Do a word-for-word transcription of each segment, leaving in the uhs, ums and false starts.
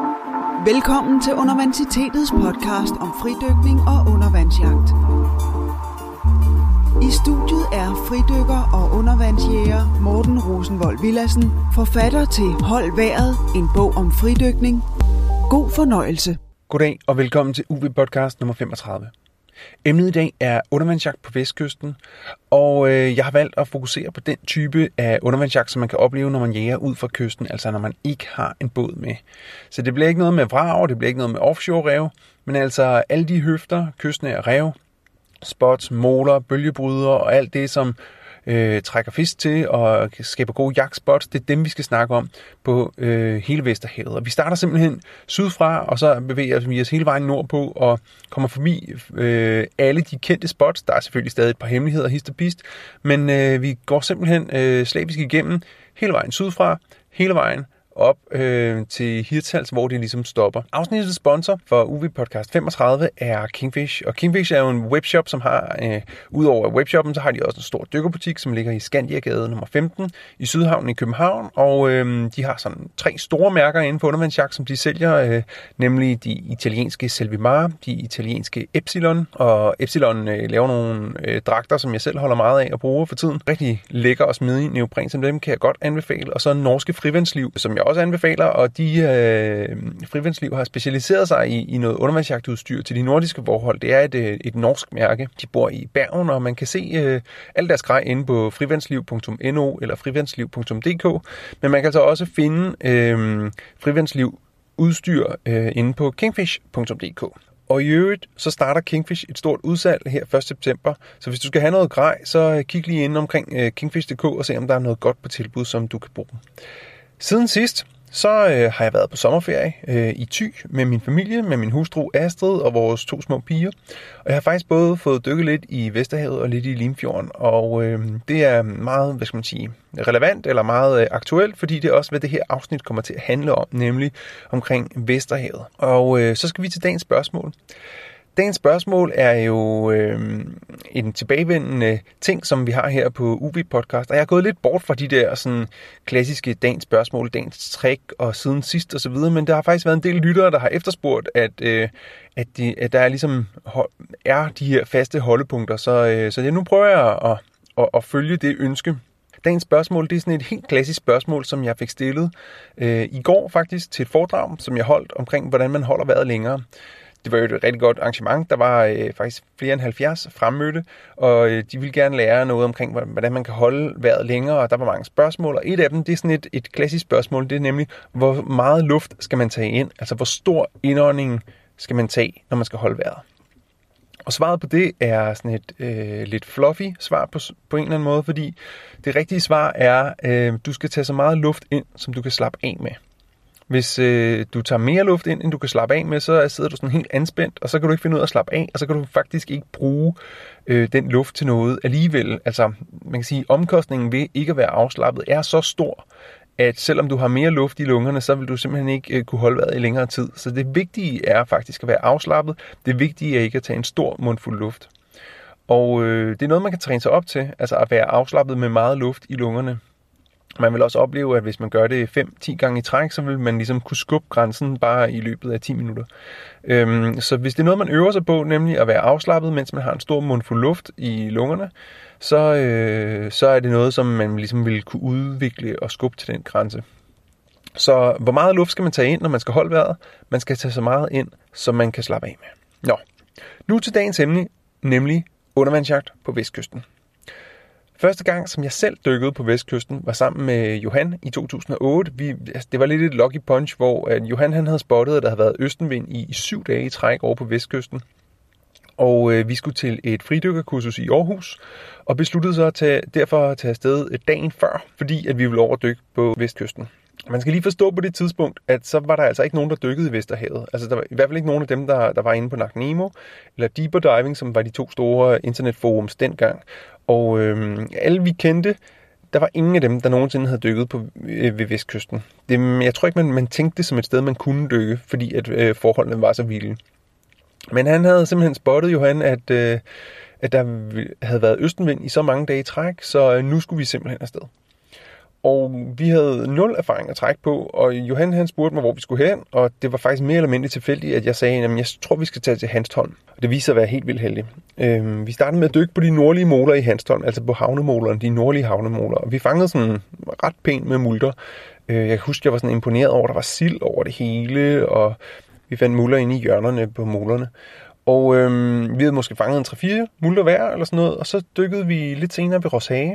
Velkommen til Undervansitetets podcast om fridykning og undervandsjagt. I studiet er fridykker og undervandsjæger Morten Rosenvold Villadsen, forfatter til Hold Vejret, en bog om fridykning. God fornøjelse. Goddag og velkommen til U V podcast nummer femogtredive. Emnet i dag er undervandsjagt på Vestkysten, og øh, jeg har valgt at fokusere på den type af undervandsjagt, som man kan opleve, når man jæger ud fra kysten, altså når man ikke har en båd med. Så det bliver ikke noget med vrag, det bliver ikke noget med offshore-rev, men altså alle de høfter, kystnære rev, spots, måler, bølgebrydere og alt det, som øh, trækker fisk til og skaber gode jagtspots, det er dem, vi skal snakke om på øh, hele Vesterhavet. Og vi starter simpelthen sydfra, og så bevæger vi os hele vejen nordpå og kommer forbi øh, alle de kendte spots. Der er selvfølgelig stadig et par hemmeligheder, hist og pist, men øh, vi går simpelthen øh, slavisk igennem hele vejen sydfra, hele vejen op øh, til Hirtshals, hvor det ligesom stopper. Afsnittets sponsor for U V Podcast femogtredive er Kingfish, og Kingfish er jo en webshop, som har, øh, udover webshoppen, så har de også en stor dykkerbutik, som ligger i Skandiagade nummer femten i Sydhavnen i København, og øh, de har sådan tre store mærker inde på undervandsjagt, som de sælger, øh, nemlig de italienske Selvimar, de italienske Epsilon, og Epsilon øh, laver nogle øh, dragter, som jeg selv holder meget af at bruge for tiden. Rigtig lækker og smidig neopren, som dem kan jeg godt anbefale, og så norske Frivandsliv, som jeg også anbefaler, og de øh, Frivandsliv har specialiseret sig i, i noget undervandsjagtudstyr til de nordiske forhold. Det er et, et norsk mærke. De bor i Bergen, og man kan se øh, alle deres grej inde på frivandsliv punktum no eller frivandsliv punktum d k, men man kan altså også finde øh, Frivandsliv udstyr øh, inde på kingfish punktum d k. Og i øvrigt, så starter Kingfish et stort udsalg her første september. Så hvis du skal have noget grej, så kig lige ind omkring øh, kingfish punktum d k og se, om der er noget godt på tilbud, som du kan bruge. Siden sidst, så øh, har jeg været på sommerferie øh, i Thy med min familie, med min hustru Astrid og vores to små piger. Og jeg har faktisk både fået dykket lidt i Vesterhavet og lidt i Limfjorden. Og øh, det er meget, hvad skal man sige, relevant eller meget øh, aktuelt, fordi det er også, hvad det her afsnit kommer til at handle om, nemlig omkring Vesterhavet. Og øh, så skal vi til dagens spørgsmål. Dagens spørgsmål er jo øh, en tilbagevendende ting, som vi har her på U V Podcast. Og jeg er gået lidt bort fra de der sådan, klassiske dagens spørgsmål, dagens trick og siden sidst osv., men der har faktisk været en del lyttere, der har efterspurgt, at, øh, at, de, at der er, ligesom, er de her faste holdepunkter. Så, øh, så jeg, nu prøver jeg at, at, at følge det ønske. Dagens spørgsmål, det er sådan et helt klassisk spørgsmål, som jeg fik stillet øh, i går faktisk til et foredrag, som jeg holdt omkring, hvordan man holder vejret længere. Det var jo et rigtig godt arrangement. Der var øh, faktisk flere end halvfjerds fremmødte, og øh, de ville gerne lære noget omkring, hvordan man kan holde vejret længere, og der var mange spørgsmål, og et af dem, det er sådan et, et klassisk spørgsmål, det er nemlig, hvor meget luft skal man tage ind? Altså, hvor stor indånding skal man tage, når man skal holde vejret? Og svaret på det er sådan et øh, lidt fluffy svar på, på en eller anden måde, fordi det rigtige svar er, øh, du skal tage så meget luft ind, som du kan slappe af med. Hvis øh, du tager mere luft ind, end du kan slappe af med, så sidder du sådan helt anspændt, og så kan du ikke finde ud af at slappe af, og så kan du faktisk ikke bruge øh, den luft til noget alligevel. Altså, man kan sige, omkostningen ved ikke at være afslappet er så stor, at selvom du har mere luft i lungerne, så vil du simpelthen ikke øh, kunne holde vejret i længere tid. Så det vigtige er faktisk at være afslappet. Det vigtige er ikke at tage en stor mundfuld luft. Og øh, det er noget, man kan træne sig op til, altså at være afslappet med meget luft i lungerne. Man vil også opleve, at hvis man gør det fem til ti gange i træk, så vil man ligesom kunne skubbe grænsen bare i løbet af ti minutter. Øhm, så hvis det er noget, man øver sig på, nemlig at være afslappet, mens man har en stor mundfuld luft i lungerne, så, øh, så er det noget, som man ligesom vil kunne udvikle og skubbe til den grænse. Så hvor meget luft skal man tage ind, når man skal holde vejret? Man skal tage så meget ind, som man kan slappe af med. Nå, nu til dagens emne, nemlig undervandsjagt på Vestkysten. Første gang, som jeg selv dykkede på Vestkysten, var sammen med Johan i to tusind og otte. Vi, altså, det var lidt et lucky punch, hvor at Johan han havde spottet, at der havde været østenvind i, i syv dage i træk over på Vestkysten. Og øh, vi skulle til et fridykkerkursus i Aarhus, og besluttede så at tage, derfor at tage afsted dagen før, fordi at vi ville overdykke på Vestkysten. Man skal lige forstå på det tidspunkt, at så var der altså ikke nogen, der dykkede i Vesterhavet. Altså der var i hvert fald ikke nogen af dem, der, der var inde på Nacht Nemo, eller Deeper Diving, som var de to store internetforums dengang. Og øh, alle vi kendte, der var ingen af dem, der nogensinde havde dykket på, øh, ved Vestkysten. Det, jeg tror ikke, man, man tænkte det som et sted, man kunne dykke, fordi at øh, forholdene var så vilde. Men han havde simpelthen spottet, Johan, at, øh, at der havde været østenvind i så mange dage i træk, så øh, nu skulle vi simpelthen afsted. Og vi havde nul erfaring at trække på, og Johan han spurgte mig, hvor vi skulle hen, og det var faktisk mere eller mindre tilfældigt, at jeg sagde, at jeg tror, vi skal tage til Hanstholm. Og det viser sig at være helt vildt heldigt. Øhm, vi startede med at dykke på de nordlige moler i Hanstholm, altså på havnemålerne, de nordlige havnemåler. Og vi fangede sådan ret pænt med multer. Øh, jeg kan huske, jeg var sådan imponeret over, at der var sild over det hele, og vi fandt multer inde i hjørnerne på målerne. Og øhm, vi havde måske fanget en tre fire multer hver, eller sådan noget, og så dykkede vi lidt senere ved Roshage.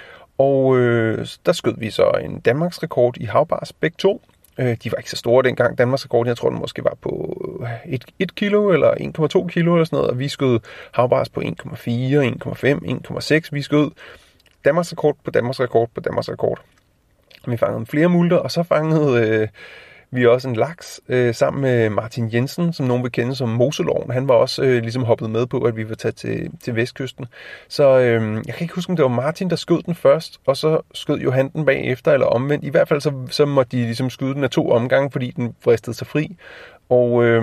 Og øh, der skød vi så en Danmarks rekord i havbars, begge to. Øh, de var ikke så store dengang, Danmarks rekord, jeg tror den måske var på et kilo eller en komma to kilo eller sådan noget. Og vi skød havbars på en komma fire, en komma fem, en komma seks. Vi skød Danmarks rekord på Danmarks rekord på Danmarks rekord. Vi fangede flere multer, og så fangede øh, vi også en laks øh, sammen med Martin Jensen, som nogen vil kende som Moseloven. Han var også øh, ligesom hoppet med på, at vi var taget til, til vestkysten. Så øh, jeg kan ikke huske, om det var Martin, der skød den først, og så skød Johan den bagefter, eller omvendt. I hvert fald så, så måtte de ligesom skyde den af to omgange, fordi den fristede sig fri. Og øh,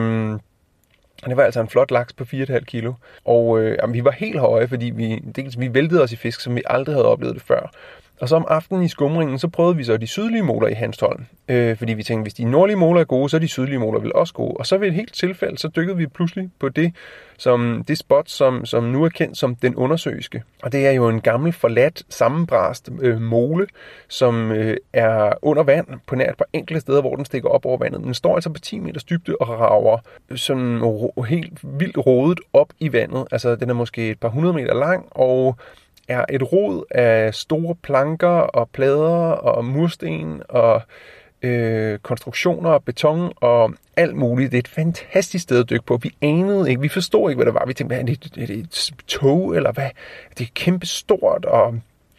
det var altså en flot laks på fire komma fem kilo. Og øh, jamen, vi var helt høje, fordi vi, dels, vi væltede os i fisk, som vi aldrig havde oplevet det før. Og så om aftenen i skumringen, så prøvede vi så de sydlige moler i Hanstholm. Øh, fordi vi tænkte, hvis de nordlige moler er gode, så er de sydlige moler vel også gode. Og så ved et helt tilfælde, så dykkede vi pludselig på det, som, det spot, som, som nu er kendt som den undersøiske. Og det er jo en gammel, forladt, sammenbrast øh, mole, som øh, er under vand på nær et par enkelte steder, hvor den stikker op over vandet. Den står altså på ti meters dybde og rager sådan ro- helt vildt rodet op i vandet. Altså den er måske et par hundrede meter lang, og er et rod af store planker og plader og mursten og øh, konstruktioner og beton og alt muligt. Det er et fantastisk sted at dykke på. Vi anede ikke, vi forstod ikke, hvad det var. Vi tænkte, er det, er det et tog, eller hvad? Det er kæmpe stort, og,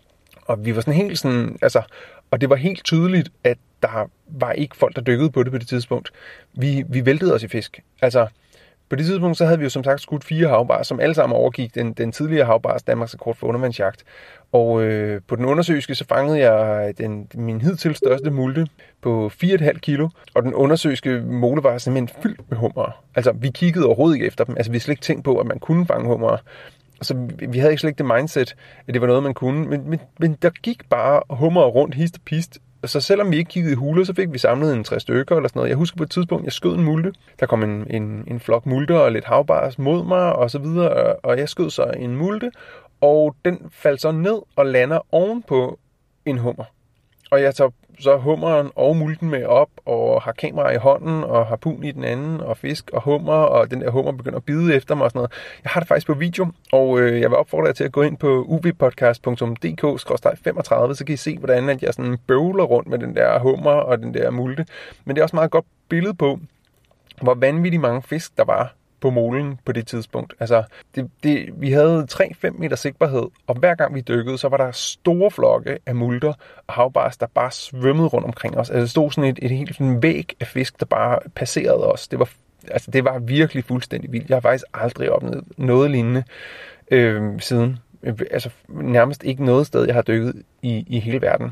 og vi var sådan helt sådan, altså, og det var helt tydeligt, at der var ikke folk, der dykkede på det på det tidspunkt. Vi, vi væltede os i fisk. Altså, på det tidspunkt, så havde vi jo som sagt skudt fire havbars, som alle sammen overgik den, den tidligere havbars Danmarks rekord for undervandsjagt. Og øh, på den undersøiske, så fangede jeg den, min hidtil største multe på fire komma fem kilo. Og den undersøiske mole var simpelthen fyldt med hummer. Altså, vi kiggede overhovedet ikke efter dem. Altså, vi havde slet ikke tænkt på, at man kunne fange hummer. Altså, vi havde ikke slet ikke det mindset, at det var noget, man kunne. Men, men, men der gik bare hummer rundt, hist og pist. Så selvom vi ikke kiggede i huler, så fik vi samlet en tre stykker eller sådan noget. Jeg husker på et tidspunkt, jeg skød en multe. Der kom en, en, en flok multer og lidt havbars mod mig og så videre. Og jeg skød så en multe, og den faldt så ned og lander ovenpå en hummer. Og jeg tager så hummeren og multen med op og har kamera i hånden og harpun i den anden og fisk og hummer, og den der hummer begynder at bide efter mig og sådan noget. Jeg har det faktisk på video, og øh, jeg vil opfordre jer til at gå ind på u v podcast punktum d k skråstreg femogtredive, så kan I se, hvordan at jeg sådan bøvler rundt med den der hummer og den der multe. Men det er også meget godt billede på, hvor vanvittigt mange fisk der var på molen på det tidspunkt. Altså, det, det, vi havde tre til fem meter sigtbarhed, og hver gang vi dykkede, så var der store flokke af multer og havbars, der bare svømmede rundt omkring os. Altså, det stod sådan et, et helt sådan væg af fisk, der bare passerede os. Det var, altså, det var virkelig fuldstændig vildt. Jeg har faktisk aldrig oplevet noget lignende øh, siden. Altså, nærmest ikke noget sted, jeg har dykket i, i hele verden.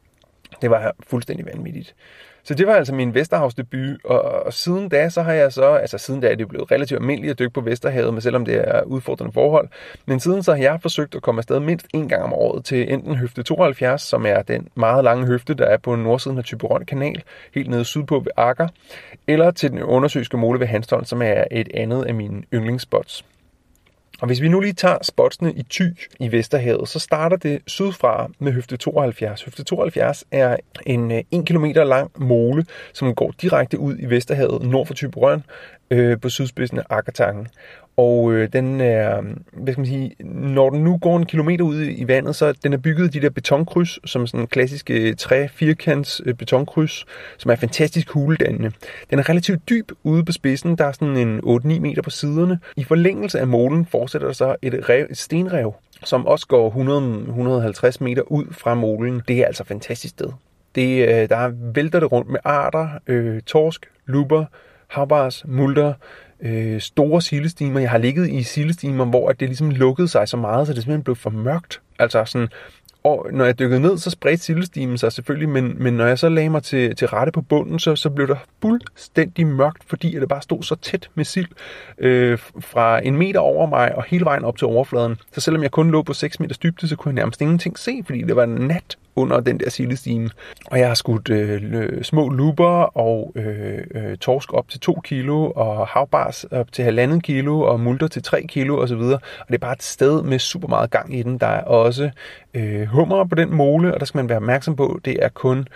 Det var fuldstændig vanvittigt. Så det var altså min Vesterhavsdebut, og, og siden da, så har jeg så, altså siden da er det blevet relativt almindeligt at dykke på Vesterhavet, men selvom det er udfordrende forhold, men siden så har jeg forsøgt at komme afsted mindst en gang om året til enten høfde tooghalvfjerds, som er den meget lange høfde, der er på nordsiden af Thyborøn kanal, helt nede sydpå ved Akker, eller til den undersøiske mole ved Hanstholm, som er et andet af mine yndlingsspots. Og hvis vi nu lige tager spotsene i Thy i Vesterhavet, så starter det sydfra med høfde tooghalvfjerds. Høfde tooghalvfjerds er en en kilometer lang mole, som går direkte ud i Vesterhavet nord for Thyborøn øh, på sydspidsen af Akkertangen. Og øh, den er, hvad skal man sige, når den nu går en kilometer ud i vandet, så den er bygget de der betonkryds, som sådan en klassisk træ-firkants betonkryds, som er fantastisk huledannende. Den er relativt dyb ude på spidsen, der er sådan en otte til ni meter på siderne. I forlængelse af molen fortsætter der så et, rev, et stenrev, som også går hundrede til et hundrede og halvtreds meter ud fra molen. Det er altså et fantastisk sted. Det, der vælter det rundt med arter, øh, torsk, lupper, havbars, multer, øh, store sildestimer. Jeg har ligget i sildestimer, hvor det ligesom lukkede sig så meget, så det simpelthen blev for mørkt. Altså sådan, og når jeg dykkede ned, så spredte sildestimen sig selvfølgelig, men, men når jeg så lagde mig til, til rette på bunden, så, så blev der fuldstændig mørkt, fordi det bare stod så tæt med sild øh, fra en meter over mig og hele vejen op til overfladen. Så selvom jeg kun lå på seks meters dybde, så kunne jeg nærmest ingenting se, fordi det var nat under den der sildestime. Og jeg har skudt øh, små luber og øh, øh, torsk op til to kilo, og havbars op til halvandet kilo, og multer til tre kilo osv. Og det er bare et sted med super meget gang i den. Der er også øh, hummer på den mole, og der skal man være opmærksom på, det er kun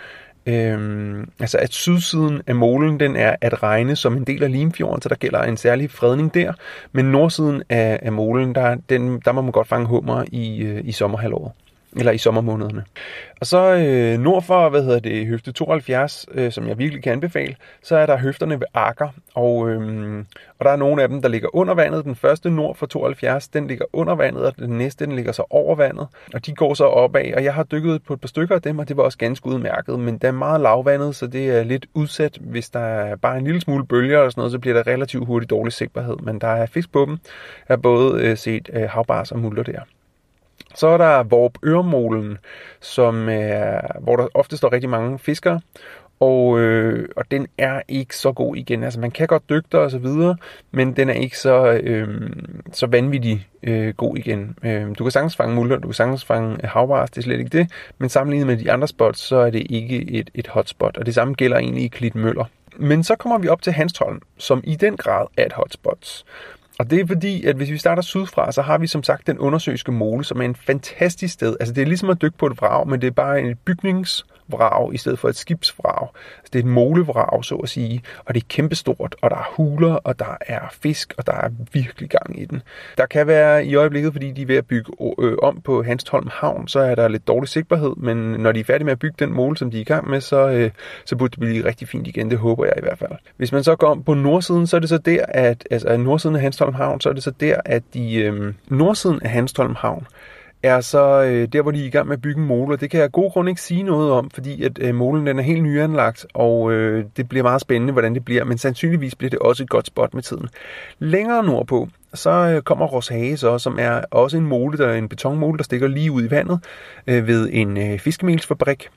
Øhm, altså at sydsiden af molen, den er at regne som en del af Limfjorden, så der gælder en særlig fredning der, men nordsiden af, af molen, der, den, der må man godt fange hummer i, øh, i sommerhalvåret, eller i sommermånederne. Og så øh, nord for, hvad hedder det, høfte tooghalvfjerds, øh, som jeg virkelig kan anbefale, så er der høfterne ved Akker, og, øh, og der er nogle af dem, der ligger under vandet. Den første nord for tooghalvfjerds, den ligger under vandet, og den næste, den ligger så over vandet, og de går så opad, og jeg har dykket på et par stykker af dem, og det var også ganske udmærket, men det er meget lavvandet, så det er lidt udsat. Hvis der er bare en lille smule bølger og sådan noget, så bliver der relativt hurtigt dårlig sigtbarhed, men der er fisk på dem. Jeg har både øh, set øh, havbars og multer der. Så er der Vorupør-molen, som er, hvor der ofte står rigtig mange fiskere, og, øh, og den er ikke så god igen. Altså man kan godt dykke der og så videre, men den er ikke så, øh, så vanvittig øh, god igen. Øh, du kan sagtens fange multer, du kan sagtens fange havbars, det er slet ikke det, men sammenlignet med de andre spots, så er det ikke et, et hotspot, og det samme gælder egentlig i Klitmøller. Men så kommer vi op til Hanstholm, som i den grad er et hotspot. Og det er fordi, at hvis vi starter sydfra, så har vi som sagt den undersøiske mole, som er en fantastisk sted. Altså det er ligesom at dykke på et vrag, men det er bare en bygningsvrag i stedet for et skibsvrag. Altså, det er et molevrag, så at sige, og det er kæmpestort, og der er huler, og der er fisk, og der er virkelig gang i den. Der kan være i øjeblikket, fordi de er ved at bygge øh, om på Hanstholm Havn, så er der lidt dårlig sigtbarhed, men når de er færdige med at bygge den mole, som de er i gang med, så, øh, så burde det blive rigtig fint igen. Det håber jeg i hvert fald. Hvis man så går om på nordsiden, så er det så der, at altså nordsiden af Hanstholm Havn, så er det så der, at de øh, nordsiden af Hanstholm Havn er så øh, der, hvor de er i gang med at bygge en mole. Det kan jeg af gode grunde ikke sige noget om, fordi at øh, molen den er helt nyanlagt, og øh, det bliver meget spændende, hvordan det bliver, men sandsynligvis bliver det også et godt spot med tiden. Længere nordpå, så øh, kommer Roshage så, som er også en mole, der er en betonmole, der stikker lige ud i vandet øh, ved en øh, fiskemelsfabrik.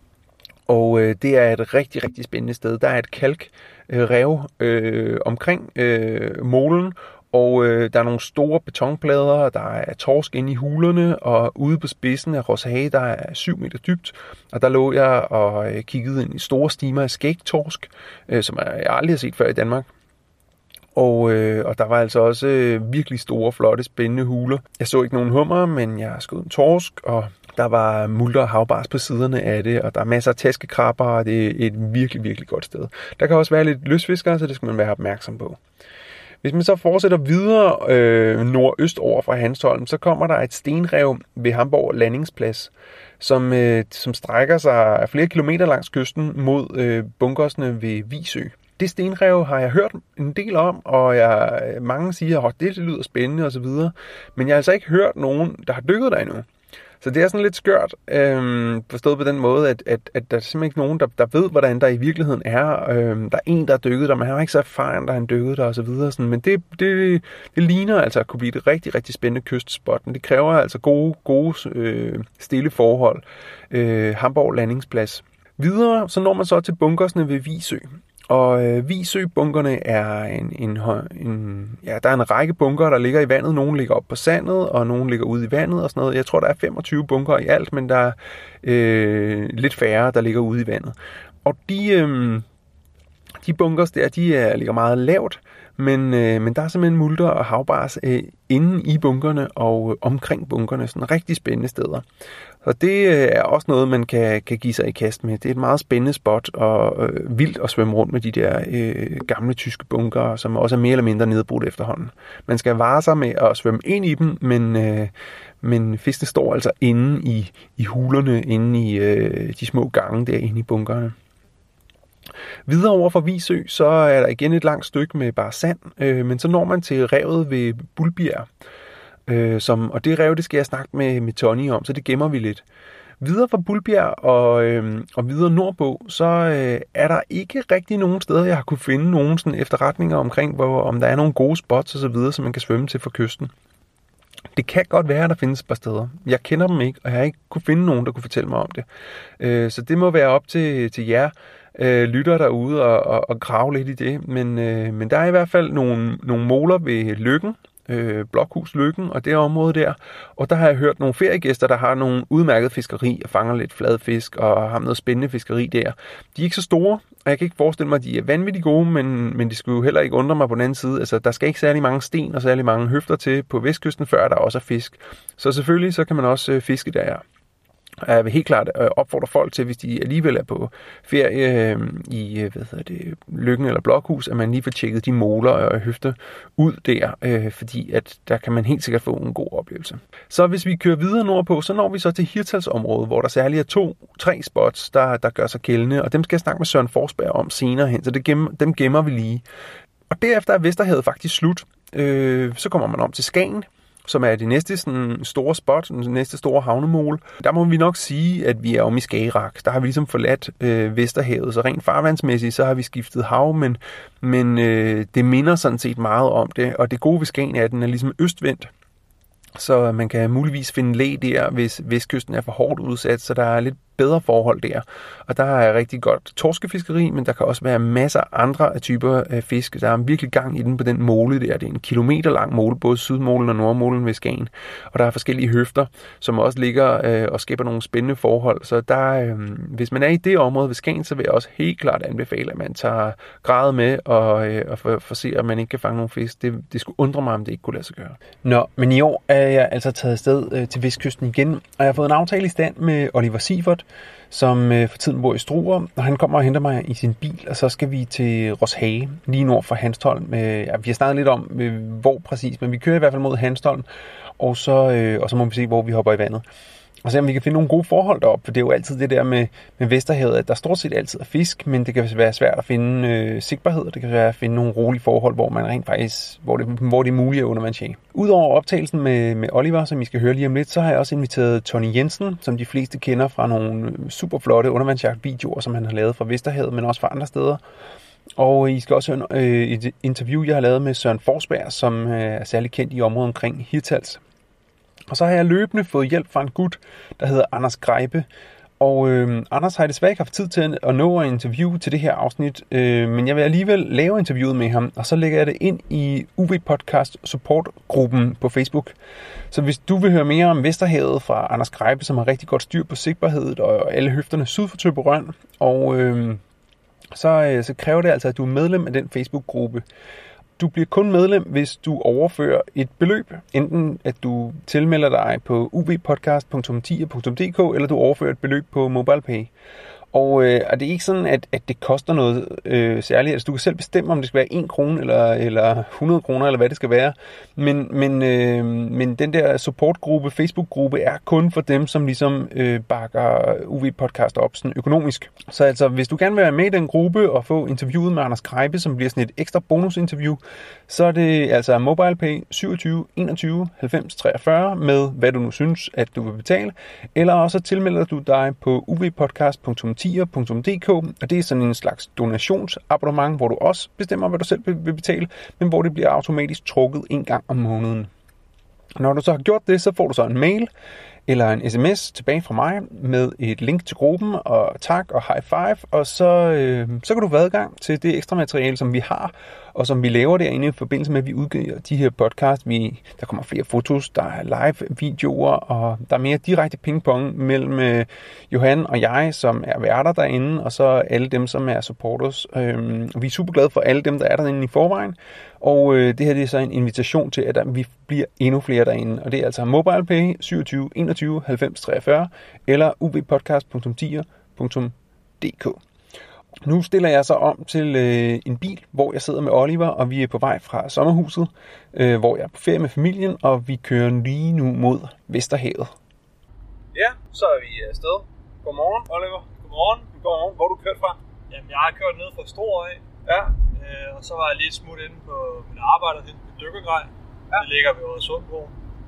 Og øh, det er et rigtig, rigtig spændende sted. Der er et kalkrev øh, omkring øh, molen, og øh, der er nogle store betonplader, der er torsk inde i hulerne, og ude på spidsen af Roshage, der er syv meter dybt. Og der lå jeg og øh, kiggede ind i store stimer af skægtorsk, øh, som jeg aldrig har set før i Danmark. Og, øh, og der var altså også øh, virkelig store, flotte, spændende huler. Jeg så ikke nogen hummer, men jeg skød en torsk, og der var multer og havbars på siderne af det, og der er masser af tæskekrabber, og det er et virkelig, virkelig godt sted. Der kan også være lidt lystfiskere, så det skal man være opmærksom på. Hvis man så fortsætter videre øh, nordøst over fra Hanstholm, så kommer der et stenrev ved Hamborg Landingsplads, som, øh, som strækker sig flere kilometer langs kysten mod øh, bunkersne ved Visø. Det stenrev har jeg hørt en del om, og jeg, mange siger, at det lyder spændende osv., men jeg har altså ikke hørt nogen, der har dykket der endnu. Så det er sådan lidt skørt, øhm, forstået på den måde, at, at, at der er simpelthen ikke nogen, der, der ved, hvordan der i virkeligheden er. Øhm, der er en, der har dykket der, man har ikke så erfaring, der har dykket der osv. Men det, det, det ligner altså at kunne blive et rigtig, rigtig spændende kystspot. Men det kræver altså gode, gode øh, stille forhold. Øh, Hamborg Landingsplads. Videre så når man så til bunkersne ved Visø. Og øh, Visø-bunkerne er en, en, en, ja, der er en række bunker, der ligger i vandet. Nogle ligger op på sandet, og nogle ligger ude i vandet og sådan noget. Jeg tror, der er femogtyve bunker i alt, men der er øh, lidt færre, der ligger ude i vandet. Og de, øh, de bunkers der, de er, ligger meget lavt, men, øh, men der er simpelthen multer og havbars øh, inde i bunkerne og øh, omkring bunkerne. Sådan rigtig spændende steder. Og det er også noget, man kan, kan give sig i kast med. Det er et meget spændende spot og øh, vildt at svømme rundt med de der øh, gamle tyske bunker, som også er mere eller mindre nedbrudt efterhånden. Man skal vare sig med at svømme ind i dem, men, øh, men fiskene står altså inde i, i hulerne, inde i øh, de små gange derinde i bunkerne. Videre over fra Visø, så er der igen et langt stykke med bare sand, øh, men så når man til revet ved Bulbjerg. Øh, som, og det rev, det skal jeg snakke med, med Tony om, så det gemmer vi lidt. Videre fra Bulbjerg og, øh, og videre nordpå, så øh, er der ikke rigtig nogen steder, jeg har kunne finde nogen sådan efterretninger omkring, hvor, om der er nogle gode spots og så videre, som man kan svømme til fra kysten. Det kan godt være, at der findes et par steder. Jeg kender dem ikke, og jeg har ikke kunne finde nogen, der kunne fortælle mig om det. Øh, så det må være op til, til jer øh, lytter derude og, og, og grave lidt i det. Men, øh, men der er i hvert fald nogle, nogle moler ved Løkken, øh, Blokhus Lykken og det område der. Og der har jeg hørt nogle feriegæster, der har nogle udmærket fiskeri og fanger lidt flad fisk og har noget spændende fiskeri der. De er ikke så store, og jeg kan ikke forestille mig, at de er vanvittigt gode, men, men de skulle jo heller ikke undre mig på den anden side. Altså, der skal ikke særlig mange sten og særlig mange høfter til på vestkysten, før der også er fisk. Så selvfølgelig så kan man også øh, fiske der. Jeg vil helt klart opfordre folk til, hvis de alligevel er på ferie i hvad hedder det, Lykken eller Blokhus, at man lige får tjekket de moler og høfter ud der, fordi at der kan man helt sikkert få en god oplevelse. Så hvis vi kører videre nordpå, så når vi så til Hirtshalsområdet, hvor der særligt er to, tre spots, der, der gør sig gældende, og dem skal jeg snakke med Søren Forsberg om senere hen, så det gemmer, dem gemmer vi lige. Og derefter er Vesterhavet faktisk slut. Øh, så kommer man om til Skagen, som er det næste sådan, store spot, den næste store havnemål. Der må vi nok sige, at vi er om i Skagerrak. Der har vi ligesom forladt øh, Vesterhavet, så rent farvandsmæssigt, så har vi skiftet hav, men, men øh, det minder sådan set meget om det. Og det gode ved Skagen er, at den er ligesom østvendt, så man kan muligvis finde læ der, hvis vestkysten er for hårdt udsat, så der er lidt bedre forhold der. Og der er rigtig godt torskefiskeri, men der kan også være masser af andre typer af fisk. Der er virkelig gang i den på den måle der. Det er en kilometer lang måle, både sydmålen og nordmålen ved Skagen. Og der er forskellige høfter, som også ligger øh, og skaber nogle spændende forhold. Så der, øh, hvis man er i det område ved Skagen, så vil jeg også helt klart anbefale, at man tager gradet med og, øh, og for, for se, at man ikke kan fange nogle fisk. Det, det skulle undre mig, om det ikke kunne lade sig gøre. Nå, men i år er jeg altså taget afsted øh, til vestkysten igen, og jeg har fået en aftale i stand med Oliver Sievert, som øh, for tiden bor i Struer, og han kommer og henter mig i sin bil, og så skal vi til Roshage, lige nord for Hanstholm. Øh, ja, vi har snakket lidt om, øh, hvor præcis, men vi kører i hvert fald mod Hanstholm, og så, øh, og så må vi se, hvor vi hopper i vandet. Og se om vi kan finde nogle gode forhold deroppe, for det er jo altid det der med, med Vesterhavet, at der stort set altid er fisk, men det kan være svært at finde øh, sigtbarhed, og det kan være at finde nogle rolige forhold, hvor man rent faktisk, hvor det, hvor det er muligt at undervandsjage. Udover optagelsen med, med Oliver, som I skal høre lige om lidt, så har jeg også inviteret Tony Jensen, som de fleste kender fra nogle super flotte undervandsjagtvideoer, som han har lavet fra Vesterhavet, men også fra andre steder. Og I skal også høre øh, et interview, jeg har lavet med Søren Forsberg, som øh, er særlig kendt i området omkring Hirtshals. Og så har jeg løbende fået hjælp fra en gut, der hedder Anders Greibe. Og øh, Anders har desværre ikke haft tid til at nå at interviewe til det her afsnit, øh, men jeg vil alligevel lave interviewet med ham, og så lægger jeg det ind i U V Podcast Support-gruppen på Facebook. Så hvis du vil høre mere om Vesterhavet fra Anders Greibe, som har rigtig godt styr på sigtbarhed og alle høfterne syd for Tøberøn, og øh, så, øh, så kræver det altså, at du er medlem af den Facebook-gruppe. Du bliver kun medlem, hvis du overfører et beløb. Enten at du tilmelder dig på u v podcast punktum tier punktum d k, eller du overfører et beløb på MobilePay. Og øh, er det ikke sådan, at, at det koster noget øh, særligt? Altså, du kan selv bestemme, om det skal være en krone eller, eller hundrede kroner, eller hvad det skal være. Men, men, øh, men den der supportgruppe, Facebook-gruppe, er kun for dem, som ligesom øh, bakker U V-podcast op sådan økonomisk. Så altså, hvis du gerne vil være med i den gruppe og få interviewet med Anders Greibe, som bliver sådan et ekstra bonusinterview, så er det altså MobilePay syvogtyve enogtyve halvfems treogfyrre med, hvad du nu synes, at du vil betale. Eller også tilmelder du dig på u v podcast punktum tier punktum d k, og det er sådan en slags donationsabonnement, hvor du også bestemmer, hvad du selv vil betale, men hvor det bliver automatisk trukket en gang om måneden. Når du så har gjort det, så får du så en mail eller en sms tilbage fra mig med et link til gruppen og tak og high five, og så, øh, så kan du få adgang til det ekstra materiale, som vi har, og som vi laver derinde i forbindelse med, at vi udgiver de her podcast. Vi, der kommer flere fotos, der er live-videoer, og der er mere direkte pingpong mellem øh, Johan og jeg, som er værter derinde, og så alle dem, som er supporters. Øh, vi er super glade for alle dem, der er derinde i forvejen, og øh, det her det er så en invitation til, at vi bliver endnu flere derinde, og det er altså MobilePay syvogtyve enogtyve halvfems treogfyrre eller u v podcast punktum tier punktum d k. Nu stiller jeg så om til øh, en bil, hvor jeg sidder med Oliver, og vi er på vej fra sommerhuset, øh, hvor jeg er på ferie med familien, og vi kører lige nu mod Vesterhavet. Ja, så er vi afsted. Godmorgen, Oliver. Godmorgen. Godmorgen. Hvor er du kørt fra? Jamen, jeg har kørt ned fra Struer af. Ja. Øh, og så var jeg lige smut inde på min arbejde hen på Dykkegrej. Ja. Det ligger ved Oddesundbroen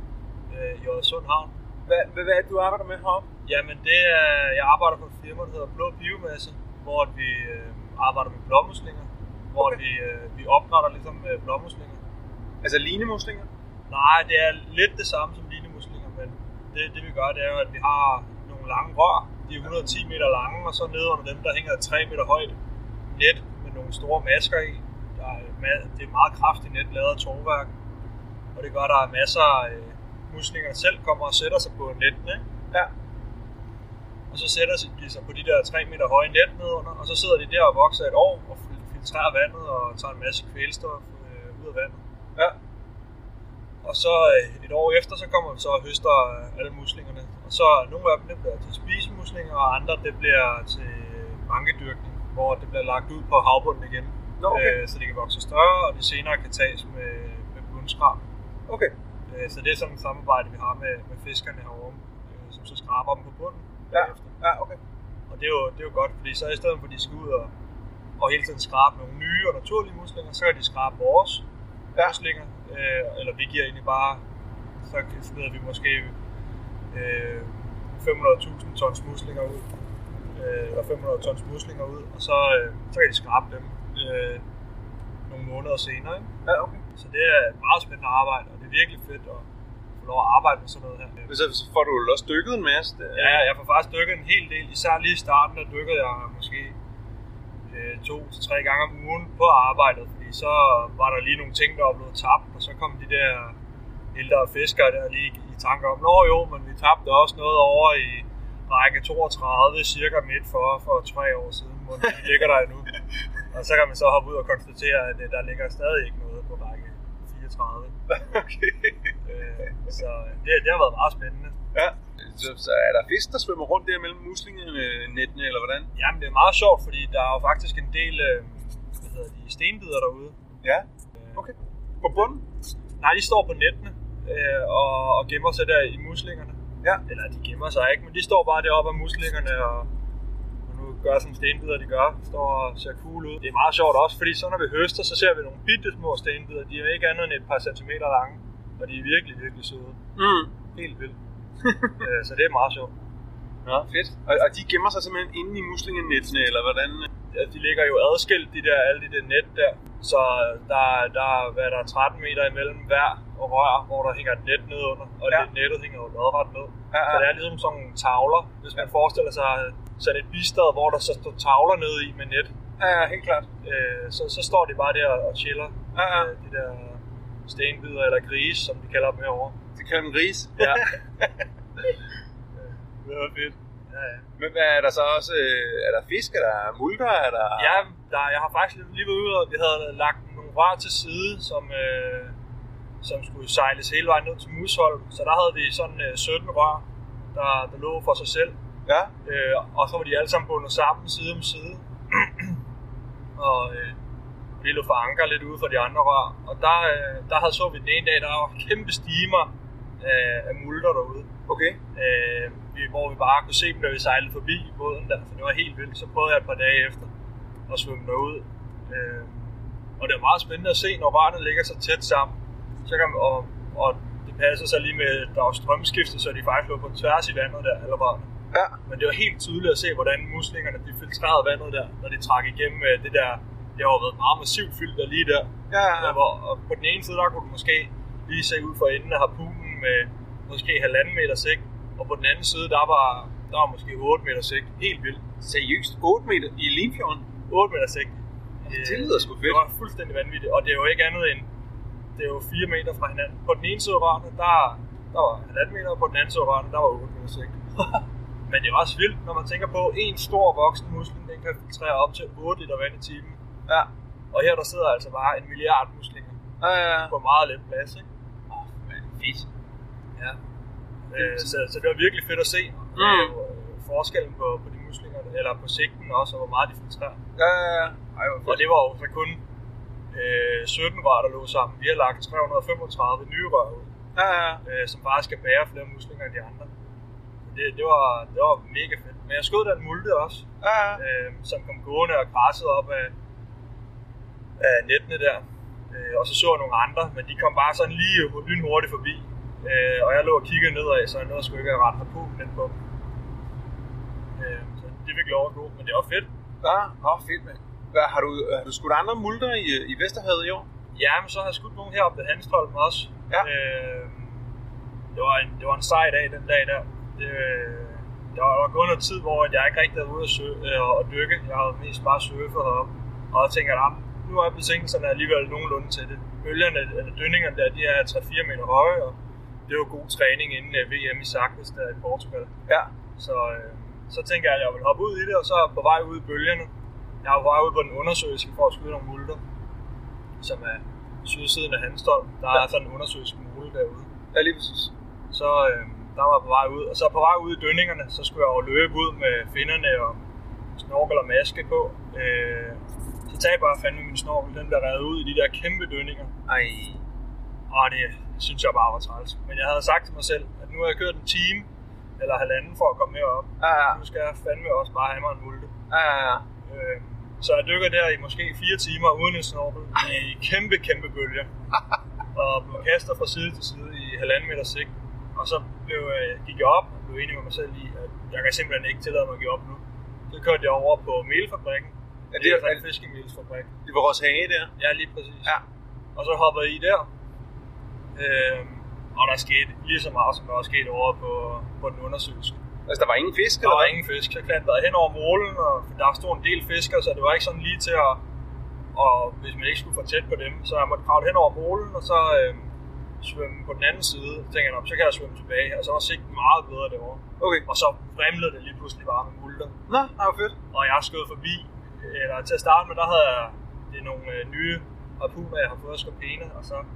øh, i Oddesund Havn. Hvad, hvad er det, du arbejder med heroppe? Jamen, det er, jeg arbejder på et firma, der hedder Blå Biomasse, hvor vi øh, arbejder med blåmuslinger, hvor okay. vi, øh, vi opdrætter ligesom øh, blåmuslinger. Altså linemuslinger? Nej, det er lidt det samme som linemuslinger, men det, det vi gør, det er jo, at vi har nogle lange rør. De er et hundrede og ti meter lange, og så nede under dem, der hænger et tre meter højt net med nogle store masker i. Der er, det er meget kraftigt net lavet af tovværk. og det gør, at der er masser af øh, muslinger, der selv kommer og sætter sig på netten, ikke? Ja. Og så sætter de sig på de der tre meter høje net nedunder, og så sidder de der og vokser et år og filtrerer vandet og tager en masse kvælstof øh, ud af vandet. Ja. Og så øh, et år efter, så kommer vi så og høster øh, alle muslingerne. Og så nogle af dem, det bliver til spisemuslinger, og andre, det bliver til bankedyrkning, hvor det bliver lagt ud på havbunden igen. Nå, okay. øh, så de kan vokse større, og de senere kan tages med, med bundskrab. Okay. Øh, så det er sådan et samarbejde, vi har med, med fiskerne herovre, øh, som så skraber dem på bunden. Ja, efter. ja, okay. Og det er, jo, det er jo godt, fordi så i stedet for, at de skal ud og, og hele tiden skrabe nogle nye og naturlige muslinger, så kan de skrabe vores ja. muslinger. Øh, eller vi giver egentlig bare, så smider vi måske øh, fem hundrede tusind tons muslinger ud. Øh, eller fem hundrede tons muslinger ud, og så, øh, så kan de skrabe dem øh, nogle måneder senere. Ikke? Ja, okay. Så det er et meget spændende arbejde, og det er virkelig fedt at få lov at arbejde med sådan noget her. Men så får du også dykket en masse? Det... Ja, jeg får faktisk dykket en hel del. Især lige i starten, der dykkede jeg måske øh, to til tre gange om ugen på arbejdet, fordi så var der lige nogle ting, der var blevet tabt, og så kom de der ældre fiskere der lige i tanker om, nå jo, men vi tabte også noget over i række toogtredive, cirka midt for, for tre år siden, hvor de ligger der endnu. Og så kan man så hoppe ud og konstatere, at der ligger stadig ikke noget på række fireogtredive. Okay. Øh, så det, det har været meget spændende. Ja. Så, så er der fisk, der svømmer rundt der mellem muslingenettene, eller hvordan? Jamen, det er meget sjovt, fordi der er jo faktisk en del øh, hvad hedder de, stenbider derude. Ja, okay. På bunden? Nej, de står på nettene øh, og, og gemmer sig der i muslingerne. Ja. Eller de gemmer sig ikke, men de står bare deroppe af muslingerne og, og nu gør som stenbider de gør. De står og ser cool ud. Det er meget sjovt også, fordi så når vi høster, så ser vi nogle bitte små stenbider. De er ikke andet end et par centimeter lange, og de er virkelig, virkelig søde. Mm. Helt vildt. øh, så det er meget sjovt. Ja, fedt. Og, og de gemmer sig simpelthen inde i muslingenettene, eller hvordan? Ja, de ligger jo adskilt, de der, alle de der net der. Så der, der, hvad der er tretten meter imellem hver og rør, hvor der hænger et net nedunder, og ja. nettet hænger jo lodret ned. Ja, ja. Så det er ligesom sådan nogle tavler, hvis man ja. forestiller sig sådan et bistad, hvor der så står tavler nede i med net. Ja, ja, helt klart. Øh, så, så står de bare der og chiller. Ja, ja. De der stenbider eller grise, som de kalder dem herovre. De kalder dem grise? Ja. Det var fedt. Ja, ja. Men hvad er der så også? Er der fisk? Er der multer? Er der... Ja, der, jeg har faktisk lige været ude, og vi havde lagt nogle rør til side, som, øh, som skulle sejles hele vejen ned til Musholm. Så der havde vi sådan øh, sytten rør, der, der lå for sig selv. Ja. Øh, og så var de alle sammen bundet sammen side om side. og øh, vi lå for anker lidt ude for de andre rør. Og der, øh, der havde så vi den ene dag, der var kæmpe stimer af, af multer derude. Okay. Øh, hvor vi bare kunne se dem, da vi sejlede forbi båden der, for det var helt vildt. Så prøvede jeg et par dage efter at svømme derud. Øh, og det var meget spændende at se, når rørene ligger så tæt sammen. Så kan man, og, og det passer sig lige med, at der var strømskiftet, så de faktisk lå på tværs i vandet der, eller rørene. Ja. Men det var helt tydeligt at se, hvordan muslingerne de filtrerede vandet der, når de trak igennem det der. Det har jo været meget massivt filter lige der. Ja, ja, ja. Hvor, og på den ene side, der kunne du måske lige se ud for enden af harpunen med måske halvanden meter sigt. Og på den anden side, der var, der var måske otte meter sigt. Helt vildt. Seriøst? otte meter i Limfjorden? otte meter sigt. Det lyder sgu fedt. Det var fuldstændig vanvittigt. Og det er jo ikke andet end, det er jo fire meter fra hinanden. På den ene side af rørene, der, der var halvanden meter, og på den anden side af rørene, der var otte meter sigt. Men det er også vildt, når man tænker på, at en stor voksen musling, den kan filtrere op til otte liter vand i timen. Ja. Og her der sidder altså bare en milliard muslinger. Ja, ja, ja. På meget lidt plads, ikke? Åh, oh, men fedt. Ja. Øh, så, så det var virkelig fedt at se. Mm. Øh, forskellen på, på de muslinger, eller på sigten også, og hvor meget de filtrerer. Ja, ja, ja. Ej, hvor fedt. Og det var jo så kun øh, sytten rør, der lå sammen. Vi har lagt tre hundrede og femogtredive nye rør ud, ja, ja. Øh, som bare skal bære flere muslinger end de andre. Det, det, var, det var mega fedt. Men jeg skød der en multe også, ja, ja. Øh, som kom gående og græssede op af, af nettene der. Øh, og så så jeg nogle andre, men de kom bare sådan lige lynhurtigt forbi. Øh, og jeg lå og kiggede nedad, så jeg nåede sgu ikke at rette harpunen ind på dem. Øh, så det fik lov at gå, men det var fedt. Ja, åh, fedt, mand. Hvad, har, du, har du skudt andre multer i, i Vesterhavet i år? Ja, men så har jeg skudt nogle heroppe ved Hanstholm også. Ja. Øh, det, var en, det var en sej dag den dag der. Det, der var gået noget tid, hvor jeg ikke rigtig havde ude at, søge, øh, at dykke. Jeg havde mest bare surfet heroppe. Og jeg tænkte, at nu er betingelserne alligevel nogenlunde til det. Bølgerne, eller dønningerne der, de er tre til fire meter høje, og det er jo god træning inden V M i Sagres der i Portugal. Ja. Så, øh, så tænker jeg, at jeg vil hoppe ud i det, og så på vej ud i bølgerne. Jeg er på vej ud på den undersøgelske for at skyde nogle multer, som er sydsiden af Hanstholm. Der er sådan en undersøgelsk mule derude. Ja, lige præcis. Så øh, der var jeg på vej ud, og så på vej ud i dønningerne, så skulle jeg jo løbe ud med finnerne og snorkel og maske på. Øh, så tager jeg bare fandme min snorkel, den bliver revet ud i de der kæmpe dønninger. Ej. Og det synes jeg bare var træls. Men jeg havde sagt til mig selv, at nu har jeg kørt en time eller halvanden for at komme herop. Ja, ja. Nu skal jeg fandme også bare have mig en multe. Ja, ja, ja. Øh, så jeg dykker der i måske fire timer uden en snorkel i kæmpe, kæmpe bølger. Og blev kastet fra side til side i halvanden meter sigt. Og så blev, øh, gik jeg op og blev enig med mig selv i, at jeg kan simpelthen ikke tillade mig at give op nu. Så kørte jeg over på melfabrikken. Ja, det er faktisk en fiskemelsfabrik. Det var Roshage der? Ja, lige præcis. Ja. Og så hoppede jeg i der. Øhm, og der skete lige så meget, som der også skete over på, på den undersøgelse. Altså, der var ingen fisk? Der var ingen fisk. Så klantrede jeg hen over målen, og der stod en del fisker, så det var ikke sådan lige til at... Og hvis man ikke skulle få tæt på dem, så jeg måtte kravle hen over målen, og så øhm, svømme på den anden side. Så tænkte jeg, så kan jeg svømme tilbage, og så var sigten meget bedre derovre. Okay. Og så vrimlede det lige pludselig bare med multer. Nå, det var fedt. Og jeg skød forbi, eller til at starte med, der havde jeg det er nogle øh, nye harpuner, jeg har fået af Scorpena, og så,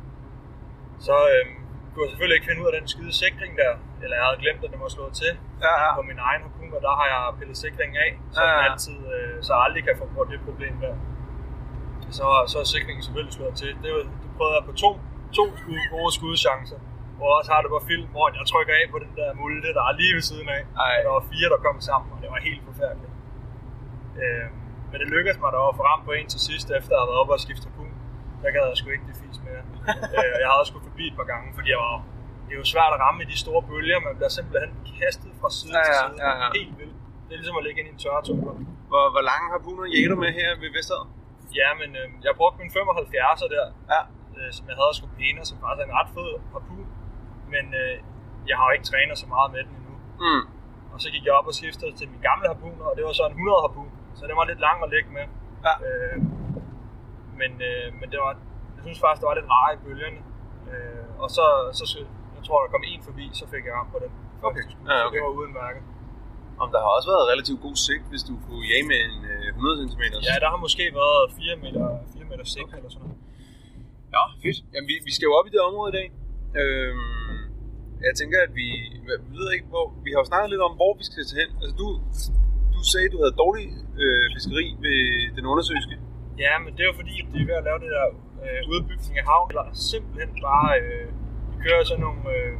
så øhm, kunne jeg selvfølgelig ikke finde ud af den skide sikring der, eller jeg havde glemt, at den var slået til. Ja, ja. På min egen harpun, og der har jeg pillet sikringen af, så ja, ja. altid, øh, så jeg aldrig kan få på det problem der. Så, så er sikringen selvfølgelig slået til. Det, det prøvede jeg på to, to skud, gode skudchancer, hvor jeg også har det på film, hvor jeg trykker af på den der multe, der er lige ved siden af. Ej. Der var fire, der kom sammen, og det var helt forfærdeligt. Øh, men det lykkedes mig da at få ramt på en til sidst, efter jeg havde været oppe og skifte harpun. Der gad jeg sgu ikke det fisk mere. øh, jeg havde også skudt forbi et par gange, fordi jeg var, det er jo svært at ramme i de store bølger, man bliver simpelthen kastet fra side ja, ja, til side. Ja, ja. Helt vildt. Det er ligesom at ligge ind i en tørretumbler. Hvor, hvor lange harpuner jæger du med her ved Vestad? Ja, men øh, jeg brugte min femoghalvfjerdser der, ja. øh, som jeg havde af Scorpena, som faktisk er en ret fed harpun. Men øh, jeg har jo ikke trænet så meget med den endnu. Mm. Og så gik jeg op og skiftede til min gamle harpuner, og det var så en hundrede harpun. Så det var lidt lang at ligge med. Ja. Øh, men, øh, men det var, jeg synes faktisk, det var lidt rart i bølgerne. Øh, og så, så, jeg tror, der kom en forbi, så fik jeg ramt på den. Okay. Ja, okay. Så det var uden mærke. Om der har også været relativt god sigt, hvis du kunne jage med en øh, hundrede centimeter? Ja, der har måske været fire meter sigt okay. eller sådan noget. Ja, fedt. Jamen, vi, vi skal jo op i det område i dag. Øhm, jeg tænker, at vi... Vi ved ikke, hvor... Vi har jo snakket lidt om, hvor vi skal til hen. Altså, du, du sagde, at du havde dårlig øh, fiskeri ved den undersøgelske. Ja, men det er jo fordi, at de er ved at lave det der øh, udbygning af havn. Eller simpelthen bare... Øh, de kører sådan nogle... Øh,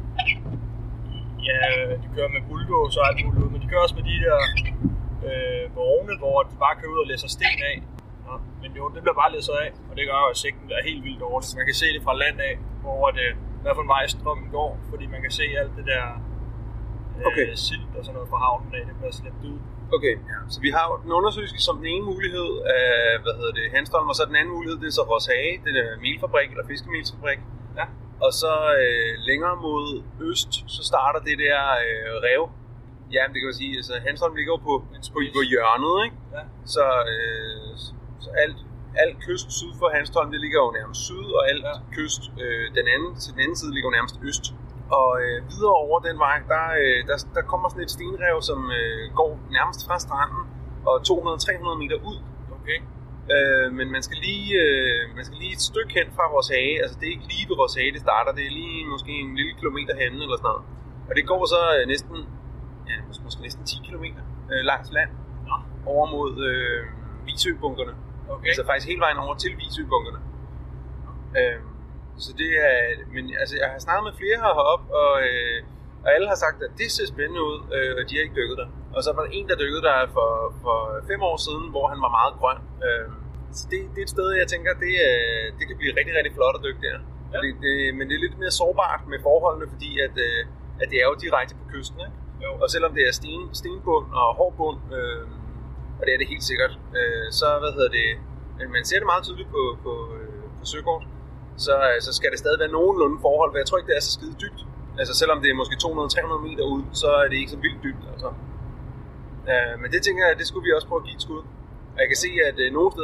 ja, de kører med bulldozer og alt muligt ud, men de kører også med de der øh, vogne, hvor de bare kører ud og læser sten af. Ja, men jo, det bliver bare læsset af, og det gør jo, at sigten er helt vildt dårligt. Man kan se det fra land af, hvor det, hvad for en vej strømmen går, fordi man kan se alt det der øh, okay. silt og sådan noget fra havnen af, det bliver slæbt ud. Okay, ja. Så vi har jo den undersøgelse som den ene mulighed af, hvad hedder det, Hanstholm, og så den anden mulighed, det er så Roshage, det er melfabrik eller fiskemelsfabrik. Ja. Og så øh, længere mod øst, så starter det der øh, rev. Ja, det kan man sige, altså Hanstholm ligger jo på, på, på hjørnet, ikke? Ja. Så, øh, så alt, alt kyst syd for Hanstholm, det ligger jo nærmest syd, og alt ja. kyst øh, den anden, til den anden side ligger jo nærmest øst. Og øh, videre over den vej, der, øh, der, der kommer sådan et stenrev, som øh, går nærmest fra stranden og to hundrede til tre hundrede meter ud. Okay. Øh, men man skal lige øh, man skal lige et stykke hen fra Roshage. Altså det er ikke lige ved Roshage det starter, det er lige måske en lille kilometer henne eller sådan noget. Og det går så øh, næsten ja, måske, måske næsten ti kilometer øh, langs land ja. over mod øh, Visøbunkerne. Okay. Altså faktisk hele vejen over til Visøbunkerne. Ja. Øh, så det er, men altså jeg har snakket med flere heroppe, og, øh, og alle har sagt, at det ser spændende ud, øh, og de har ikke dykket der. Og så var der en, der dykkede der for, for fem år siden, hvor han var meget grøn. Øh, så det, det er et sted, jeg tænker, det, øh, det kan blive rigtig, rigtig flot at dykke der. Ja. Det, det, men det er lidt mere sårbart med forholdene, fordi at, øh, at det er jo direkte på kysten, ikke? Jo. Og selvom det er sten, stenbund og hård bund, øh, og det er det helt sikkert, øh, så hvad hedder det, man ser det meget tydeligt på, på, øh, på søkort. Så, så skal det stadig være nogenlunde forhold, for jeg tror ikke, det er så skide dybt. Altså selvom det er måske to hundrede til tre hundrede meter ud, så er det ikke så vildt dybt. Altså. Uh, men det tænker jeg, det skulle vi også prøve at give et skud. Og jeg kan se, at uh, nogle steder, så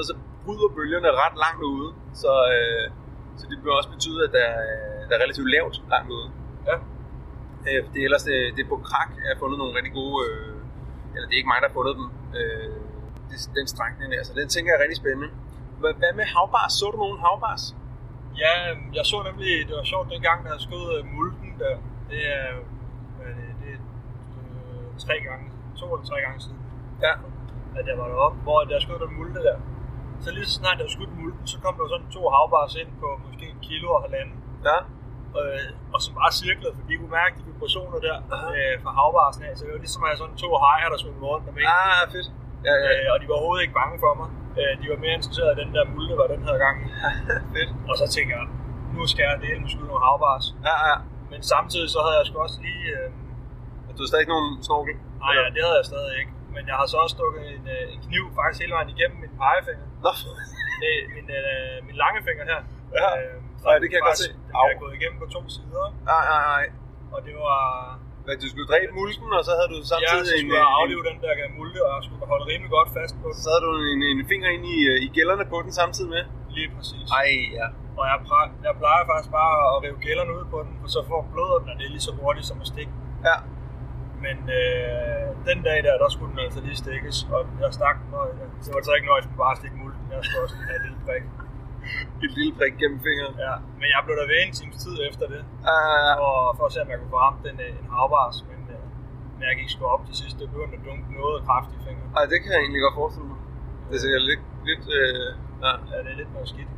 bryder bølgerne ret langt ude, så, øh, så det vil også betyde, at der, der er relativt lavt langt ude. Ja. Øh, det er ellers det, det er på Krak, jeg har fundet nogle rigtig gode, øh, eller det er ikke mig, der har fundet dem, øh, det, den strækning der, så den tænker jeg er rigtig spændende. Hvad, hvad med havbars? Så du nogen havbars? Ja, jeg så nemlig, det var sjovt dengang, der jeg skød mulden der. Det er, hvad er det, det er øh, tre gange, to eller tre gange siden, ja. At jeg var deroppe, hvor jeg skød den mulde der. Så lige så snart jeg skudt mulden, så kom der sådan to havbars ind på måske en kilo og halvanden. Ja. Øh, og som bare cirklede, fordi de kunne mærke de vibrationer der øh, fra havbarsen af. Så det var ligesom at have sådan to hajer, der svømmede rundt om ikke. Ah, fedt. Ja, ja. Øh, og de var overhovedet ikke bange for mig. Øh, de var mere interesserede i den der mulde, var den her gang. Fedt. Og så tænker jeg, nu skal jeg dele med skyde nogle havbars. Ja, ja. Men samtidig så havde jeg sgu også lige... Øh... Og du havde stadig ikke nogen snorkel? Nej, ja, det havde jeg stadig ikke. Men jeg har så også stukket en, en kniv faktisk hele vejen igennem min pegefinger. Nå. Det, min, øh, min lange finger her. Ja, øh, Ej, det kan jeg godt se. Den er gået igennem på to sider. Nej, nej, nej. Og det var... Hvad, du skulle dræbe mulden, og så havde du samtidig ja, så skulle en... jeg aflive den der mulde, og jeg skulle holde rimelig godt fast på den. Så havde du en, en finger ind i, i gælderne på den samtidig med? Lige præcis. Ej, ja. Og jeg, præ- jeg plejer faktisk bare at rive gælderne ud på den, for så får blodet den, og det er lige så hurtigt som at stikke. Ja. Men øh, den dag der, der skulle den altså lige stikkes, og jeg stak den, og det var så ikke noget, jeg skulle bare stikke mulden. Jeg skulle også have et lille prik. Et lille prik gennem fingeren? Ja, men jeg blev der ved en times tid efter det, uh, for, for at se, om jeg kunne få ramt en, en havbars, men, øh, men jeg gik sgu op til sidst. Det begyndte at dunke noget kraftigt i fingeren. Ej, det kan jeg egentlig godt forestille mig. Det er sikkert lidt... lidt øh, ja. Ja, det er lidt noget skidt.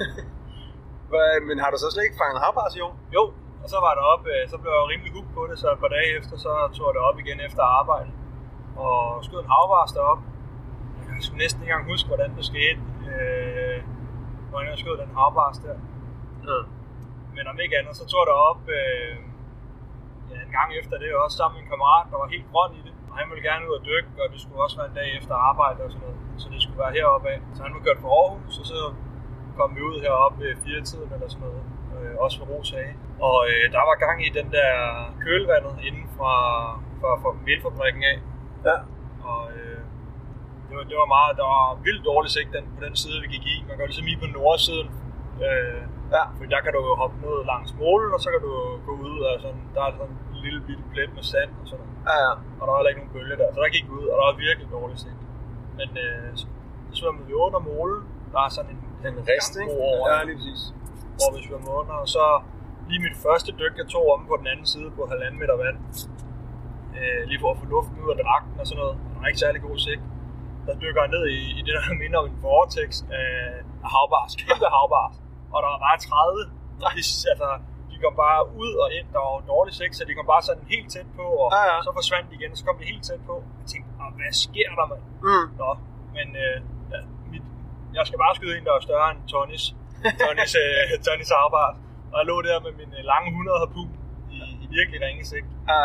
Men har du så slet ikke fanget havbars i år? Jo, og så var der op, øh, så blev jeg rimelig hooked på det, så et par dage efter, så tog jeg det op igen efter arbejde. Og skød en havbars deroppe. Jeg kan sgu næsten ikke engang huske, hvordan det skete. Øh, hvordan jeg skød den havbars der. Ja. Men om ikke andet, så tog jeg derop øh, ja, en gang efter det, også sammen med en kammerat, der var helt grøn i det. Og han ville gerne ud og dykke, og det skulle også være en dag efter arbejde og sådan noget. Så det skulle være heroppe af. Så han var kørt fra Aarhus, og så kom vi ud heroppe ved fire tiden eller sådan noget. Øh, også ved Rosage. Og øh, der var gang i den der kølevandet inden fra, fra, fra melfabrikken af. Ja. Og øh, det, var, det var meget, der var vildt dårlig sigt den, på den side, vi gik i. Man går ligesom i på nordsiden. Øh, ja. For der kan du jo hoppe ned langs målen, og så kan du gå ud af sådan, der er sådan en lille bitte plet med sand og sådan noget. Ja, ja. Og der var heller ikke nogen bølge der, så der gik vi ud, og der var virkelig dårlig sigt. Men øh, så, så svømmede vi under målen. Der er sådan en, en rest, ikke? Over, ja, lige præcis. Hvor vi svømmede under, og så lige mit første dyk, jeg tog om på den anden side på halvanden meter vand. Øh, lige for at få luften ud af dragten og sådan noget. Der var ikke særlig god sigt. Der dykker jeg ned i, i det, der minder om en vortex af, af havbars, kæmpe havbars. Og der var bare tredive. De, altså, de kom bare ud og ind. Der var dårlig sigt, så de kom bare sådan helt tæt på, og ja, ja. så forsvandt de igen, og så kom de helt tæt på. Jeg tænkte, hvad sker der, mand? Mm. Nå, men øh, ja, mit, jeg skal bare skyde en, der er større end Tonys. Tonys, øh, Tonys havbars. Og jeg lå der med min lange hundrede harpun i, i virkelig ringe sigt. Ja.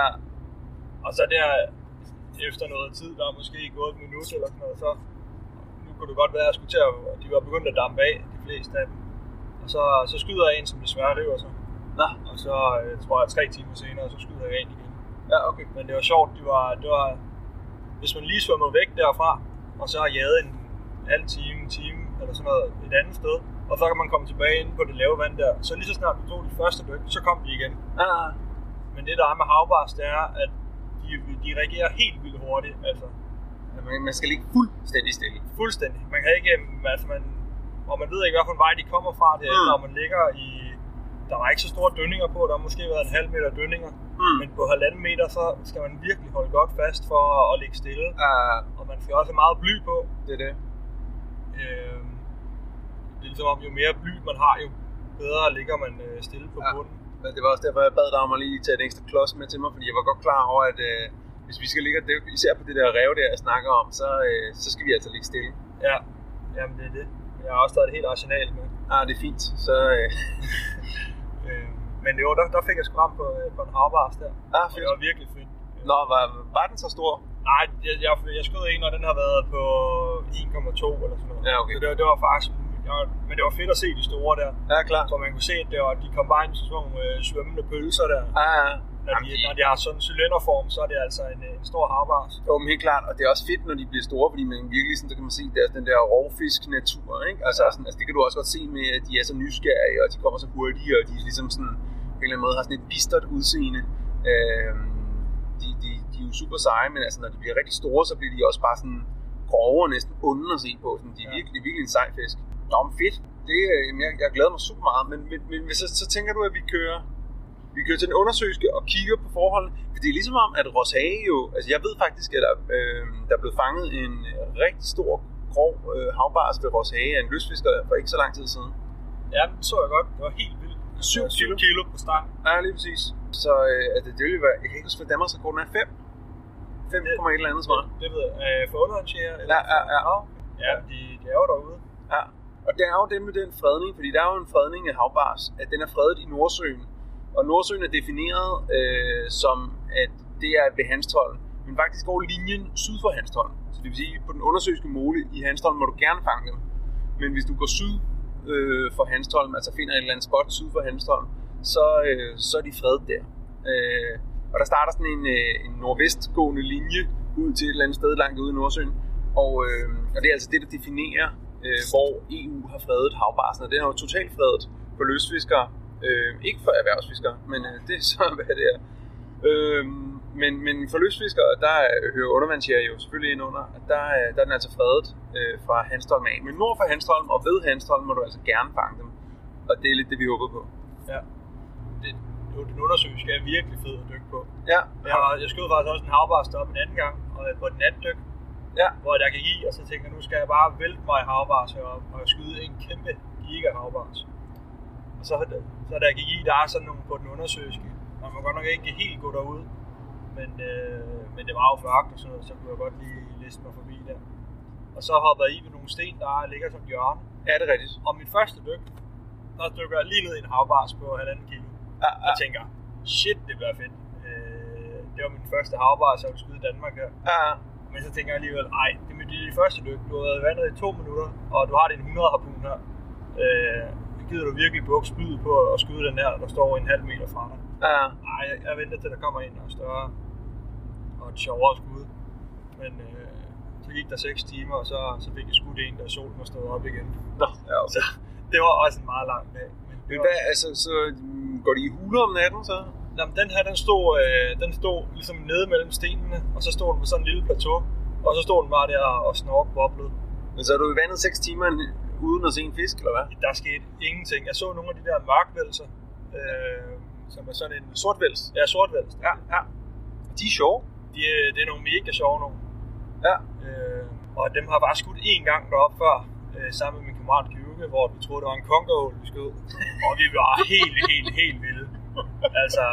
Og så der, efter noget tid, der er måske gået et minut eller sådan noget, så nu kunne det godt være, at jeg skulle til at, de var begyndt at dampe af, de fleste af dem. Og så, så skyder jeg en, som desværre river sig. Nå. Og så øh, tror jeg, tre timer senere, så skyder jeg en igen. Ja, okay. Men det var sjovt, det var, det var hvis man lige svømmede væk derfra, og så har jaget en halv time, en time eller sådan noget et andet sted, og så kan man komme tilbage ind på det lave vand der. Så lige så snart vi tog de første dyk, så kom de igen. Ja. Men det der er med havbars, det er, at de, de reagerer helt vildt hurtigt. Altså, man skal ligge fuldstændig stille. Fuldstændig. Man kan ikke, altså man, og man ved ikke, hvilken vej de kommer fra, det er, mm. når man ligger i, der var ikke så store dønninger på, der har måske været en halv meter dønninger, mm. men på halvanden meter, så skal man virkelig holde godt fast for at ligge stille, uh, og man skal også have meget bly på. Det er det. Øh, det er ligesom om, jo mere bly man har, jo bedre ligger man øh, stille på ja. bunden. Men det var også derfor, jeg bad dig om at lige tage et ekstra klods med til mig, fordi jeg var godt klar over, at øh, hvis vi skal ligge, især på det der rev der, jeg snakker om, så, øh, så skal vi altså ligge stille. Ja, jamen det er det. Jeg har også taget et helt arsenal med. Ah, det er fint. Så, øh... øh, men jo, der, der fik jeg skram på, på en havbars der. Ah, fedt. Det var virkelig fedt. Nå, var, var den så stor? Nej, jeg, jeg, jeg skød en, og den har været på en komma to eller sådan noget. Ja, okay. Så det, det var faktisk, jeg, men det var fedt at se de store der. Ja, klar. Så man kunne se, at det var, de kom bare ind til sådan nogle øh, svømmende pølser der. Ah, ja. Når de, når de har sådan en cylinderform, så er det altså en, en stor havbars. Jo, men helt klart, og det er også fedt, når de bliver store, fordi man virkelig sådan, så kan man se der, den der rovfisk-natur, ikke? Altså, sådan, altså, det kan du også godt se med, at de er så nysgerrige, og de kommer så hurtige, og de er ligesom sådan, på en eller anden måde har sådan et bistert udseende. Øhm, de, de, de er jo super seje, men altså, når de bliver rigtig store, så bliver de også bare sådan grove og næsten onde at se på. Sådan, de er virkelig, ja. virkelig en sej fisk. Nå, men fedt. Det, jeg, jeg glæder mig super meget, men, men, men så, så tænker du, at vi kører Vi kører til den undersøgelske og kigger på forholdene. For det er ligesom om, at Roshage jo... Altså jeg ved faktisk, at der, øh, der er blevet fanget en rigtig stor, grov øh, havbars ved Roshage af en lystfisker for ikke så lang tid siden. Ja, det så jeg godt. Det var helt vildt. syv kilo. kilo på stang. Ja, lige præcis. Så øh, at det, det ville være... Jeg kan ikke huske, hvad Danmarks rekorden er. fem? fem komma et eller andet, tror jeg. Det, det ved jeg. Øh, for underhåndsjæger? Ja, ja, ja. Ja, de, de er jo derude. Ja. Og der er jo det med den fredning, fordi der er jo en fredning af havbars, at den er fredet i Nordsøen. Og Nordsøen er defineret øh, som, at det er ved Hanstholm, men faktisk går linjen syd for Hanstholm. Så det vil sige, at på den undersøgelske mole i Hanstholm må du gerne fange dem. Men hvis du går syd øh, for Hanstholm, altså finder et eller andet spot syd for Hanstholm, så, øh, så er de fredet der. Øh, og der starter sådan en, øh, en nordvestgående linje ud til et eller andet sted langt ude i Nordsøen. Og, øh, og det er altså det, der definerer, øh, hvor E U har fredet havbarsen. Og det er jo totalt fredet for løsfiskere. Øh, ikke for erhvervsfiskere, men øh, det er så, hvad det er. Øh, men, men for løsfiskere, der hører undervandsjæger jo selvfølgelig ind under, at der, der er den altså fredet øh, fra Hanstholm af. Men nord for Hanstholm og ved Hanstholm må du altså gerne fange dem. Og det er lidt det, vi håber på. Ja. Det, jo, den undersøgelse er virkelig fed at dykke på. Ja. Jeg, jeg skød faktisk også en havbars op en anden gang, og på et natdyk, ja. hvor jeg kan give, og så tænker jeg, nu skal jeg bare vælte mig i havbars heroppe og skyde en kæmpe giga havbars. Og så, så da jeg gik i, der er sådan nogle på den undersøgelske. Man må godt nok ikke helt gå derud, men, øh, men det var jo mørkt og sådan noget, så kunne jeg godt lige liste mig forbi der. Og så hoppede jeg i ved nogle sten, der ligger som hjørne. Ja, det er rigtigt. Og min første dyk, der dykker jeg lige ned i en havbars på halvanden kilo. Ja, ja. Jeg tænker, shit, det bliver fedt. Øh, det var min første havbars, jeg ville skyde i Danmark her. Ja, ja. Men så tænker jeg alligevel, ej, det er de første dyk. Du har været i vandet i to minutter, og du har din hundrede harpun her. Øh, gider du virkelig bukke spydet på at skyde den her, der står en halv meter fra dig. Ja. Ej, jeg, jeg venter til, der kommer en, der er større og et sjovere skud. Men øh, så gik der seks timer, og så, så fik jeg skudt en, der solen var stået op igen. Nå, ja, okay. Så det var også en meget lang dag. Men, men var... hvad, altså, så går de i huler om natten, så? Jamen, den her, den stod, øh, den stod ligesom nede mellem stenene, og så stod den på sådan en lille plateau, og så stod den bare der og snorkboblede. Men så er du i vandet seks timer uden at se en fisk, eller hvad? Der skete ingenting. Jeg så nogle af de der mørkvælser, øh, som er sådan en... Sortvæls? Ja, sortvæls. Ja, ja. De er sjove. De, det er nogle mega sjove nogle. Ja. Øh, og dem har jeg bare skudt én gang deroppe før, øh, sammen med min kammerat Gyuke, hvor vi troede, det var en kongeål, vi skød. Og vi var helt, helt, helt vilde. Altså,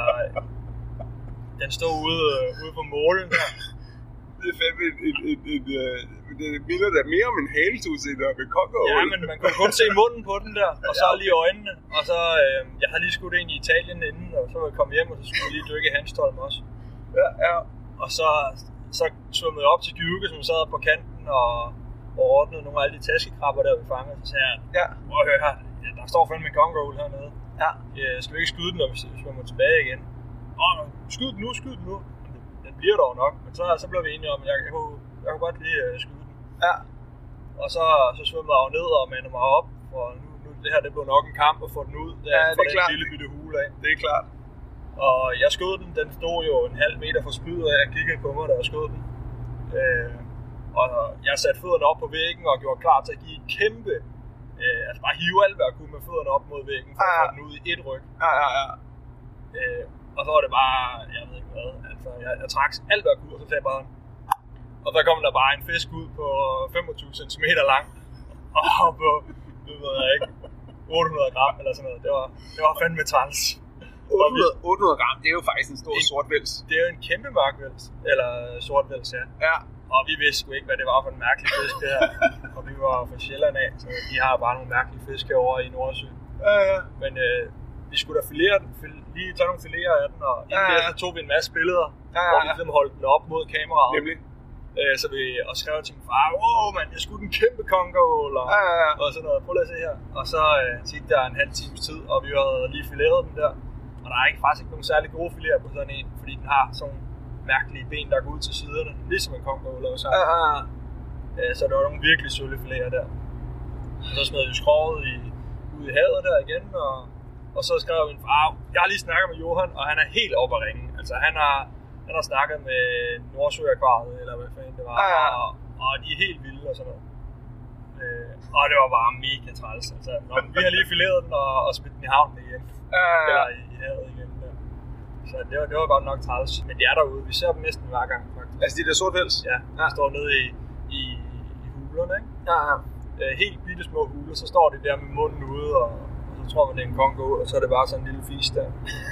den stod ude, øh, ude på målen her. Det er fandme et, et, et, et, et, det minder da mere om en haletus end om en kongeål. Ja, men man kunne kun se munden på den der, og så lige øjnene. Og så, øh, jeg har lige skudt en i Italien inden, og så var jeg kommet hjem, og så skulle jeg lige dykke i Hanstholm også. Ja, ja. Og så, så svømmede jeg op til Gyuke, som sad på kanten og, og ordnede nogle af alle de taskekrabber der, vi fangede. Så sagde jeg, ja. Prøv at høre her, der står fandme en kongeål hernede. Ja. Jeg skal vi ikke skyde den, når vi svømmer tilbage igen? Åh, skyd den nu, skyd den nu. Den bliver dog nok, men så, så blev vi enige om, at jeg, jeg, kunne, jeg kunne godt lige uh, skyde den. Ja. Og så, så svømmede jeg ned og mandede mig op, og nu, nu det her det blev nok en kamp at få den ud der, ja, fra den klart. Lille bitte hule af. Det er klart. Og jeg skød den, den stod jo en halv meter fra spydet, og jeg kiggede på mig, da jeg skød den. Øh, og jeg satte fødderne op på væggen og gjorde klar til at give et kæmpe, øh, altså bare hive alt, hvad jeg kunne med fødderne op mod væggen, for ja, ja. At få den ud i et ryg. Ja, ja, ja. Øh, og så var det bare, jeg ved ikke hvad, altså jeg, jeg trak alt, hvad jeg kunne, og så sagde jeg bare, og der kom der bare en fisk ud på femogtyve centimeter lang, og på, det ved jeg ikke, otte hundrede gram eller sådan noget. Det var, det var fandme træls. otte hundrede gram, det er jo faktisk en stor en, sortvæls. Det er jo en kæmpe mørkvæls, eller sortvæls, ja. Ja. Og vi vidste sgu ikke, hvad det var for en mærkelig fisk det her. Og vi var fra Sjælland af, så de har bare nogle mærkelige fisk herovre i Nordsøen. Ja, ja. Men øh, vi skulle da filere den, lige tage nogle filerer af den, og inden ja, ja. Det, så tog vi en masse billeder, ja, ja. Hvor vi ligesom holdt den op mod kameraet. Nemlig. Øh, så vi og skrev til min far, wow mand, jeg skulle en kæmpe kongeål, og, ja, ja, ja. og sådan noget. Prøv lige at se her. Og så øh, gik der en halv times tid, og vi havde lige fileret den der. Og der er ikke, faktisk ikke nogen særlig gode fileter på sådan en, fordi den har sådan mærkelige ben, der går ud til siderne, ligesom en kongeål også har. Ja, ja, ja. Så der var nogle virkelig sølle fileter der. Og så smed vi skroget i, ud i havet der igen, og, og så skrev min far, jeg har lige snakket med Johan, og han er helt oppe at ringe. Altså han har, han har snakket med Nordsø-akvariet, eller hvad fanden det var, ja, ja. Og, og de er helt vilde og sådan noget. Øh, og det var bare mega træls. Altså, nå, vi har lige fileret den og, og smidt den i havnen igen. ja, ja. Eller i, i havet igen. Der. Så det var, det var godt nok træls. Men de er derude. Vi ser dem næsten hver gang, faktisk. Altså de der sortvæls? Ja, de ja. står nede i, i, i hulerne, ikke? Ja, ja. Øh, helt bitte små huler, så står de der med munden ude, og, og så tror man, det er en kongo, og så er det bare sådan en lille fis der.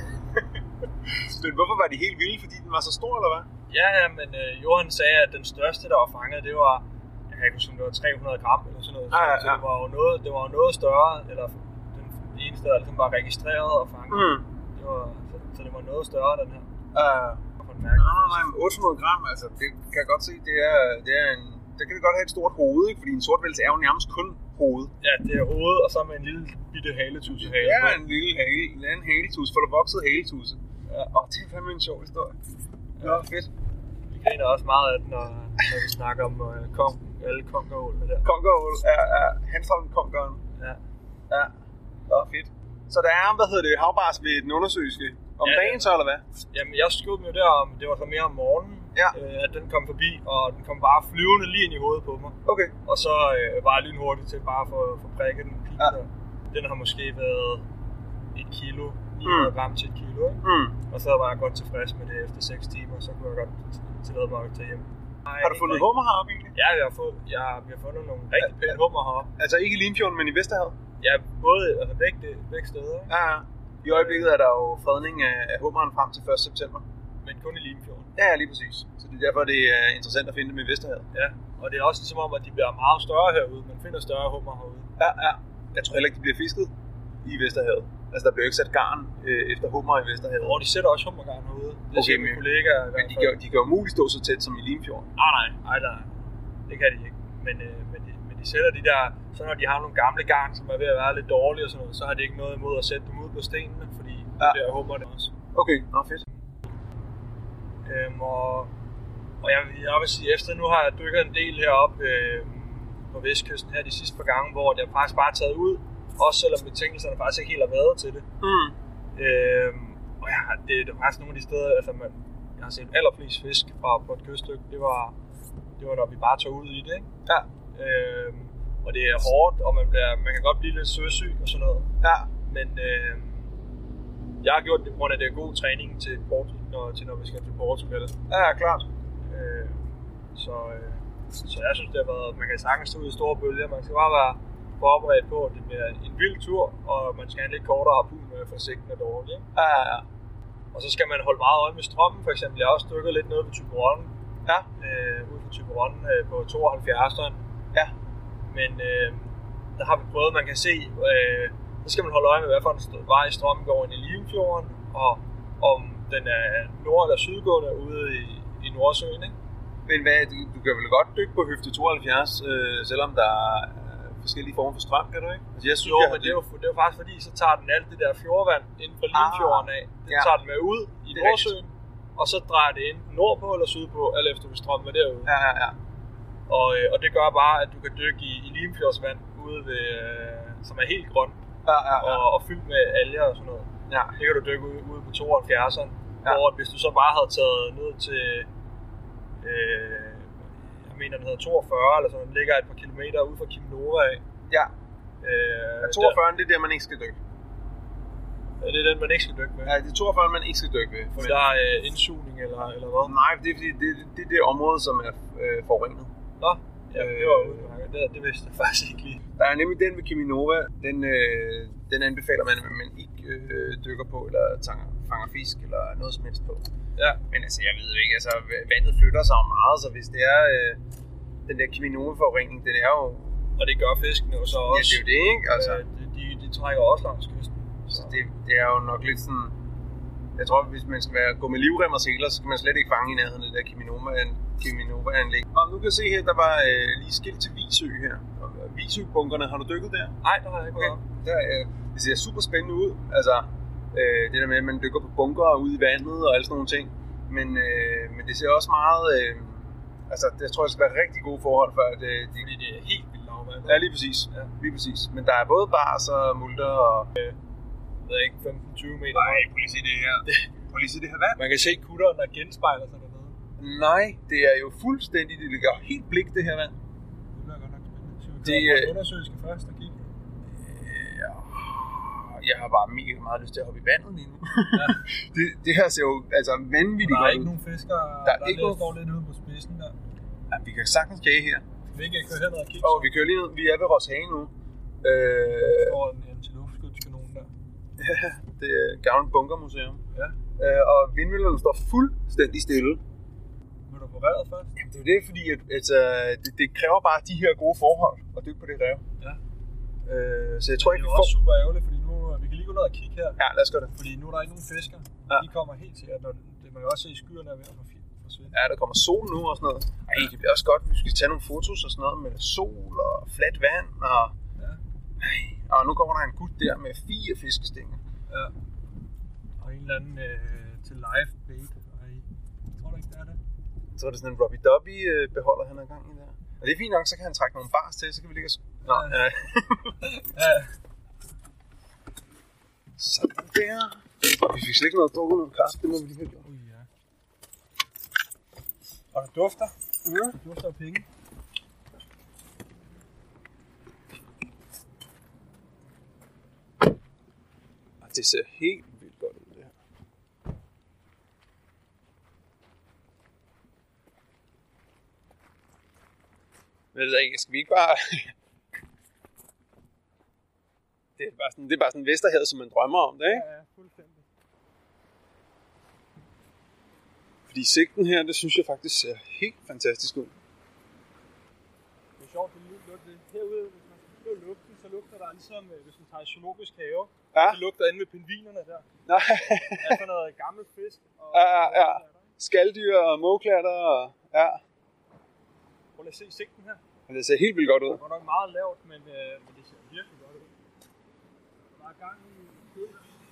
Men hvorfor var de helt vilde? Fordi den var så stor, eller hvad? Ja, ja, men øh, Johan sagde, at den største, der var fanget, det var, jeg kan ikke huske, om det var tre hundrede gram eller sådan noget. Ja, ja, ja. Så det var jo noget, det var jo noget større, eller den eneste, der ligesom var registreret og fanget. Mm. Det var, så, så det var noget større, den her. Uh, nej, nej, nej, otte hundrede gram, altså, det kan jeg godt se, det er, det er en, det kan det godt have et stort hoved, ikke? Fordi en sortvæls er jo nærmest kun hoved. Ja, det er hovedet, og så med en lille bitte haletus i halen. Ja, en lille hale, en anden haletus, for der voksede haletusse. Ja. Og det er fandme en sjov historie. Ja, ja fedt. Vi griner også meget af den, når, når vi snakker om uh, kong, alle kongeålene der. Kongeål er, er Hanstholm kongeren. Ja. Ja, ja, fedt. Så der er, hvad hedder det, havbars ved den undersøgelske. Om ja, dagen så, eller hvad? Jamen, jeg skød mig der om, det var så mere om morgenen, ja. øh, at den kom forbi, og den kom bare flyvende lige ind i hovedet på mig. Okay. Og så øh, var jeg lynhurtigt til bare at få, få prikket den pil ja. der. Den har måske været et kilo, ni hundrede gram mm. til et kilo, ikke? Mm. Og så var jeg godt tilfreds med det efter seks timer, så kunne jeg godt tillade mig at tage hjem. Nej, har du fundet hummer heroppe egentlig? Ja, jeg har, fået, jeg, vi har fundet nogle rigtig pæne ja. hummer heroppe. Altså ikke i Limfjorden, men i Vesterhavet? Ja, både altså begge, begge steder. Ja, ja. I øjeblikket er der jo fredning af, af hummeren frem til første september. Men kun i Limfjorden. Ja, lige præcis. Så det er derfor, det er interessant at finde dem i Vesterhavet. Ja, og det er også ligesom om, at de bliver meget større herude. Man finder større hummer herude. Ja, ja. Jeg tror heller ikke, de bliver fisket i Vesterhavet. Altså, der bliver ikke sat garn øh, efter hummer i Vesterhavet. Og de sætter også hummergarn herude. Det okay, siger mine kollegaer. Men de kan, de kan jo muligt stå så tæt som i Limfjorden. Nej, nej, nej, nej. Det kan de ikke. Men, øh, men, de, men de sætter de der, så når de har nogle gamle garn, som er ved at være lidt dårlige og sådan noget, så har de ikke noget imod at sætte dem ud på stenene, fordi ja. det der hummer det også. Okay, nå fedt. Øhm, og, og jeg, jeg vil sige, efter nu har jeg dykket en del heroppe øh, på Vestkysten her de sidste par gange, hvor det er faktisk bare taget ud, også selvom betingelserne faktisk ikke helt har været til det. Mm. Øhm, og ja, det, det er faktisk nogle af de steder, altså man, jeg har set allerflest fisk fra på et kyststykke, det var, det var når vi bare tog ud i det, ikke? Ja. Øhm, og det er hårdt, og man, bliver, man kan godt blive lidt søsyg og sådan noget. Ja. Men øh, jeg har gjort det på grund af, at det er god træning til, Port, når, til når vi skal til Portugal. Ja, klart. Øh, så, øh, så jeg synes, det har været, man kan sagtens stå ud i store bølger. Man skal bare være forberedt på, at det bliver en vild tur, og man skal have en lidt kortere harpun med, for sigten er dårlig. Ikke? Ja, ja, ja. Og så skal man holde meget øje med strømmen, for eksempel. Jeg har også dykket lidt nede ved Thyborøn. Ja. Øh, ude for Thyborøn øh, på tooghalvfjerdseren. Ja. Men øh, der har vi prøvet, man kan se, øh, så skal man holde øje med, hvad for en vej strømmen går ind i Limfjorden, og om den er nord- eller sydgående ude i, i Nordsøen, ikke? Men hvad, du, du kan vel godt dykke på høfde tooghalvfjerds, øh, selvom der er forskellige former for strøm, kan du ikke? Altså, jeg synes, jo, jeg men det er, jo, det er jo faktisk fordi, så tager den alt det der fjordvand inden for Limfjorden af. Den ja. tager den med ud i Nordsøen, og så drejer det enten nordpå eller sydpå, alt efter hvis strømmen er derude. Ja, ja, ja. Og, og det gør bare, at du kan dykke i, i Limfjordsvand ude ved, øh, som er helt grøn, ja, ja, ja. Og, og fyldt med alger og sådan noget. Ja. Det kan du dykke ude, ude på tooghalvfjerdseren, ja. Hvor hvis du så bare havde taget ned til, øh, jeg mener den hedder toogfyrre, eller sådan, den ligger et par kilometer ude fra Cheminova af. Ja, øh, ja toogfyrre, det er der, man ikke skal dykke. Ja, det er den, man ikke skal dykke med. Ja, det er toogfyrre, man ikke skal dykke ved. Fordi der er øh, indsugning eller, eller hvad? Nej, det er fordi, det, det er det område, som er øh, forurenet. Nå, ja, det var udmærket. Det, det vidste jeg faktisk ikke lige. Der er nemlig den ved Cheminova, den, øh, den anbefaler man, at man ikke øh, dykker på, eller tanger, fanger fisk, eller noget som helst på. Ja. Men altså, jeg ved ikke, altså, vandet flytter sig jo meget, så hvis det er øh, den der Cheminova-forurening, den er jo... Og det gør fiskene jo så også. Ja, det er jo det, ikke? Altså, øh, de, de, de trækker også langs kysten. Så det, det er jo nok lidt sådan... Jeg tror, hvis man skal være, gå med livrem og seler, så skal man slet ikke fange i nærheden af det der Cheminova-anlæg. Og nu kan jeg se her, der var øh, lige skilt til Visø her. Og Visø-bunkerne, har du dykket der? Nej, der har jeg ikke været. Okay. Der, øh, det ser super spændende ud. Altså, Øh, det der med, at man dykker på bunker ude i vandet og alle sådan nogle ting. Men, øh, men det ser også meget... Øh, altså, det tror jeg skal være rigtig gode forhold for, at øh, de... Fordi det er helt vildt lavvand. Ja, lige præcis. Ja, lige præcis. Men der er både bars og multer og... Øh, jeg ved ikke, femten til tyve meter. Nej, prøv lige se det her. Prøv lige se det her vand. Man kan se kutteren, der genspejler sig dernede. Nej, det er jo fuldstændig... Det ligger helt blik, det her vand. Det bliver godt nok spændende. Så vi Det, kan øh, undersøge skal først og kigge. Ja, jeg har bare mega meget lyst til at hoppe i vandet lige nu. Ja. det, det her ser jo altså vanvittigt Der er godt ikke ud. nogen fiskere, Der der, er der ikke lige nogen- står lidt ude på spidsen der. Ja, vi kan sagtens jage her. Vi ikke køre hen og kigge. Og vi kører lige ned. Vi er ved Roshage nu. Der Øh, står en antiluftskytskanon der. det er et gammelt bunkermuseum. Ja. Øh, og vindmøllerne står fuldstændig stille. Vil du på revet først? Jamen, det er jo det, fordi at, altså, det, det kræver bare de her gode forhold at dykke på det rev. Ja. Øh, så jeg tror Det ikke, er vi jo får... også super ærgerligt, fordi nu vi kan lige gå ned og kigge her. Ja, lad os gøre det. Fordi nu er der ikke nogen fisker. Ja. De kommer helt sikkert, når det man kan også se i skyerne er ved at forfi- forsvinde. Ja, der kommer sol nu og sådan noget. Ej, det bliver også godt, hvis vi skal tage nogle fotos og sådan noget med sol og fladt vand. Og, Ja. ej, og nu kommer der en gut der med fire fiskestænger. Ja. Og en eller anden øh, til live bait. Ej, tror du ikke, det er det? Jeg tror, det er sådan en Robbie Dobby beholder, han er i gang i der. Og det er fint nok, så kan han trække nogle bars til, så kan vi ligge og... Nå, Ja. ja. Ja. Sådan der. Og vi fik slet ikke noget at drukke noget kaffe, det må vi lige have gjort. Ui, ja. Og det dufter. Ja. Det dufter af penge. Og det ser helt vildt godt ud, det her. Ved du ikke, skal vi ikke bare... det, er bare sådan, det er bare sådan Vesterhavet, som man drømmer om det, ikke? Ja, ja, fuldstændig. Fordi sigten her, det synes jeg faktisk ser helt fantastisk ud. Det er sjovt, fordi lugter det herude, hvis man skal prøve lugten, så lugter der ligesom, øh, hvis man tager i zoologisk have. Ja. Det lugter inde ved pingvinerne der. Nej. Altså noget gammel fisk. Og Ja, ja, ja. Skaldyr og mågeklatter og... Ja. Prøv lige at se sigten her. Og det ser helt vildt godt ud. Det er godt nok meget lavt, men, øh, men det ser virkelig godt ud. Der er gang i kød.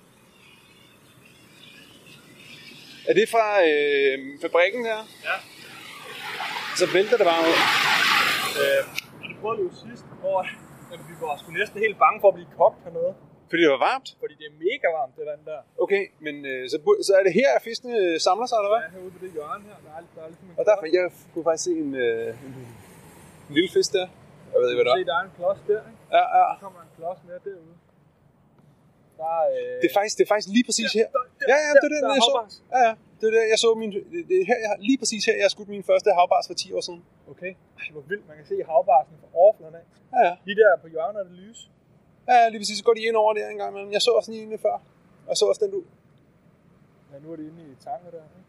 Er det fra øh, fabrikken der? Ja. Så vælter det bare ud. Øh, og det prøvede vi jo sidst, hvor øh, vi var sgu næsten helt bange for at blive kogt hernede. Fordi det var varmt? Fordi det er mega varmt, det vand der. Okay, men øh, så, bu- så er det her, at fiskene samler sig, eller hvad? Ja, herude på det hjørne her, der er, der er ligesom en Og derfor, jeg kunne faktisk se en, øh, en, en lille fisk der. Jeg ved ikke, hvad det Se, er. der er en klods der, ikke? Ja, ja. Så kommer en klods mere derude. Der er, øh... Det er faktisk, det er faktisk lige præcis her. Der, der, Ja, ja, det er det, der, jeg der så. havbars. Ja, ja. Det er det, jeg så min... Det, det er her, jeg, lige præcis her, jeg har skudt min første havbars for ti år siden. Okay. Ej, hvor vildt. Man kan se havbarsen fra overfladen af. Ja, ja. Lige der på hjørnet er det lys. Ja, ja, lige præcis. Så går de ind over der en gang imellem. Jeg så også lige inde før. Og jeg så også den ud. Ja, nu er det inde i tangen der, ikke?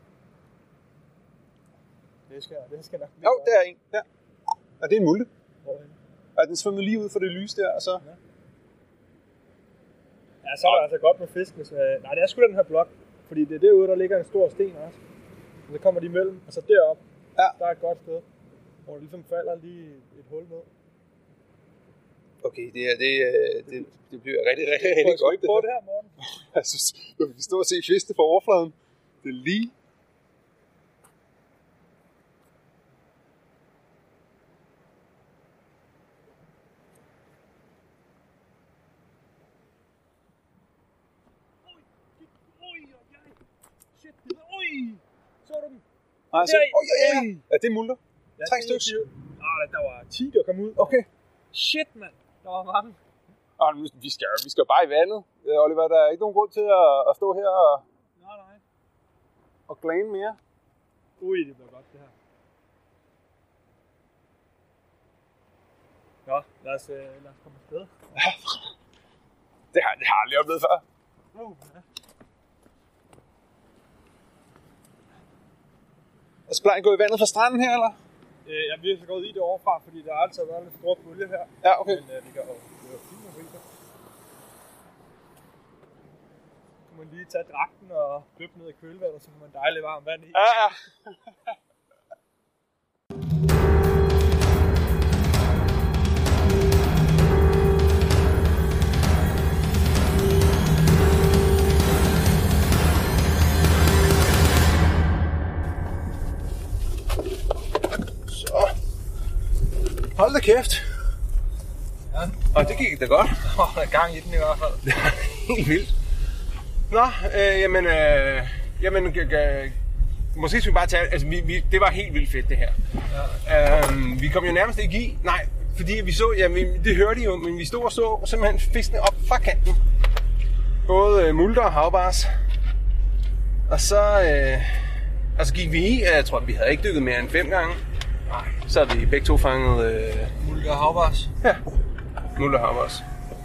Det skal, det skal nok Jo, der er en. Ja. Og det er en multe. Hvorhen? Og den svømmede lige ud for det lys der, og så... Ja, så er det altså godt med fisk, hvis... Øh... Nej, det er sgu da den her blok. Fordi det er derude, der ligger en stor sten også. Og så kommer de imellem, og så derop, Ja. der er et godt sted. Hvor det ligesom falder lige et hul ned. Okay, det, er, det, øh, det, det bliver rigtig, rigtig, rigtig godt. Prøv det her, Morten. Jeg synes, når vi kan stå og se fiskene på overfladen, det er lige... Ui, ui, ui. Shit, det er... Ui! Så du dem? Nej, så... Der- Oh, ja, ja, ja. Er det multer? Jeg Tre tænkte, stykker. de- Ah, der var ti, der kom ud. Okay. Shit, mand. Der var mange. Og nu, vi skal, vi skal bare i vandet. Øh, Oliver, der er ikke nogen grund til at, at stå her og, Nej, nej. og glane mere. Ui, det bliver godt, det her. Nå, lad os, øh, lad os komme afsted. Det har, det har jeg aldrig oplevet før. Uh, ja. Og så plejer I gå i vandet fra stranden her, eller? Øh, ja, vi er så gået i det overfra, fordi der har altid været lidt store bølge her. Ja, okay. Men øh, vi kan jo det er fint at vise. Så kan man lige tage dragten og løbe ned i kølvandet, så får man dejligt varmt vand i. Ja, ja. da kæft. Ja. Og det gik da godt. Der er gang i den i hvert fald. Helt vildt. Nå, øh, jamen, øh, jamen g- g- måske skal vi bare tage, altså vi, vi, det var helt vildt fedt det her. Ja. Øh, vi kom jo nærmest ikke i, nej, fordi vi så, ja, vi, det hørte I jo, men vi stod og så simpelthen fiskene op fra kanten. Både øh, multer og havbars. Og så, øh, altså gik vi i, jeg tror vi havde ikke dykket mere end fem gange. Nej. Så har vi begge to fanget... Øh, multer og havbars. Ja, multer og havbars.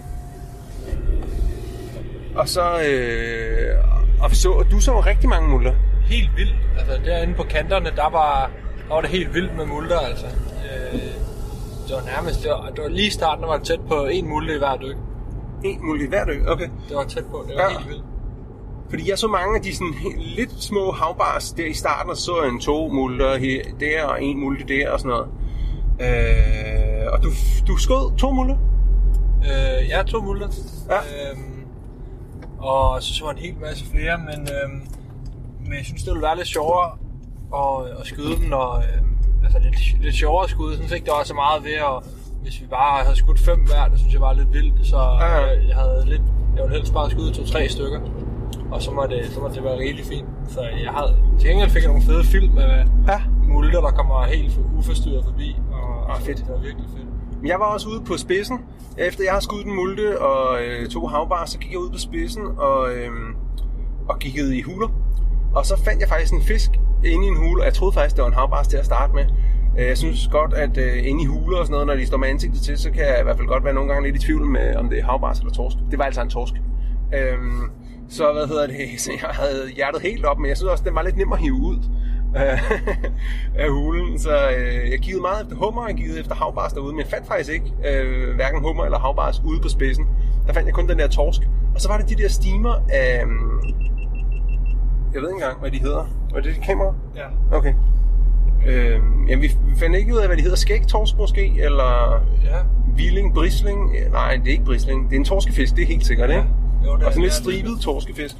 Og så, øh, og vi så, du så rigtig mange multer. Helt vildt. Altså derinde på kanterne, der var, der var det helt vildt med multer, altså. Øh, det var nærmest, det var, det var lige i starten, der var tæt på en multe i hver dyk. En multe i hver dyk, okay. Det var tæt på, det var ja. Helt vildt. Fordi jeg så mange af de sådan lidt små havbars der i starten, og så en to multer her, der, og en multe der, og sådan noget. Øh, og du, du skød to multer? Øh, ja, to multer. Ja. Øhm, og så så var en hel masse flere, men, øhm, men jeg synes, det ville være lidt sjovere at, at skyde dem, og øhm, altså lidt, lidt sjovere at skyde. Jeg synes ikke, der var så meget ved, og hvis vi bare havde skudt fem hver, det synes jeg var lidt vildt, så ja. jeg, jeg havde lidt, jeg ville helst bare skyde to-tre stykker, og så må det, så må det være rigtig fint. Så jeg havde, til gengæld fik jeg nogle fede film med ja. multer, der kommer helt uforstyrret forbi, og ah, fedt. Det var virkelig fedt. Jeg var også ude på spidsen. Efter jeg havde skudt en multe og øh, to havbars, så gik jeg ud på spidsen og, øh, og kiggede i huler. Og så fandt jeg faktisk en fisk inde i en hule, og jeg troede faktisk, det var en havbars til at starte med. Jeg synes godt, at øh, inde i huler og sådan noget, når de står med ansigtet til, så kan jeg i hvert fald godt være nogle gange lidt i tvivl med, om det er havbars eller torsk. Det var altså en torsk. Øhm, så hvad hedder det? Så jeg havde hjertet helt op, men jeg synes også, det var lidt nemt at hive ud af hulen. Så øh, jeg kiggede meget efter hummer, og jeg kiggede efter havbars derude, men jeg fandt faktisk ikke øh, hverken hummer eller havbars ude på spidsen. Der fandt jeg kun den der torsk. Og så var det de der steamer af... Jeg ved ikke engang, hvad de hedder. Var det de kamera? Ja. Okay. Øh, jamen, vi fandt ikke ud af, hvad de hedder. Skægtorsk måske, eller ja. Hviling, brisling. Nej, det er ikke brisling. Det er en torskefisk, det er helt sikkert, ikke? Ja. Jo, det og sådan er, lidt stribet torskefisk.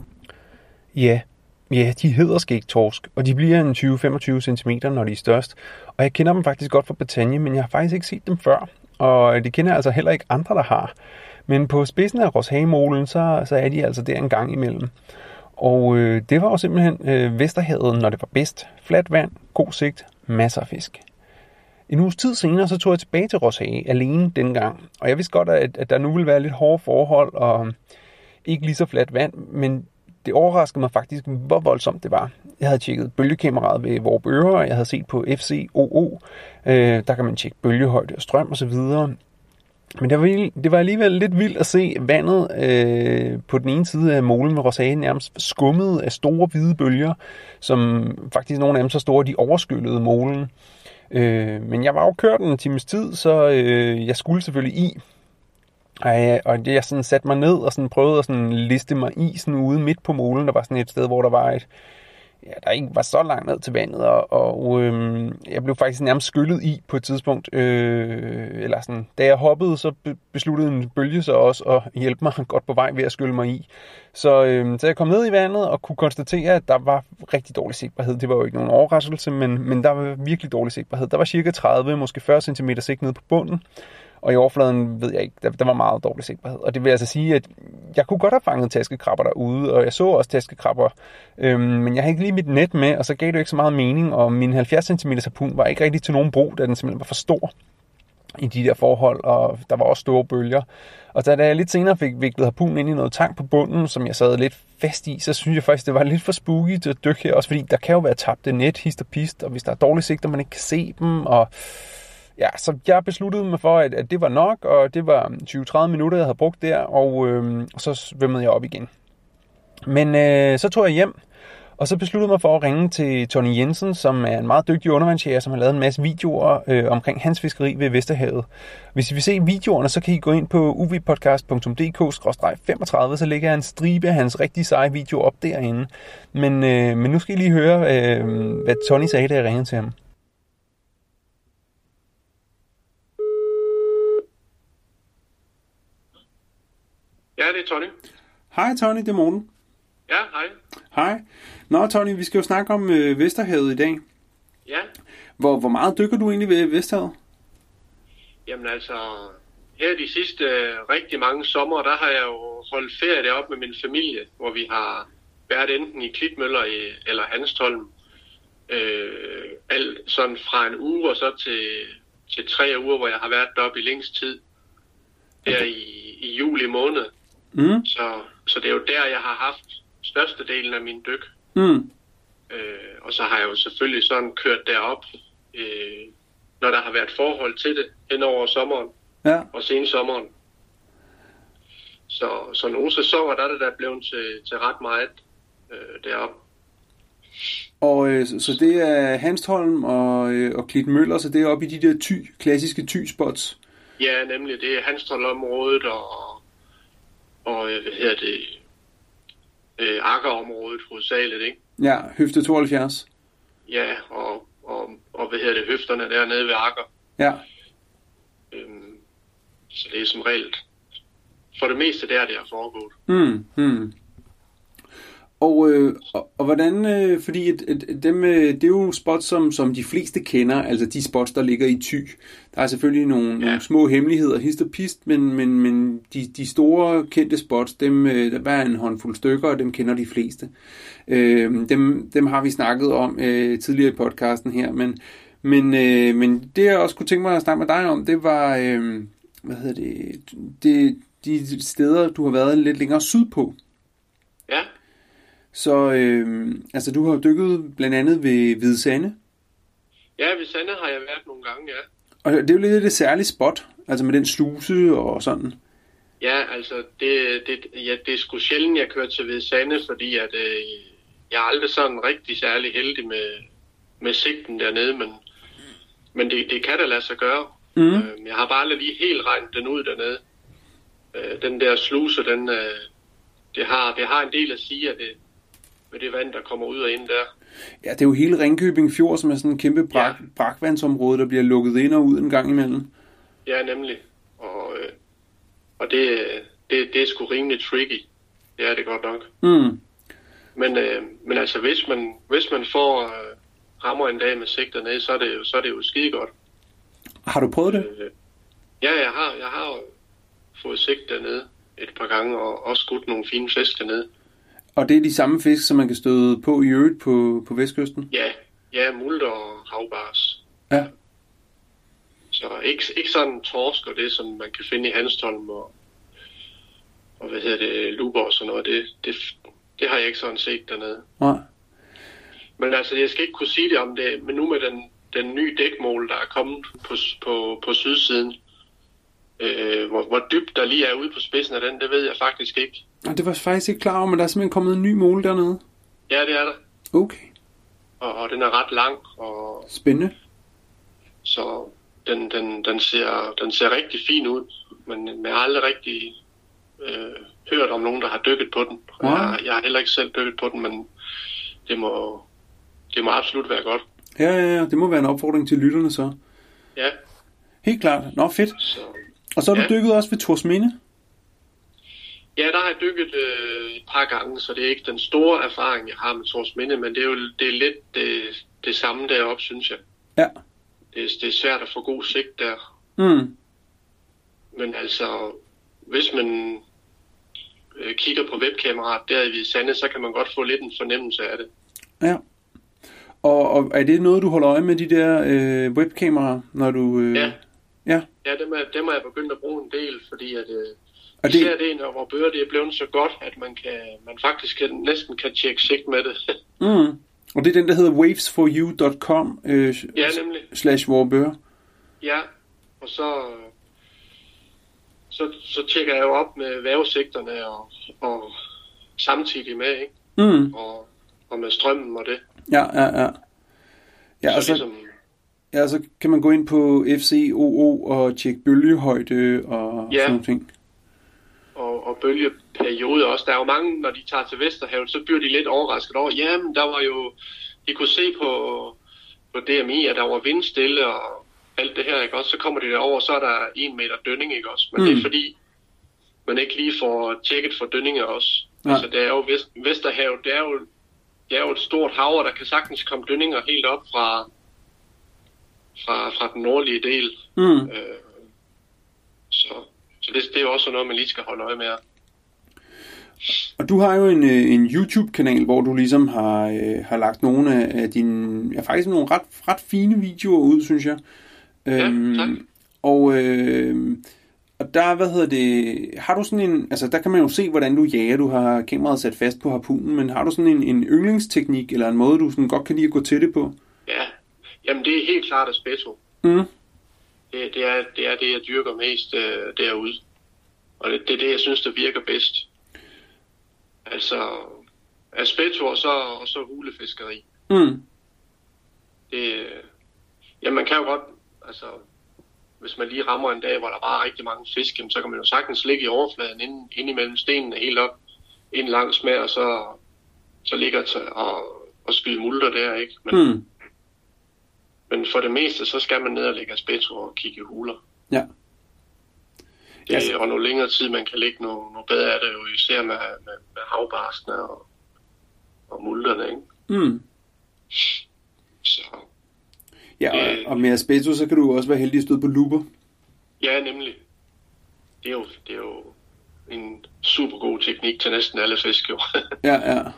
Ja, ja, de hedder skægtorsk, og de bliver en tyve til femogtyve centimeter, når de er størst. Og jeg kender dem faktisk godt fra Bretagne, men jeg har faktisk ikke set dem før. Og det kender altså heller ikke andre, der har. Men på spidsen af Roshagemolen, så, så er de altså der en gang imellem. Og øh, det var jo simpelthen øh, Vesterhavet, når det var bedst. Fladt vand, god sigt, masser af fisk. En uges tid senere, så tog jeg tilbage til Roshage alene denne gang. Og jeg vidste godt, at, at der nu ville være lidt hårde forhold og ikke lige så fladt vand, men det overraskede mig faktisk, hvor voldsomt det var. Jeg havde tjekket bølgekameraet ved Vorupøre, og jeg havde set på F C O O. Øh, der kan man tjekke bølgehøjde og strøm osv. Men det var, det var alligevel lidt vildt at se vandet øh, på den ene side af molen med Roshage nærmest skummet af store hvide bølger, som faktisk nogle af dem så store, de overskyllede molen. Øh, men jeg var jo kørt en times tid, så øh, jeg skulle selvfølgelig i. Og, og jeg sådan satte mig ned og sådan prøvede at sådan liste mig i sådan ude midt på molen. Der var sådan et sted, hvor der var et, ja, der ikke var så langt ned til vandet, og, og øh, jeg blev faktisk nærmest skyllet i på et tidspunkt. Øh, eller sådan, da jeg hoppede, så besluttede en bølge så også at hjælpe mig godt på vej ved at skylle mig i. Så, øh, så jeg kom ned i vandet og kunne konstatere, at der var rigtig dårlig sigtbarhed. Det var jo ikke nogen overraskelse, men, men der var virkelig dårlig sigtbarhed. Der var cirka tredive, måske fyrre centimeter sigt nede på bunden. Og i overfladen ved jeg ikke, der, der var meget dårlig sigtbarhed. Og det vil altså sige, at jeg kunne godt have fanget taskekrabber derude, og jeg så også taskekrabber, øhm, men jeg havde ikke lige mit net med, og så gav det jo ikke så meget mening, og min halvfjerds centimeter harpun var ikke rigtig til nogen brug, da den simpelthen var for stor i de der forhold, og der var også store bølger. Og da jeg lidt senere fik viklet harpunen ind i noget tang på bunden, som jeg sad lidt fast i, så synes jeg faktisk, det var lidt for spooky til at dykke her, også fordi der kan jo være tabte net, hist og pist, og hvis der er dårlig sigt, og man ikke kan se dem, og ja, så jeg besluttede mig for, at, at det var nok, og det var tyve til tredive minutter, jeg havde brugt der, og øh, så svømmede jeg op igen. Men øh, så tog jeg hjem, og så besluttede mig for at ringe til Tony Jensen, som er en meget dygtig undervandsjæger, som har lavet en masse videoer øh, omkring hans fiskeri ved Vesterhavet. Hvis I vil se videoerne, så kan I gå ind på u v podcast punktum d k skråstreg femogtredive, så lægger jeg en stribe af hans rigtig seje videoer op derinde. Men, øh, men nu skal I lige høre, øh, hvad Tony sagde, da jeg ringede til ham. Ja, det er Tony. Hej Tony, det er Morten. Ja, hej. Hej. Nå Tony, vi skal jo snakke om øh, Vesterhavet i dag. Ja. Hvor, hvor meget dykker du egentlig ved Vesterhavet? Jamen altså, her de sidste øh, rigtig mange sommer, der har jeg jo holdt ferie deroppe med min familie, hvor vi har været enten i Klitmøller i, eller Hanstholm. Øh, alt sådan fra en uge og så til, til tre uger, hvor jeg har været deroppe i længst tid. Der i, i juli måned. Mm. Så, så det er jo der, jeg har haft størstedelen af min dyk. Mm. Øh, og så har jeg jo selvfølgelig sådan kørt derop, øh, når der har været forhold til det hen over sommeren Ja. og sensommeren. Så, så nogle sæsoner, der er det der blevet til, til ret meget øh, deroppe. Og øh, så så det er Hanstholm og, øh, og Klitmøller, så det er oppe i de der ty, klassiske ty-spots. Ja, nemlig det er Hanstholm-området og, og øh, hvad hedder det, øh, Aggerområdet hovedsageligt, ikke? Ja, høfde tooghalvfjerds. Ja, og, og, og hvad hedder det, høfterne dernede ved Agger. Ja. Øhm, så det er som regel for det meste der, det har foregået. Mm, mm. Og, øh, og, og hvordan, øh, fordi et, et, dem, øh, det er jo spots, som, som de fleste kender, altså de spots, der ligger i Thy. Der er selvfølgelig nogle, ja. nogle små hemmeligheder, hist og pist, men, men, men de, de store kendte spots, dem, øh, der er en håndfuld stykker, og dem kender de fleste. Øh, dem, dem har vi snakket om øh, tidligere i podcasten her, men, men, øh, men det jeg også kunne tænke mig at snakke med dig om, det var, øh, hvad hedder det, det, de steder, du har været lidt længere sydpå. Ja. Så øh, altså du har jo dykket blandt andet ved Hvide Sande. Ja, ved Sande har jeg været nogle gange, ja. Og det er jo lidt et særligt spot, altså med den sluse og sådan. Ja, altså det, det, ja, det er sgu sjældent, jeg kører til Hvide Sande, fordi at, øh, jeg er aldrig sådan rigtig særlig heldig med, med sigten dernede, men, men det, det kan da lade sig gøre. Mm. Øh, jeg har bare aldrig lige helt regnet den ud dernede. Øh, den der sluse, den, øh, det, har, det har en del at sige, at det med det vand, der kommer ud og ind der. Ja, det er jo hele Ringkøbing Fjord, som er sådan en kæmpe brak, ja. brakvandsområde, der bliver lukket ind og ud en gang imellem. Ja, nemlig. Og, øh, og det, det, det er sgu rimelig tricky. Det er det godt nok. Mm. Men, øh, men altså, hvis man, hvis man får øh, rammer en dag med sigter ned, så er det jo, så er det jo skide godt. Har du prøvet det? Øh, ja, jeg har, jeg har fået sigt dernede et par gange, og også skudt nogle fine fisk dernede. Og det er de samme fisk, som man kan støde på i øvrigt på, på vestkysten? Ja, ja, multer og havbars. Ja. Så ikke, ikke sådan torsk og det, som man kan finde i Hanstholm og, og hvad hedder det, luber og sådan noget. Det, det, det har jeg ikke sådan set dernede. Nej. Men altså, jeg skal ikke kunne sige det om det, men nu med den, den nye dækmål, der er kommet på, på, på sydsiden, øh, hvor, hvor dybt der lige er ude på spidsen af den, det ved jeg faktisk ikke. Og det var faktisk ikke klar over, men der er simpelthen kommet en ny mål dernede. Ja, det er der. Okay. Og, og den er ret lang. Og, spændende. Så den, den, den, ser, den ser rigtig fin ud, men jeg har aldrig rigtig øh, hørt om nogen, der har dykket på den. Ja. Jeg, jeg har heller ikke selv dykket på den, men det må, det må absolut være godt. Ja, ja, ja. Det må være en opfordring til lytterne så. Ja. Helt klart. Nå, fedt. Så, og så har ja. du dykket også ved Torsminde? Ja, der har jeg dykket øh, et par gange, så det er ikke den store erfaring, jeg har med Torsminde, men det er jo det er lidt det, det samme deroppe, synes jeg. Ja. Det, det er svært at få god sigt der. Mm. Men altså, hvis man øh, kigger på webkameraet der i Hvide Sande, så kan man godt få lidt en fornemmelse af det. Ja. Og, og er det noget, du holder øje med, de der øh, webkameraer, når du... Øh... Ja. Ja. Ja, dem er, dem er jeg begyndt at bruge en del, fordi at... Øh, og især det, når hvor bøger det er blevet så godt, at man, kan, man faktisk kan, næsten kan tjekke sigt med det. mm. Og det er den, der hedder waves for you dot com øh, ja, nemlig. slash vorebøger. Ja, og så, så, så tjekker jeg jo op med vævesigterne og, og samtidig med, ikke? Mm. Og, og med strømmen og det. Ja, ja, ja. Ja, så, og så, ligesom, ja, så kan man gå ind på F C O O og tjekke bølgehøjde og ja. sådan nogle ting. Og, og bølgeperiode også. Der er jo mange, når de tager til Vesterhavet, så bliver de lidt overrasket over, jamen der var jo, de kunne se på, på D M I, at der var vindstille og alt det her, ikke også? Så kommer de derover, så er der en meter dønning, ikke også? Men mm. det er fordi, man ikke lige får tjekket for dønninger også. Ja. Altså det er jo Vest, Vesterhavet, det er jo, det er jo et stort hav, og der kan sagtens komme dønninger helt op fra, fra, fra den nordlige del. Mm. Øh, det er jo også noget, man lige skal holde øje med. Og du har jo en, en YouTube-kanal, hvor du ligesom har, øh, har lagt nogle af dine, ja, faktisk nogle ret, ret fine videoer ud, synes jeg. Ja, øhm, tak. Og, øh, og der, hvad hedder det, har du sådan en, altså der kan man jo se, hvordan du jager, du har kameraet sat fast på harpunen, men har du sådan en, en yndlingsteknik, eller en måde, du sådan godt kan lide at gå til det på? Ja, jamen det er helt klart Aspeto. Mm. Det, det, er, det er det, jeg dyrker mest øh, derude. Og det, det er det, jeg synes, der virker bedst. Altså, Aspeto og så, og så hulefiskeri. Mm. Det, ja, man kan jo godt, altså, hvis man lige rammer en dag, hvor der bare er rigtig mange fisk, jamen, så kan man jo sagtens ligge i overfladen ind, ind imellem stenene helt op, ind langs med, og så, så ligger til og, og skyde multer der, ikke? Men, Mm. men for det meste, så skal man ned og lægge Aspeto og kigge i huler. Ja. Det, Altså- og noget længere tid, man kan lægge noget, noget bedre af det, jo især med, med, med havbarsene og, og multerne, ikke? Mm. Så, Ja, og, og med Aspeto, så kan du også være heldig at støde på luper. ja, nemlig. Det er jo, det er jo en super god teknik til næsten alle fisk, jo. Ja, ja.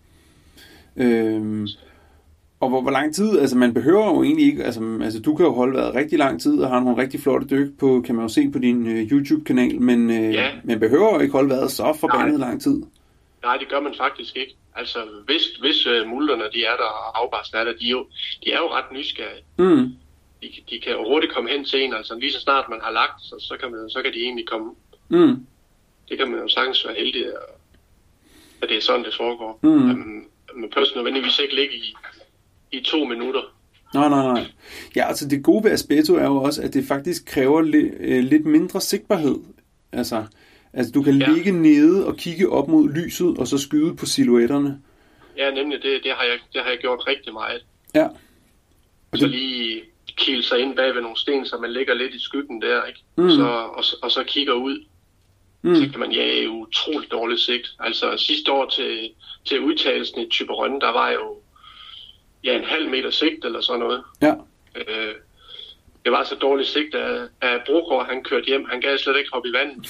Øhm, og hvor, hvor lang tid, altså man behøver jo egentlig ikke, altså, altså du kan jo holde vejret rigtig lang tid, og har nogle rigtig flotte dyk på, kan man jo se på din øh, YouTube-kanal, men øh, Ja. man behøver jo ikke holde vejret så forbandet Nej. lang tid. Nej, det gør man faktisk ikke. Altså, hvis, hvis uh, multerne, de er der, og havbarsene er der, de er jo, de er jo ret nysgerrige. Mm. De, de kan jo hurtigt komme hen til en, altså lige så snart man har lagt, så, så, kan, man, så kan de egentlig komme. Mm. Det kan man jo sagtens være heldig, at, at det er sådan, det foregår. Mm. Man, man behøver nødvendigvis ikke ligge i, i to minutter. Nej, nej, nej. Ja, altså det gode ved Aspeto er jo også, at det faktisk kræver li- øh, lidt mindre sigtbarhed. Altså, altså du kan Ja. ligge nede og kigge op mod lyset, og så skyde på silhuetterne. Ja, nemlig, det, det, har jeg, det har jeg gjort rigtig meget. Ja. Og Så det, lige kile sig ind bag ved nogle sten, så man ligger lidt i skyggen der, ikke? Mm. Så, og, og så kigger ud. mm. Så kan man jage utroligt dårligt sigt. Altså sidste år til, til udtagelsen i Thyborøn, der var jo ja, en halv meter sigt eller sådan noget. Ja. Øh, det var så dårligt sigt, at, at Brogaard, han kørte hjem. Han gad slet ikke hoppe i vandet.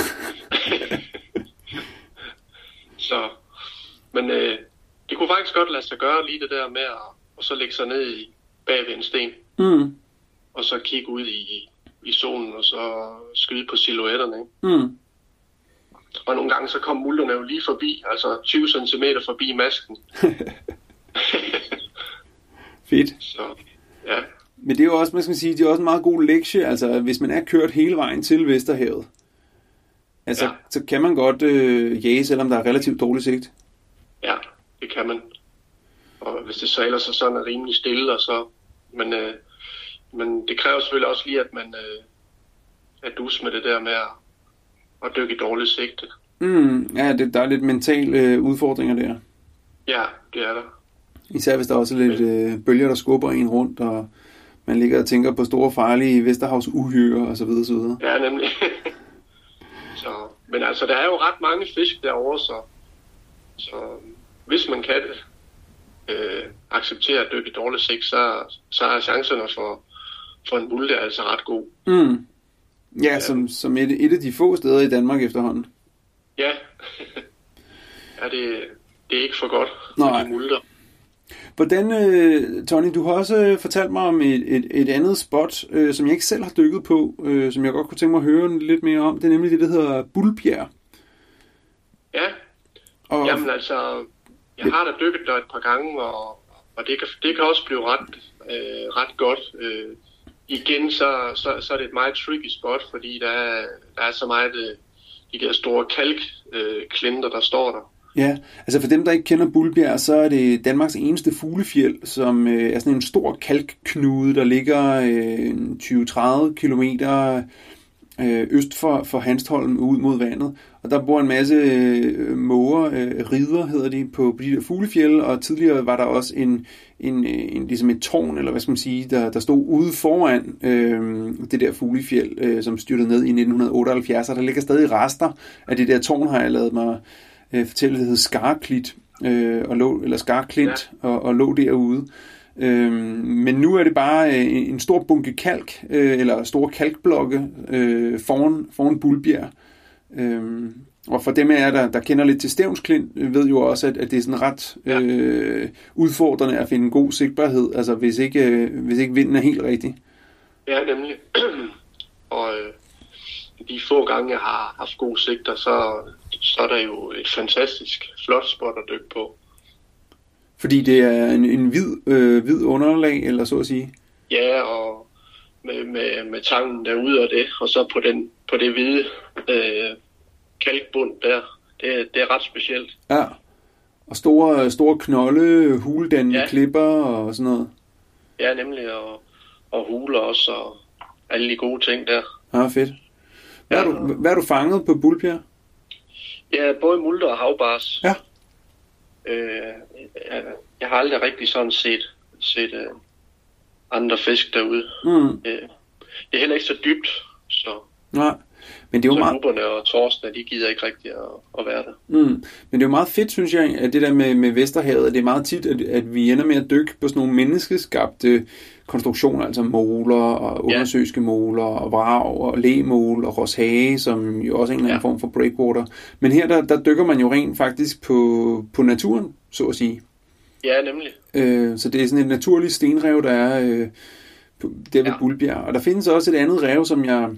så, men øh, det kunne faktisk godt lade sig gøre lige det der med at og så lægge sig ned i, bag ved en sten. Mm. Og så kigge ud i, i solen og så skyde på silhuetterne. Ikke? Mm. Og nogle gange så kom multerne jo lige forbi, altså tyve centimeter forbi masken. Fedt. Så ja, Men det er jo også, man skal sige, det er også en meget god lektie, altså hvis man er kørt hele vejen til Vesterhavet, altså Ja. så kan man godt øh, jage, selvom der er relativt dårlig sigt. ja, det kan man. Og hvis det så ellers er sådan er rimelig stille, og så, men, øh, men det kræver selvfølgelig også lige, at man øh, er dus med det der med at, at dykke i dårligt sigte. Mm, ja, det, der er lidt mentale øh, udfordringer der. Ja, det er der. Især hvis der også er lidt øh, bølger, der skubber en rundt, og man ligger og tænker på store farlige Vesterhavs uhyrer og så videre, så videre. Ja, nemlig. så, men altså, der er jo ret mange fisk derovre, så, så hvis man kan det, øh, acceptere at dykke i dårligt sigt, så, så er chancerne for, for en multe altså ret god. Mm. Ja, ja. Som, som et, et af de få steder i Danmark efterhånden. Ja, ja det, det er ikke for godt Nej. for de multer. Hvordan, øh, Tony, du har også øh, fortalt mig om et, et, et andet spot, øh, som jeg ikke selv har dykket på, øh, som jeg godt kunne tænke mig at høre lidt mere om. Det er nemlig det, der hedder Buldbjerg. Ja, Og, jamen altså, jeg har da dykket der et par gange, og, og det, kan, det kan også blive ret, øh, ret godt. Øh, igen, så, så, så er det et meget tricky spot, fordi der er, der er så meget øh, de der store kalkklinter, øh, der står der. Ja, altså for dem, der ikke kender Buldbjerg, så er det Danmarks eneste fuglefjeld, som øh, er sådan en stor kalkknude, der ligger øh, tyve til tredive kilometer øh, øst for, for Hanstholm ud mod vandet. Og der bor en masse øh, måger, øh, rider hedder de, på, på de der fuglefjelde, og tidligere var der også en, en, en ligesom et tårn, eller hvad skal man sige, der, der stod ude foran øh, det der fuglefjeld, øh, som styrtede ned i nitten otteoghalvfjerds, og der ligger stadig rester af det der tårn, har jeg lavet mig øh, fortælle, det hed Skarklit, øh, og lå, eller Skarklint, ja. og, og lå derude. Øh, men nu er det bare øh, en stor bunke kalk, øh, eller store kalkblokke øh, foran, foran Buldbjerg. Øhm, og for dem af jer, der, der kender lidt til stævnsklint, ved jo også, at, at det er sådan ret øh, udfordrende at finde en god sigtbarhed, altså hvis ikke, øh, hvis ikke vinden er helt rigtig. Ja, nemlig. Og øh, de få gange, jeg har haft gode sigter, så, så er der jo et fantastisk flot spot at dykke på. Fordi det er en, en hvid, øh, hvid underlag, eller så at sige? Ja, og med, med, med tangen derude og det, og så på, den, på det hvide øh, kalkbund der. Det, det er ret specielt. Ja, og store, store knolde, huledannende ja. klipper og sådan noget. Ja, nemlig, og, og huler også, og alle de gode ting der. Ja, fedt. Hvad, ja. er, du, hvad er du fanget på Bulbjerg? Ja, både multer og havbars. Ja. Øh, jeg, jeg har aldrig rigtig sådan set, set øh, andre fisk derude. Mm. Øh, det er heller ikke så dybt, så... Nej. Men det er jo så meget... nubberne og torskene, de gider ikke rigtig at, at være der. Mm. Men det er jo meget fedt, synes jeg, at det der med, med Vesterhavet, det er meget tit, at, at vi ender med at dykke på sådan nogle menneskeskabte konstruktioner, altså moler og undersøiske ja. moler og vrag og læmål og roshage, som jo også er en eller anden ja. form for breakwater. Men her, der, der dykker man jo rent faktisk på, på naturen, så at sige. Ja, nemlig. Øh, så det er sådan et naturligt stenrev, der er øh, på, der ved ja. Bulbjerg. Og der findes også et andet rev, som jeg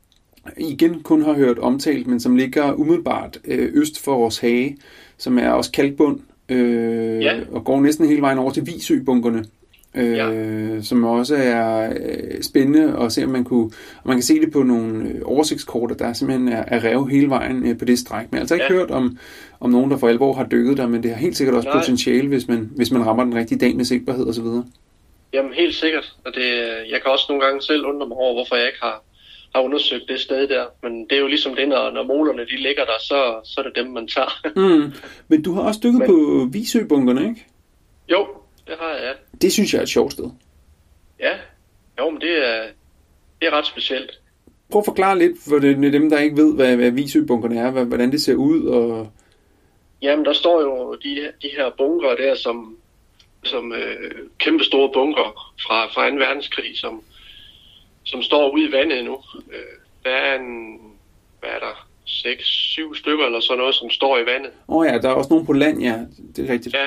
igen kun har hørt omtalt, men som ligger umiddelbart øh, øst for Roshage, som er også kalkbund, øh, ja. og går næsten hele vejen over til Visø-bunkerne, øh, ja. som også er øh, spændende at se, om man kunne, og man kan se det på nogle øh, oversigtskort, der simpelthen er, er rev hele vejen øh, på det stræk. Men jeg har altså ikke ja. hørt om, om nogen, der for alvor har dykket der, men det har helt sikkert også Nej. potentiale, hvis man, hvis man rammer den rigtige dag med sigtbarhed og så videre. Jamen helt sikkert, og det, jeg kan også nogle gange selv undre mig over, hvorfor jeg ikke har har undersøgt det sted der, men det er jo ligesom det, når, når molerne de ligger der, så, så er det dem, man tager. mm. Men du har også dykket men, på Visø-bunkerne, ikke? Jo, det har jeg, ja. Det synes jeg er et sjovt sted. Ja, jo, men det er, det er ret specielt. Prøv at forklare lidt for det, dem, der ikke ved, hvad, hvad Visø-bunkerne er, hvordan det ser ud. Og... Jamen, der står jo de, de her bunker der, som, som øh, kæmpe store bunker fra, fra anden verdenskrig, som som står ude i vandet nu. Der er en, hvad er der, seks, syv stykker eller sådan noget, som står i vandet. Åh oh ja, der er også nogen på land, ja, det er rigtigt. Ja.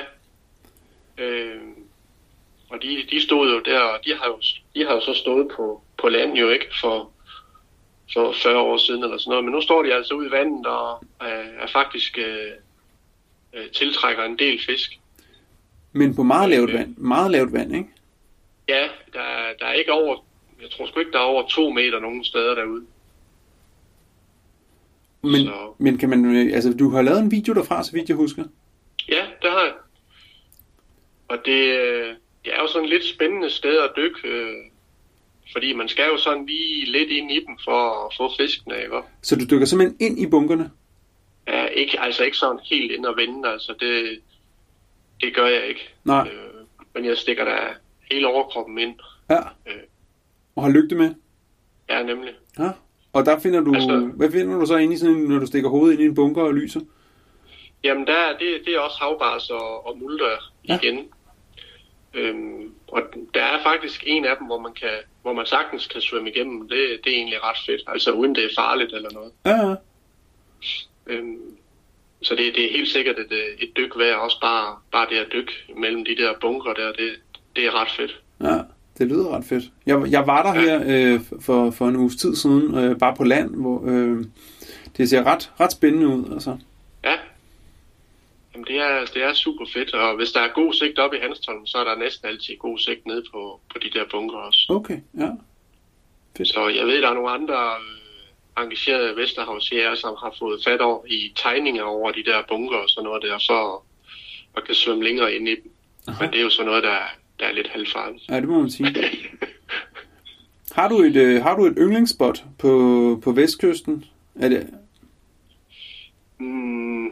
Øh, og de, de stod jo der, og de har jo, de har jo så stået på, på land jo ikke for, for fyrre år siden eller sådan noget, men nu står de altså ude i vandet og er, er faktisk øh, tiltrækker en del fisk. Men på meget lavt vand, meget lavt vand, ikke? Ja, der, der er ikke over Jeg tror sgu ikke, der er over to meter nogen steder derude. Men, men kan man, altså du har lavet en video derfra, så vidt jeg husker? Ja, det har jeg. Og det, det er jo sådan et lidt spændende sted at dykke, øh, fordi man skal jo sådan lige lidt ind i dem for at få fiskene, ikke? Så du dykker simpelthen ind i bunkerne? Ja, ikke, altså ikke sådan helt ind og vende, altså det, det gør jeg ikke. Nej. Øh, men jeg stikker da hele overkroppen ind. Ja. Øh, Og har lygte med? Ja, nemlig. Ja. Og der finder du, altså, hvad finder du så inde i sådan en, når du stikker hovedet ind i en bunker og lyser? Jamen, der, det, det er også havbars og, og multer ja. igen. Øhm, og der er faktisk en af dem, hvor man, kan, hvor man sagtens kan svømme igennem. Det, det er egentlig ret fedt, altså uden det er farligt eller noget. Ja, ja. Øhm, så det, det er helt sikkert et, et dyk værd, også bare, bare det at dykke mellem de der bunker der, det, det er ret fedt. Ja. Det lyder ret fedt. Jeg, jeg var der ja. her øh, for, for en uges tid siden, øh, bare på land, hvor øh, det ser ret, ret spændende ud. Altså. Ja, jamen, det, er, det er super fedt, og hvis der er god sigt oppe i Hanstholm, så er der næsten altid god sigt nede på, på de der bunker også. Okay, ja. Fedt. Så jeg ved, der er nogle andre øh, engagerede vesterhavsjæger, som har fået fat over i tegninger over de der bunker og sådan noget der, for at kan svømme længere ind i dem. Aha. Men det er jo sådan noget, der der er lidt halvfarligt. Ja, det må man sige. har, du et, øh, har du et yndlingsspot på, på vestkysten? Er det... Mm.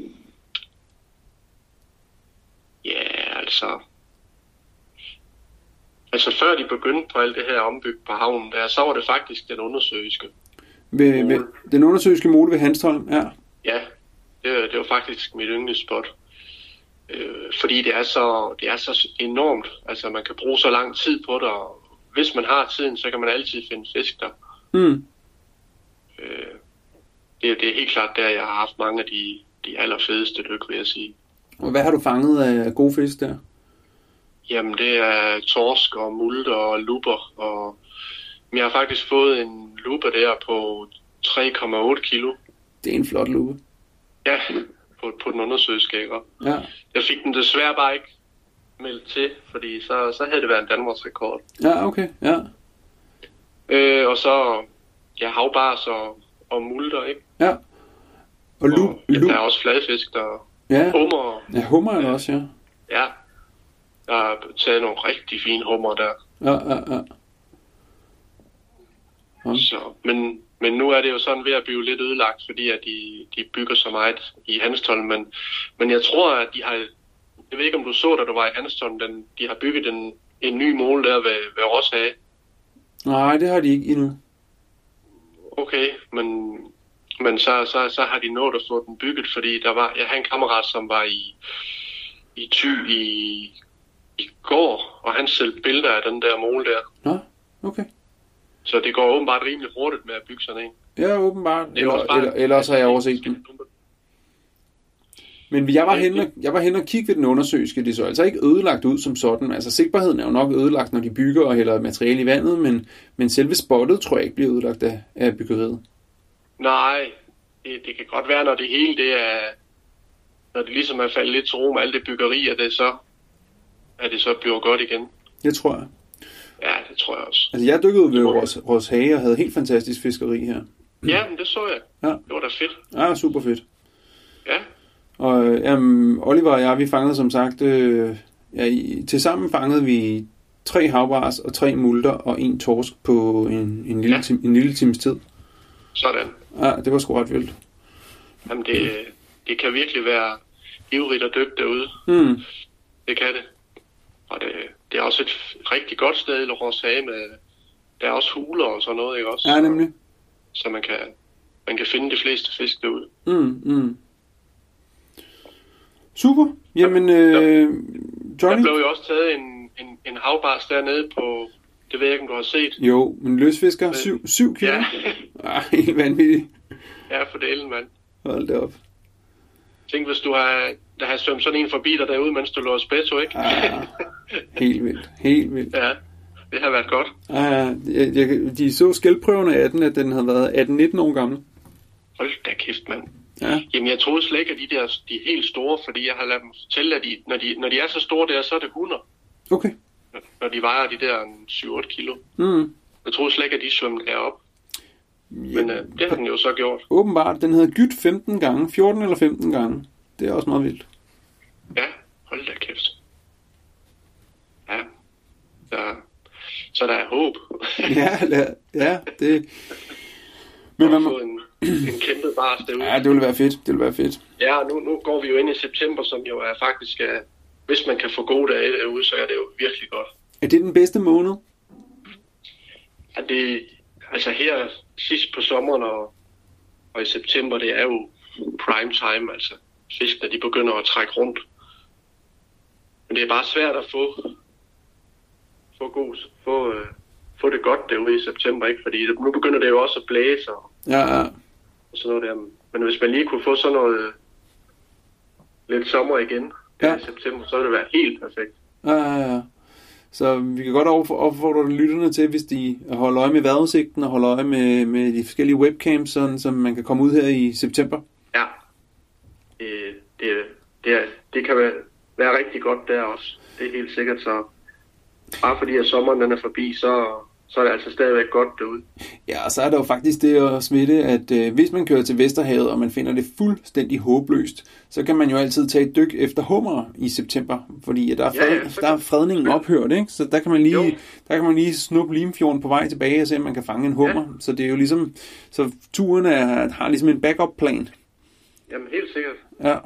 Ja, altså... Altså før de begyndte på alt det her ombygge på havnen, der, så var det faktisk den undersøiske ved, ved, den undersøiske mole ved Hanstholm, ja. Ja, det, det var faktisk mit yndlingsspot. Øh, fordi det er, så, det er så enormt, altså man kan bruge så lang tid på det, og hvis man har tiden, så kan man altid finde fisk der. Mm. Øh, det, det er helt klart der, jeg har haft mange af de, de allerfedeste dyk, vil jeg sige. Og hvad har du fanget af gode fisk der? Jamen, det er torsk og multer og luber. Og jeg har faktisk fået en luber der på tre komma otte kilo. Det er en flot lube. Ja, på, på den undersøgske, ikke? Ja. Jeg fik den desværre bare ikke meldt til, fordi så, så havde det været en Danmarks rekord. Ja, okay, ja. Øh, og så, ja, havbars og, og multer, ikke? Ja. Og lu, og, ja, lu. Der er også fladfisk, der ja. hummer. Ja, hummer er der også, ja. Ja, jeg har taget nogle rigtig fine hummer der. Ja, ja, ja. ja. Så, men, men nu er det jo sådan ved at blive lidt ødelagt, fordi at de, de bygger så meget i Hanstholm. Men, men jeg tror, at de har... Jeg ved ikke, om du så, da du var i Hanstholm, den, de har bygget en, en ny mål der ved, ved Roshage. Nej, det har de ikke endnu. Okay, men, men så, så, så har de nået at få den bygget, fordi der var, jeg havde en kammerat, som var i, i Thy i, i går, og han selv billeder af den der mål der. Nå, okay. Så det går åbenbart rimelig hurtigt med at bygge sådan en. Ja, åbenbart. Eller, eller, ellers har jeg overset den. Men jeg var henne, jeg var henne og kigge ved den undersøgelske. Det så altså ikke ødelagt ud som sådan. Altså sigtbarheden er jo nok ødelagt, når de bygger og hælder materiale i vandet, men, men selve spottet tror jeg ikke bliver ødelagt af, af byggeriet. Nej, det, det kan godt være, når det hele det er, når det ligesom er faldet lidt til ro med alt det byggeri, at det så, at det så bliver godt igen. Det tror jeg. Ja, det tror jeg også. Altså jeg dykkede ved Ros, Roshage og havde helt fantastisk fiskeri her. Ja, men det så jeg. Ja. Det var da fedt. Ja, super fedt. Ja. Og jamen, Oliver og jeg, vi fangede som sagt, øh, ja, i, tilsammen fangede vi tre havbars og tre multer og en torsk på en, en, lille, ja. tim, en lille times tid. Sådan. Ja, det var sgu ret vildt. Jamen det, det kan virkelig være ivrigt at dykke derude. Mm. Det kan det. Og det, det er også et rigtig godt sted i Roshage med, der er også huler og sådan noget, ikke også? Ja, nemlig. Så, så man kan, man kan finde de fleste fisk derude. Mm, mm. Super. Jamen, øh, Johnny... Der blev jo også taget en, en, en havbars dernede på, det ved jeg ikke, om du har set. Jo, men løsfisker, syv, syv kilo. Ja. Ah, helt vanvittigt. Ja, for delen, mand. Hold det op. Tænk, hvis du har, der har svømt sådan en forbi dig derude, mens du lå spætto, ikke? Ah, helt vildt, helt vildt. Ja, det har været godt. Ah, jeg, jeg, de så skældprøverne af den, at den havde været atten nitten år gammel. Hold da kæft, mand. Ja. Jamen, jeg troede slet ikke, at de der de helt store, fordi jeg har ladet dem fortælle, at de, når, de, når de er så store der, så er det hunder. Okay. Når de vejer de der syv otte kilo. Mm. Jeg troede slet ikke, at de svømte derop. Men øh, det har den jo så gjort. Åbenbart, den hedder gyt femten gange, fjorten eller femten gange. Det er også meget vildt. Ja, hold da kæft. Ja, ja. Så der er håb. ja, ja, ja, det... Men man må... en, en kæmpe bars derude. Ja, det ville være fedt. Det ville være fedt. Ja, nu, nu går vi jo ind i september, som jo er faktisk... Uh, hvis man kan få gode dage derude, så er det jo virkelig godt. Er det den bedste måned? Ja, det... Altså her sidst på sommeren og, og i september, det er jo prime time, altså fiskene, de begynder at trække rundt. Men det er bare svært at få få god, få, øh, få det godt derude i september, ikke? Fordi det, nu begynder det jo også at blæse og, ja, ja. og sådan noget der. Men hvis man lige kunne få sådan noget øh, lidt sommer igen ja. i september, så ville det være helt perfekt. Ja, ja, ja. Så vi kan godt opfordre lytterne til, hvis de holder øje med vejrudsigten og holder øje med, med de forskellige webcams, sådan, så man kan komme ud her i september. Ja, det, det, det, er, det kan være, være rigtig godt der også. Det er helt sikkert, så bare fordi at sommeren den er forbi, så, så er det altså stadigvæk godt derude. Ja, og så er der jo faktisk det at smitte, at øh, hvis man kører til Vesterhavet, og man finder det fuldstændig håbløst, så kan man jo altid tage et dyk efter hummer i september, fordi der er, fred, ja, ja, der er fredningen ophørt, ikke? Så der kan man lige, der kan man lige snuppe Limfjorden på vej tilbage og se, om man kan fange en hummer. Ja. Så det er jo ligesom, så turen er, har ligesom en backup-plan. Jamen helt sikkert. Ja.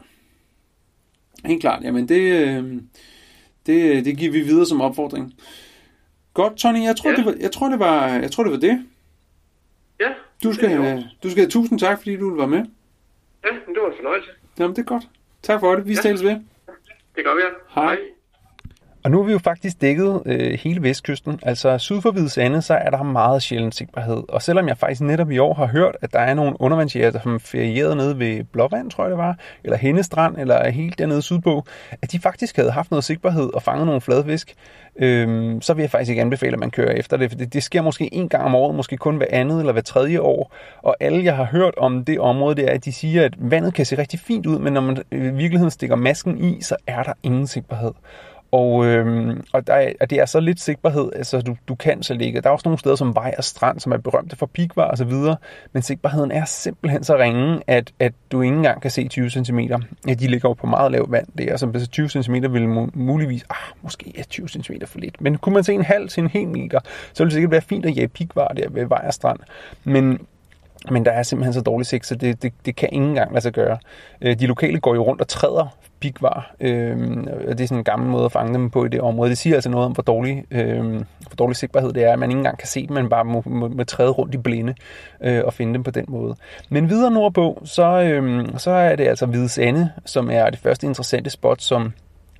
Helt klart. Jamen det, øh, det, det giver vi videre som opfordring. Godt, Tony, jeg tror, ja. det var, jeg tror, det var, jeg tror, det var det. Ja. Du skal, have, du skal have tusind tak, fordi du vil være med. Ja, men det var en fornøjelse. Jamen, det er godt. Tak for det. Vi ja. tales ved. Det gør vi, ja. Hej. Hej. Og nu er vi jo faktisk dækket øh, hele vestkysten. Altså syd for Hvide Sande, så er der meget sjældent sigtbarhed. Og selvom jeg faktisk netop i år har hørt, at der er nogle undervandsjæger, der har ferieret nede ved Blåvand, tror jeg det var, eller Hennestrand, eller helt dernede sydpå, at de faktisk havde haft noget sigtbarhed og fanget nogle fladfisk, øhm, så vil jeg faktisk ikke anbefale, at man kører efter det. For det, det sker måske en gang om året, måske kun hver andet eller hver tredje år. Og alle, jeg har hørt om det område, det er, at de siger, at vandet kan se rigtig fint ud, men når man i virkeligheden stikker masken i, så er der ingen sigtbarhed. Og, øhm, og, der er, og det er så lidt sigtbarhed, altså du, du kan så ligge. Der er også nogle steder som Vej og Strand, som er berømte for pikvar og så videre, men sigtbarheden er simpelthen så ringe, at, at du ikke engang kan se tyve centimeter. Ja, de ligger jo på meget lavt vand. Det er altså tyve centimeter vil muligvis, ah, måske er tyve centimeter for lidt, men kunne man se en halv til en hel meter, så ville det sikkert være fint at jage pikvar der ved Vej og Strand. Men Men der er simpelthen så dårlig sigt, så det, det, det kan ikke engang lade sig gøre. De lokale går jo rundt og træder pikvar, øh, og det er sådan en gammel måde at fange dem på i det område. Det siger altså noget om, hvor dårlig, øh, hvor dårlig sigtbarhed det er, at man ikke engang kan se dem, man bare må, må, må træde rundt i blinde øh, og finde dem på den måde. Men videre nordpå, så, øh, så er det altså Hvide Sande, som er det første interessante spot, som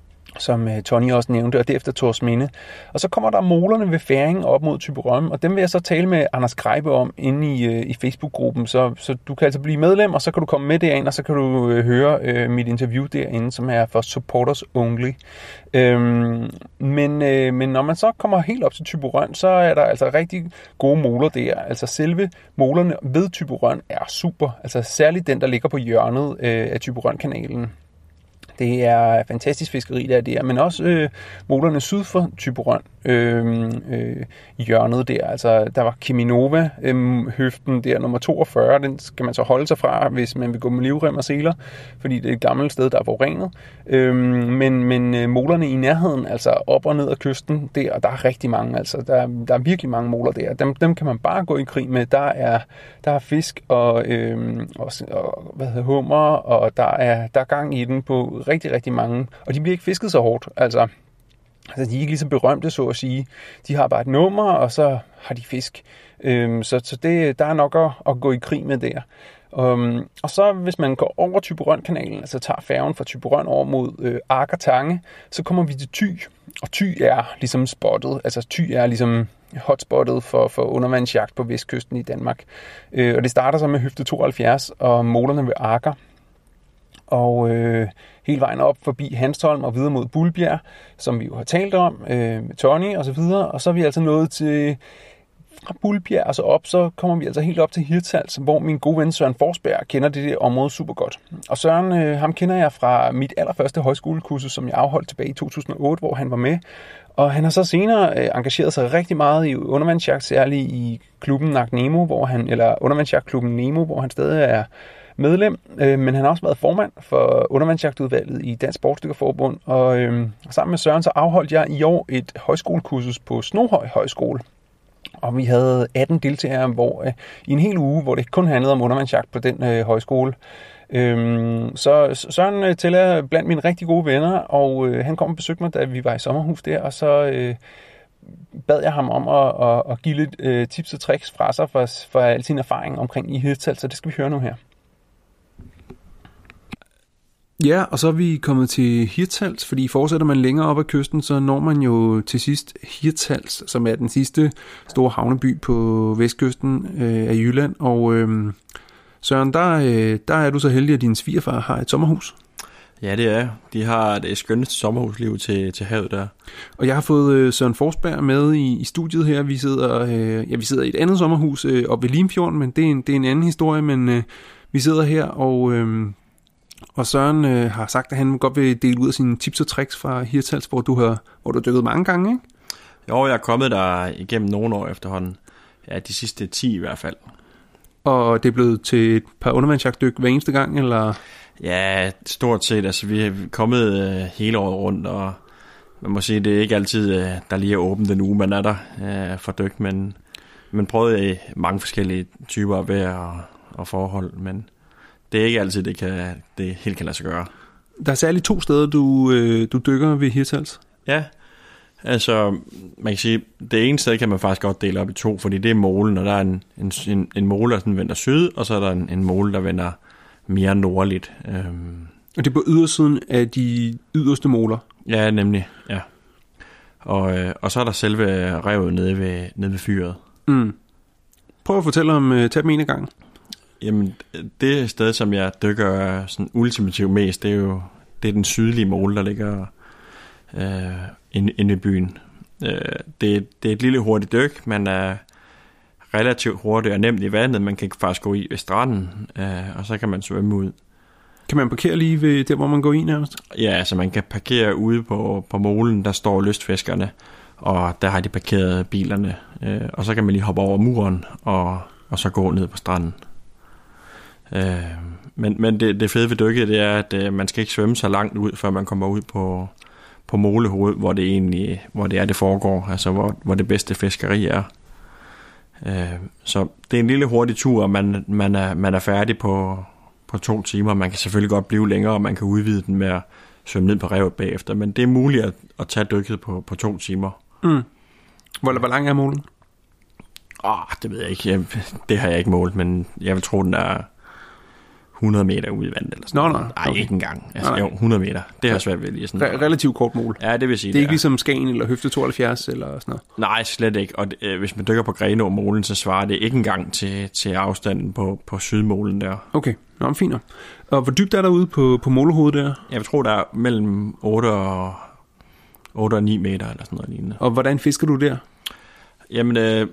som Tony også nævnte, og derefter Torsminde. Og så kommer der molerne ved Færing op mod Thyborøn, og dem vil jeg så tale med Anders Greibe om inde i, i Facebook-gruppen, så, så du kan altså blive medlem, og så kan du komme med derind, og så kan du øh, høre øh, mit interview derinde, som er for supporters only. Øhm, men, øh, men når man så kommer helt op til Thyborøn, så er der altså rigtig gode moler der. Altså selve molerne ved Thyborøn er super, altså særligt den, der ligger på hjørnet øh, af Thyborøn-kanalen. Det er fantastisk fiskeri, der er der, men også øh, molerne syd for Thyborøn, øh, øh, hjørnet der. Altså, der var Cheminova, øh, høften der, nummer toogfyrre, den skal man så holde sig fra, hvis man vil gå med livrem og seler, fordi det er et gammelt sted, der er forurenet. Øh, men men øh, molerne i nærheden, altså op og ned ad kysten der, og der er rigtig mange, altså der, der er virkelig mange moler der. Dem, dem kan man bare gå i krig med. Der er, der er fisk og, øh, og, og hvad hedder, hummer, og der er, der er gang i den på rigtig, rigtig mange, og de bliver ikke fisket så hårdt, altså, altså de er ikke lige så berømte, så at sige. De har bare et nummer, og så har de fisk. Øhm, så så det, der er nok at, at gå i krig med der. Um, og så hvis man går over Thyborøn-kanalen, altså tager færgen fra Thyborøn over mod øh, Ark og Tange, så kommer vi til Thy, og Thy er ligesom spottet, altså Thy er ligesom hotspottet for, for undervandsjagt på vestkysten i Danmark. Øh, og det starter så med høfde tooghalvfjerds og molerne ved Arker. Og øh, hele vejen op forbi Hanstholm og videre mod Bulbjerg, som vi jo har talt om øh, med Tony og så videre. Og så er vi altså nået til fra Bulbjerg og så op, så kommer vi altså helt op til Hirtshals, hvor min gode ven Søren Forsberg kender det der område super godt. Og Søren, øh, ham kender jeg fra mit allerførste højskolekursus, som jeg afholdt tilbage i to tusind og otte, hvor han var med. Og han har så senere øh, engageret sig rigtig meget i undervandsjagt, særligt i klubben Nak Nemo, hvor han, eller undervandsjagtklubben Nemo, hvor han stadig er medlem, øh, men han har også været formand for undervandsjagtudvalget i Dansk Sportsdykkerforbund, og øh, sammen med Søren så afholdt jeg i år et højskolekursus på Snoghøj Højskole, og vi havde atten deltagere hvor, øh, i en hel uge, hvor det kun handlede om undervandsjagt på den øh, højskole. Øh, så Søren øh, tæller blandt mine rigtig gode venner, og øh, han kom og besøgte mig, da vi var i sommerhus der, og så øh, bad jeg ham om at, at, at give lidt øh, tips og tricks fra sig for, for al sin erfaring omkring i Hirtshals, så det skal vi høre nu her. Ja, og så er vi kommet til Hirtshals, fordi fortsætter man længere op ad kysten, så når man jo til sidst Hirtshals, som er den sidste store havneby på vestkysten øh, af Jylland. Og øh, Søren, der, øh, der er du så heldig, at din svigerfar har et sommerhus. Ja, det er. De har det skønneste sommerhusliv til, til havet der. Og jeg har fået øh, Søren Forsberg med i, i studiet her. Vi sidder, øh, ja, vi sidder i et andet sommerhus øh, oppe ved Limfjorden, men det er en, det er en anden historie, men øh, vi sidder her, og... Øh, Og Søren øh, har sagt, at han godt vil dele ud af sine tips og tricks fra Hirtshals, hvor du har, hvor du har dykket mange gange, ikke? Jo, jeg er kommet der igennem nogle år efterhånden. Ja, de sidste ti i hvert fald. Og det er blevet til et par undervandsjagtdyk hver eneste gang, eller? Ja, stort set. Altså, vi er kommet øh, hele året rundt, og man må sige, det er ikke altid, øh, der lige er åbent den uge, man er der øh, for dyk, men man prøvede mange forskellige typer af vejr og, og forhold, men det er ikke altid, det, kan, det helt kan lade sig gøre. Der er særligt to steder, du, øh, du dykker ved Hirtshals. Ja, altså man kan sige, det ene sted kan man faktisk godt dele op i to, fordi det er molen, og der er en, en, en, en mole, der vender syd, og så er der en, en mole, der vender mere nordligt. Øhm. Og det er på ydersiden af de yderste moler? Ja, nemlig, ja. Og, øh, og så er der selve revet nede ved, nede ved fyret. Mm. Prøv at fortælle om uh, tag dem en af gangen. Jamen, det sted, som jeg dykker sådan ultimativt mest, det er jo det er den sydlige mole, der ligger øh, inde, inde i byen. Øh, det, det er et lille hurtigt dyk, man er relativt hurtigt og nemt i vandet. Man kan faktisk gå i ved stranden, øh, og så kan man svømme ud. Kan man parkere lige ved der, hvor man går i nærmest? Ja, altså man kan parkere ude på, på molen, der står lystfiskerne, og der har de parkeret bilerne. Øh, og så kan man lige hoppe over muren, og, og så gå ned på stranden. Øh, men men det, det fede ved dykket, det er, at øh, man skal ikke svømme så langt ud, før man kommer ud på, på molehovedet, hvor det egentlig hvor det er, det foregår, altså hvor, hvor det bedste fiskeri er. Øh, så det er en lille hurtig tur, og man, man, er, man er færdig på, på to timer. Man kan selvfølgelig godt blive længere, og man kan udvide den med at svømme ned på revet bagefter, men det er muligt at, at tage dykket på, på to timer. Mm. Hvor, hvor lang er molen? Åh, det ved jeg ikke. Jeg, det har jeg ikke målt, men jeg vil tro, den er hundrede meter ude i vandet eller sådan noget. Nå, nej, okay. ikke engang. Altså, nej, nej. Jo, hundrede meter. Det har svært ved lige sådan. Re- relativt kort mål. Ja, det vil sige. Det er det ikke ligesom Skagen eller Høfde tooghalvfjerds eller sådan noget? Nej, slet ikke. Og øh, hvis man dykker på Grenaa-molen, så svarer det ikke engang til, til afstanden på, på sydmolen der. Okay, nå, men fint. Og hvor dybt er der ude på, på målehovedet der? Jeg vil tro, der er mellem otte og, otte og ni meter eller sådan noget lignende. Og hvordan fisker du der? Jamen, øh,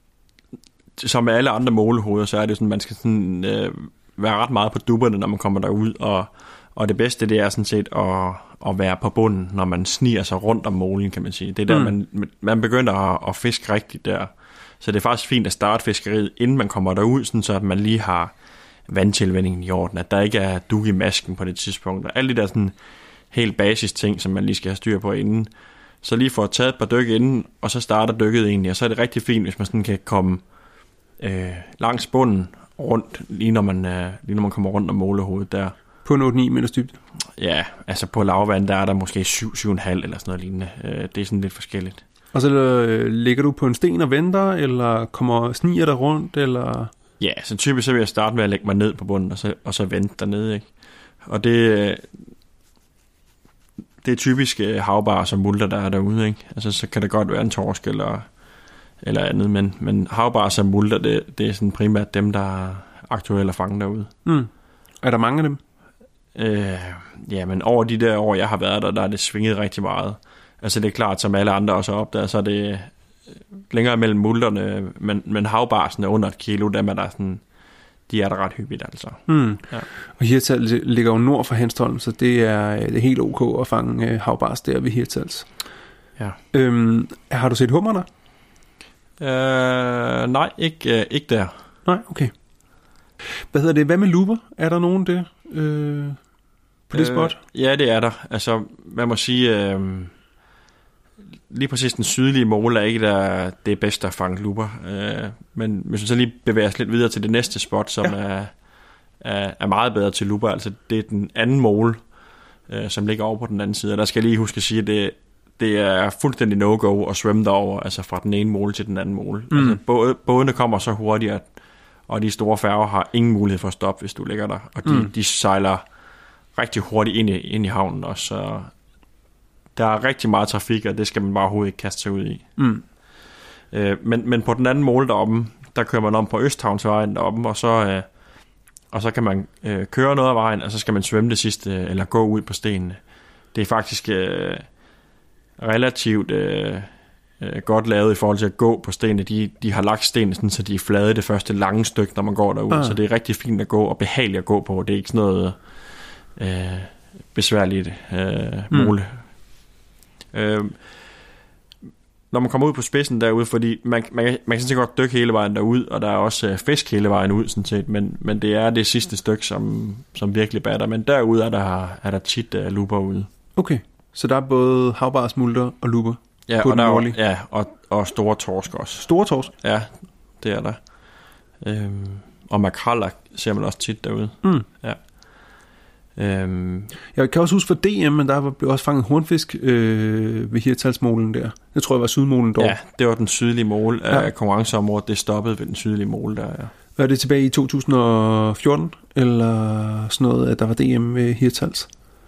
som med alle andre målehoveder, så er det sådan, man skal sådan... Øh, være ret meget på dupperne, når man kommer derud, og, og det bedste, det er sådan set at, at være på bunden, når man sniger sig rundt om molen, kan man sige. Det er der, mm. man, man begynder at, at fiske rigtigt der. Så det er faktisk fint at starte fiskeriet, inden man kommer derud, sådan så at man lige har vandtilvændingen i orden, at der ikke er dug i masken på det tidspunkt, og alle de der sådan helt basis ting, som man lige skal have styr på inden. Så lige få taget et par dyk inden, og så starter dykket egentlig, og så er det rigtig fint, hvis man sådan kan komme øh, langs bunden, rundt, lige når man, øh, lige når man kommer rundt om målehovedet der. På en otte ni meters dybde? Ja, altså på lavvand, der er der måske syv til syv komma fem eller sådan noget lignende. Øh, det er sådan lidt forskelligt. Og så øh, ligger du på en sten og venter, eller kommer sniger der rundt, eller? Ja, så typisk så vil jeg starte med at lægge mig ned på bunden, og så, og så vente dernede, ikke? Og det, det er typisk havbar som multer, der er derude, ikke? Altså så kan det godt være en torsk eller... eller andet, men, men havbar som multer, det, det er sådan primært dem, der er aktuelle at fange derude. Mm. Er der mange af dem? Øh, ja, men over de der år, jeg har været der, der er det svinget rigtig meget. Altså det er klart, som alle andre også opdager, så er det længere mellem multerne, men, men havbarsen er under et kilo, dem er der sådan, de er der ret hyppigt altså. Mm. Ja. Og Hirtshals ligger jo nord for Hanstholm, så det er, det er helt ok at fange øh, havbars der ved Hirtshals. Ja. Øhm, har du set hummer der? Øh, nej, ikke, øh, ikke der. Nej, okay. Hvad hedder det? Hvad med luber? Er der nogen der øh, på det øh, spot? Ja, det er der. Altså, man må sige, øh, lige præcis den sydlige måle er ikke der, det er bedst at fange luber. Øh, men hvis vi så lige bevæger os lidt videre til det næste spot, som ja. er, er, er meget bedre til luber, altså det er den anden måle, øh, som ligger over på den anden side. Og der skal jeg lige huske at sige, at det Det er fuldstændig no-go at svømme derover, altså fra den ene måle til den anden måle. Mm. Altså, både, bådene kommer så hurtigt, at, og de store færger har ingen mulighed for at stoppe, hvis du ligger der. Og de, mm. de sejler rigtig hurtigt ind i, ind i havnen også. Så der er rigtig meget trafik, og det skal man bare overhovedet ikke kaste sig ud i. Mm. Øh, men, men på den anden måle deroppe, der kører man om på Østhavnsvejen deroppe, og så, øh, og så kan man øh, køre noget af vejen, og så skal man svømme det sidste, eller gå ud på stenene. Det er faktisk... Øh, relativt øh, øh, godt lavet i forhold til at gå på stenene. De, de har lagt stenene sådan, så de er flade det første lange stykke, når man går derud. Ah. Så det er rigtig fint at gå og behageligt at gå på. Det er ikke sådan noget øh, besværligt øh, måle. Mm. Øh, når man kommer ud på spidsen derude, fordi man, man, man kan sådan set godt dykke hele vejen derud, og der er også øh, fisk hele vejen ud, sådan set, men, men det er det sidste stykke, som, som virkelig batter. Men derude er der, er der tit øh, luber ude. Okay. Så der er både havbar, smulter og luber ja, på og den der nordlige? Ja, og, og store torsk også. Store torsk? Ja, det er der. Øhm, og makreller ser man også tit derude. Mm. Ja. Øhm, jeg kan også huske for D M, men der blev også fanget hornfisk øh, ved Hirtshalsmolen der. Det tror jeg var sydmolen dog. Ja, det var den sydlige mål af ja. konkurrenceområdet. Det stoppede ved den sydlige mål der, ja. Var det tilbage i to tusind og fjorten, eller sådan noget, at der var D M ved Hirtshals?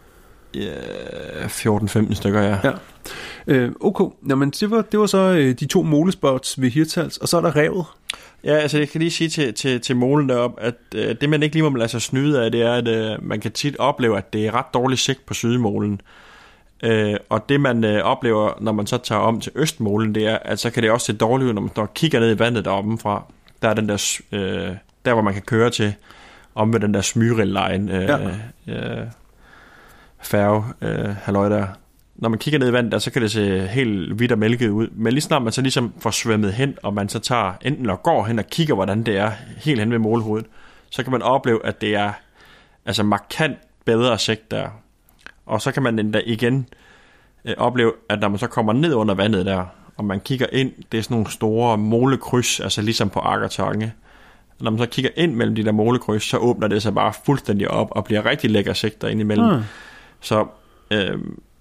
Ja, fjorten femten stykker, ja. Ja. Øh, okay, Nå, men det var, det var så øh, de to molespots ved Hirtshals, og så er der revet. Ja, altså jeg kan lige sige til, til, til målen deroppe, at øh, det man ikke lige må lade sig snyde af, det er, at øh, man kan tit opleve, at det er ret dårlig sigt på sydmålen. Øh, og det man øh, oplever, når man så tager om til østmålen, det er, at så kan det også se dårligt ud, når man står og kigger ned i vandet deroppe fra. Der er den der, øh, der hvor man kan køre til, om ved den der Smyril-line, øh, ja. øh, færge, øh, halløj der. Når man kigger ned i vandet, der, så kan det se helt hvidt og mælket ud. Men lige snart man så ligesom får svømmet hen, og man så tager enten og går hen og kigger, hvordan det er helt hen ved målhovedet, så kan man opleve, at det er altså markant bedre sigt der. Og så kan man endda igen øh, opleve, at når man så kommer ned under vandet der, og man kigger ind, det er sådan nogle store målekryds, altså ligesom på Aggertange. Når man så kigger ind mellem de der målekryds, så åbner det sig bare fuldstændig op, og bliver rigtig lækker sigt derinde imellem. Mm. Så øh,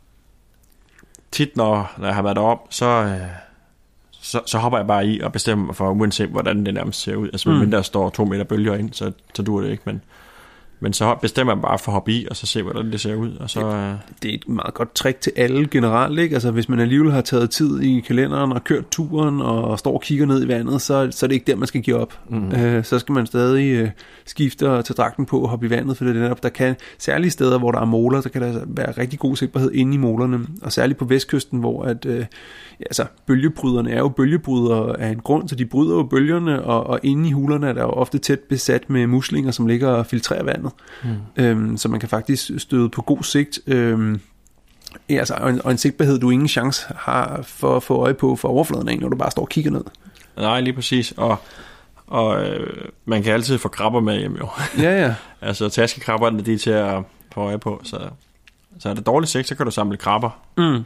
tit, når, når jeg har været deroppe, så, øh, så, så hopper jeg bare i og bestemmer mig for, uanset hvordan det nærmest ser ud. Altså, mm. mindre der står to meter bølger ind, så, så duer det ikke, men... Men så bestemmer man bare for at hoppe i, og så se, hvordan det ser ud. Og så, det, det er et meget godt trick til alle generelt, ikke? Altså, hvis man alligevel har taget tid i kalenderen og kørt turen, og står og kigger ned i vandet, så, så er det ikke der, man skal give op. Mm. Øh, så skal man stadig øh, skifte og tage dragten på og hoppe i vandet, for det er netop, der kan, særlige steder, hvor der er moler, så kan der være rigtig god sigtbarhed inde i molerne. Og særligt på vestkysten, hvor at, øh, ja, altså, bølgebryderne er jo bølgebrydere af en grund, så de bryder jo bølgerne, og, og inde i hulerne er der jo ofte tæt besat med muslinger, som ligger og filtrerer vandet. Mm. Øhm, så man kan faktisk støde på god sigt, øhm, ja, altså, og, en, og en sigtbarhed, du ingen chance har for at få øje på for overfladen af, når du bare står og kigger ned. Nej, lige præcis. Og, og øh, man kan altid få krabber med hjem, jo. Ja, ja. Altså taskekrabberne, de er til at få øje på, så, så er det dårligt sigt, så kan du samle krabber. Mm.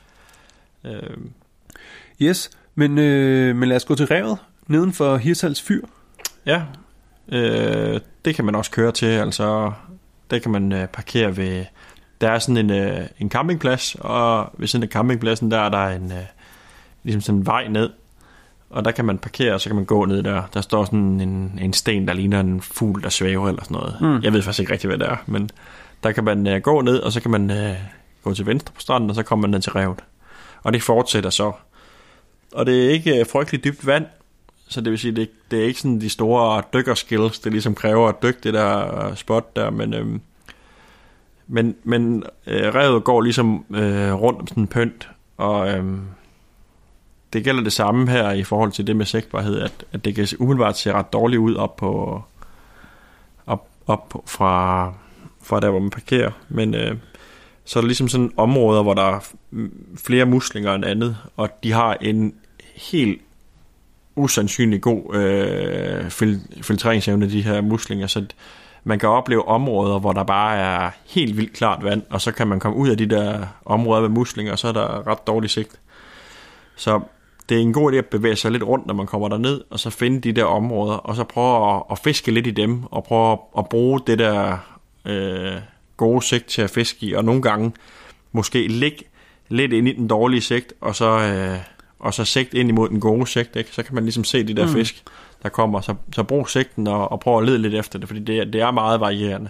Øh. Yes, men, øh, men lad os gå til revet neden for Hirtshals Fyr. Ja, øh, det kan man også køre til, altså det kan man øh, parkere ved, der er sådan en, øh, en campingplads, og ved siden af campingpladsen, der er der en, øh, ligesom sådan en vej ned, og der kan man parkere, og så kan man gå ned der, der står sådan en, en sten, der ligner en fugl, der svæver eller sådan noget. Mm. Jeg ved faktisk ikke rigtig, hvad det er, men der kan man øh, gå ned, og så kan man øh, gå til venstre på stranden, og så kommer man ned til revet, og det fortsætter så. Og det er ikke øh, frygteligt dybt vand, så det vil sige, det, det er ikke sådan de store dykkerskills, det ligesom kræver at dykke det der spot der, men, øhm, men, men øh, revet går ligesom øh, rundt om sådan en pønt, og øhm, det gælder det samme her i forhold til det med sigtbarhed, at, at det kan umiddelbart se ret dårligt ud op på op, op på, fra, fra der, hvor man parkerer, men øh, så er der ligesom sådan områder, hvor der er flere muslinger end andet, og de har en helt usandsynlig god øh, fil- filtreringsevne, de her muslinger, så man kan opleve områder, hvor der bare er helt vildt klart vand, og så kan man komme ud af de der områder med muslinger, og så er der ret dårlig sigt. Så det er en god idé at bevæge sig lidt rundt, når man kommer derned, og så finde de der områder, og så prøve at, at fiske lidt i dem, og prøve at, at bruge det der øh, gode sigt til at fiske i, og nogle gange måske ligge lidt ind i den dårlige sigt, og så... Øh, og så sigt ind imod den gode sigt, ikke? Så kan man ligesom se de der mm. fisk, der kommer. Så, så brug sigten og, og prøv at lede lidt efter det, fordi det, det er meget varierende.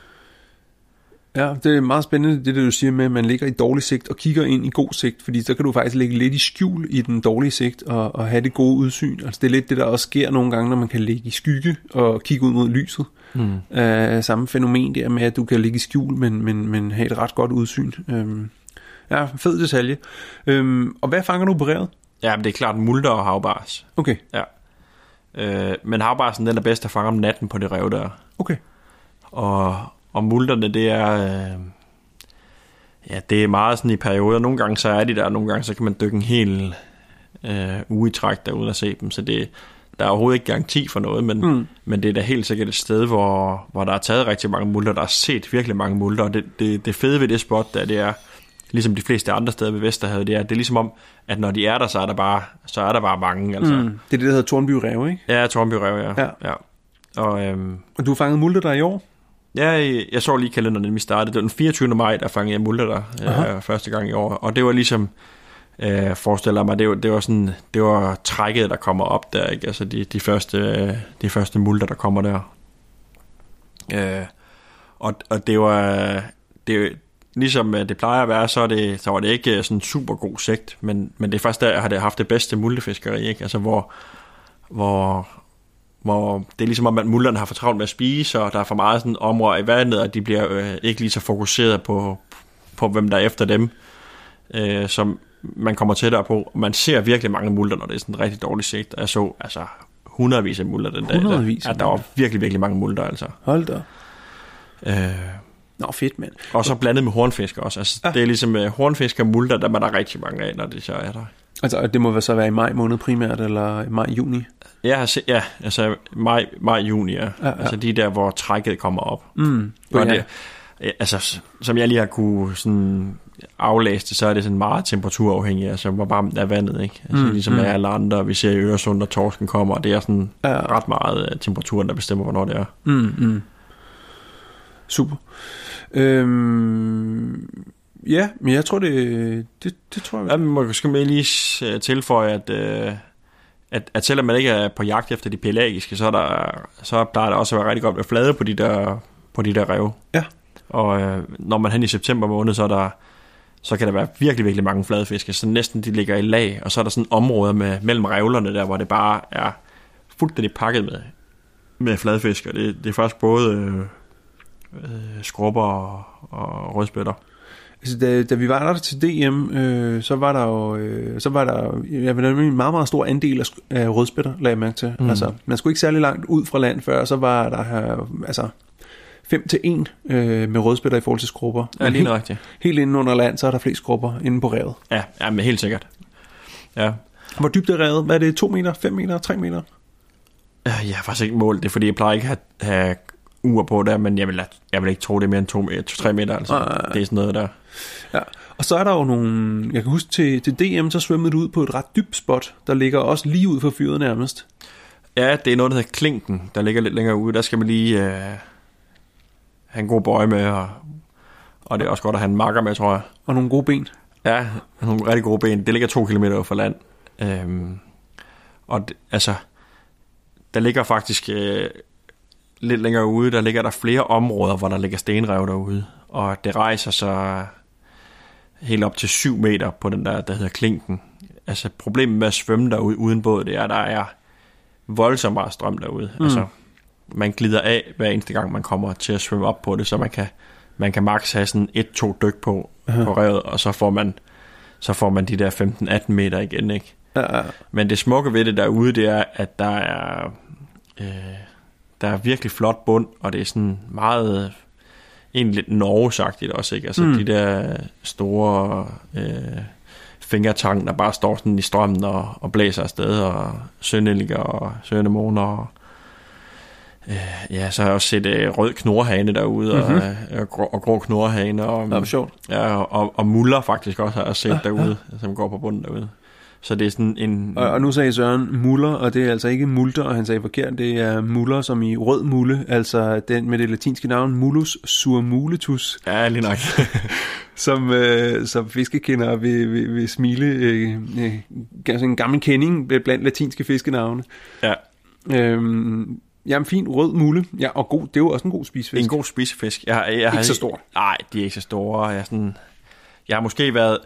Ja, det er meget spændende, det der du siger med, at man ligger i dårlig sigt og kigger ind i god sigt, fordi så kan du faktisk ligge lidt i skjul i den dårlige sigt og, og have det gode udsyn. Altså det er lidt det, der også sker nogle gange, når man kan ligge i skygge og kigge ud mod lyset. Mm. Uh, samme fænomen der med, at du kan ligge i skjul, men, men, men have et ret godt udsyn. Um, Ja, fed detalje. Øhm, og hvad fanger du på revet? Ja, men det er klart multer og havbars. Okay. Ja. Øh, men havbarsen, den er bedst at fange om natten på det rev der. Okay. Og, og multerne, det er... Øh, ja, det er meget sådan i perioder. Nogle gange så er de der, nogle gange så kan man dykke en hel øh, uge i træk der uden at se dem. Så det, der er overhovedet ikke garanti for noget, men, mm. men det er da helt sikkert et sted, hvor, hvor der er taget rigtig mange multer. Der er set virkelig mange multer, og det, det, det fede ved det spot, der det er... ligesom de fleste andre steder ved Vesterhavet, det er, det er ligesom om, at når de er der, så er der bare, så er der bare mange. Altså. Mm, det er det, der hedder Tornby Rev, ikke? Ja, Tornby Rev, ja. ja. ja. Og, øhm, og du har fanget multer der i år? Ja, jeg, jeg så lige kalenderen, inden vi startede. Det var den fireogtyvende maj, der fangede jeg multer der øh, første gang i år. Og det var ligesom, øh, forestiller mig, det var, det var sådan, det var trækket, der kommer op der, ikke? Altså de, de første, de første multer, der kommer der. Øh, og, og det var, det ligesom det plejer at være, så, er det, så var det ikke sådan super god sigt, men, men det er faktisk der, jeg har det haft det bedste multefiskeri, ikke? Altså hvor, hvor, hvor det er ligesom om, at mulderne har for travlt med at spise, og der er for meget sådan områder i vandet, og de bliver øh, ikke lige så fokuseret på, på, hvem der er efter dem, øh, som man kommer tættere på. Man ser virkelig mange multer, når det er sådan en rigtig dårlig sigt. Jeg så altså hundredvis af multer den dag. Hundredvis der, ja, der var virkelig, virkelig mange multer, altså. Hold da. Øh, Nå, fedt, mand. Og så blandet med hornfisk også. Altså, ja. Det er ligesom uh, hornfisk og multer, der er der rigtig mange af, når det så er der. Altså, det må så være i maj måned primært, eller i maj-juni? Ja, ja, altså maj, maj juni, ja. Ja, ja. Altså de der, hvor trækket kommer op. Mm, og det, altså, som jeg lige har kunne sådan aflæse det, så er det sådan meget temperaturafhængigt, altså hvor varmt er vandet, ikke? Altså mm, ligesom mm. alle andre, vi ser i Øresund, og torsken kommer, og det er sådan ja. ret meget uh, temperaturen, der bestemmer, hvornår det er. Mm, mm. Super. Øhm, ja, men jeg tror det, det, det tror jeg. Ja, men man skal lige tilføje, at, øh, at, at selvom man ikke er på jagt efter de pelagiske, så, er der, så plejer det også at være rigtig godt med flade på de der, på de der rev. Ja. Og øh, når man hen i september måned, så er der, så kan der være virkelig, virkelig mange fladefiske, så næsten de ligger i lag, og så er der sådan områder med, mellem revlerne der, hvor det bare er fuldstændig pakket med, med fladfisk, og det, det er faktisk både øh, øh, skrubber og, og rødspætter. Altså, da, da vi var der til D M, øh, så var der jo øh, så var der jeg ved, en meget, meget stor andel af, af rødspætter, lagde jeg mærke til. Mm. Altså, man skulle ikke særlig langt ud fra land før, så var der her, altså fem til en øh, med rødspætter i forhold til skrubber. Ja, lige rigtigt. Helt inde under land, så er der flest skrubber inde på revet. Ja, ja, men helt sikkert. Ja. Hvor dybt er revet? Hvad er det? to meter, fem meter, tre meter? Jeg har faktisk ikke målt det, fordi jeg plejer ikke at have, have uger på der, men jeg vil, jeg vil ikke tro, det er mere end to meter, tre meter, altså. Ah, det er sådan noget der. Ja, og så er der jo nogle, jeg kan huske til, til D M, så svømmede du ud på et ret dybt spot, der ligger også lige ud for fyret nærmest. Ja, det er noget, der hedder Klinken, der ligger lidt længere ude. Der skal man lige øh, have en god bøje med, og, og det er også godt at have en makker med, tror jeg. Og nogle gode ben. Ja, nogle rigtig gode ben. Det ligger to kilometer fra land. Øhm, og det, altså, der ligger faktisk øh, lidt længere ude, der ligger der flere områder, hvor der ligger stenrev derude. Og det rejser så helt op til syv meter på den der, der hedder Klinken. Altså problemet med at svømme derude uden båd, det er, at der er voldsomt meget strøm derude. Mm. Altså, man glider af hver eneste gang, man kommer til at svømme op på det, så man kan, man kan maks have sådan et-to dyk på, uh-huh. på revet, og så får man, så får man de der femten atten meter igen, ikke? Uh-huh. Men det smukke ved det derude, det er, at der er, øh, der er virkelig flot bund, og det er sådan meget, egentlig lidt Norge-sagtigt også, ikke? Altså mm. de der store øh, fingertang, der bare står sådan i strømmen og, og blæser afsted, og søndeligger og søndemoner, og øh, ja, så har jeg også set øh, rød knorhane derude, mm-hmm. og, og, grå, og grå knorhane, og, det var sjovt. Ja, og, og muller faktisk også har jeg set ja, derude, ja. Som går på bunden derude. Så det er sådan en... Og, og nu sagde Søren muller, og det er altså ikke multer, og han sagde forkert, det er muller som i rød mulle, altså den med det latinske navn Mullus surmuletus. Ja, lige nok. som, øh, som fiskekendere vil, vil, vil smile, øh, øh, en gammel kending blandt latinske fiskenavne. Ja. Øhm, Jamen, fin rød mulle. Ja, og god, det er jo også en god spisefisk. En god spisefisk. Jeg, jeg, jeg ikke så stor. Nej, de er ikke så store. Jeg, sådan, jeg har måske været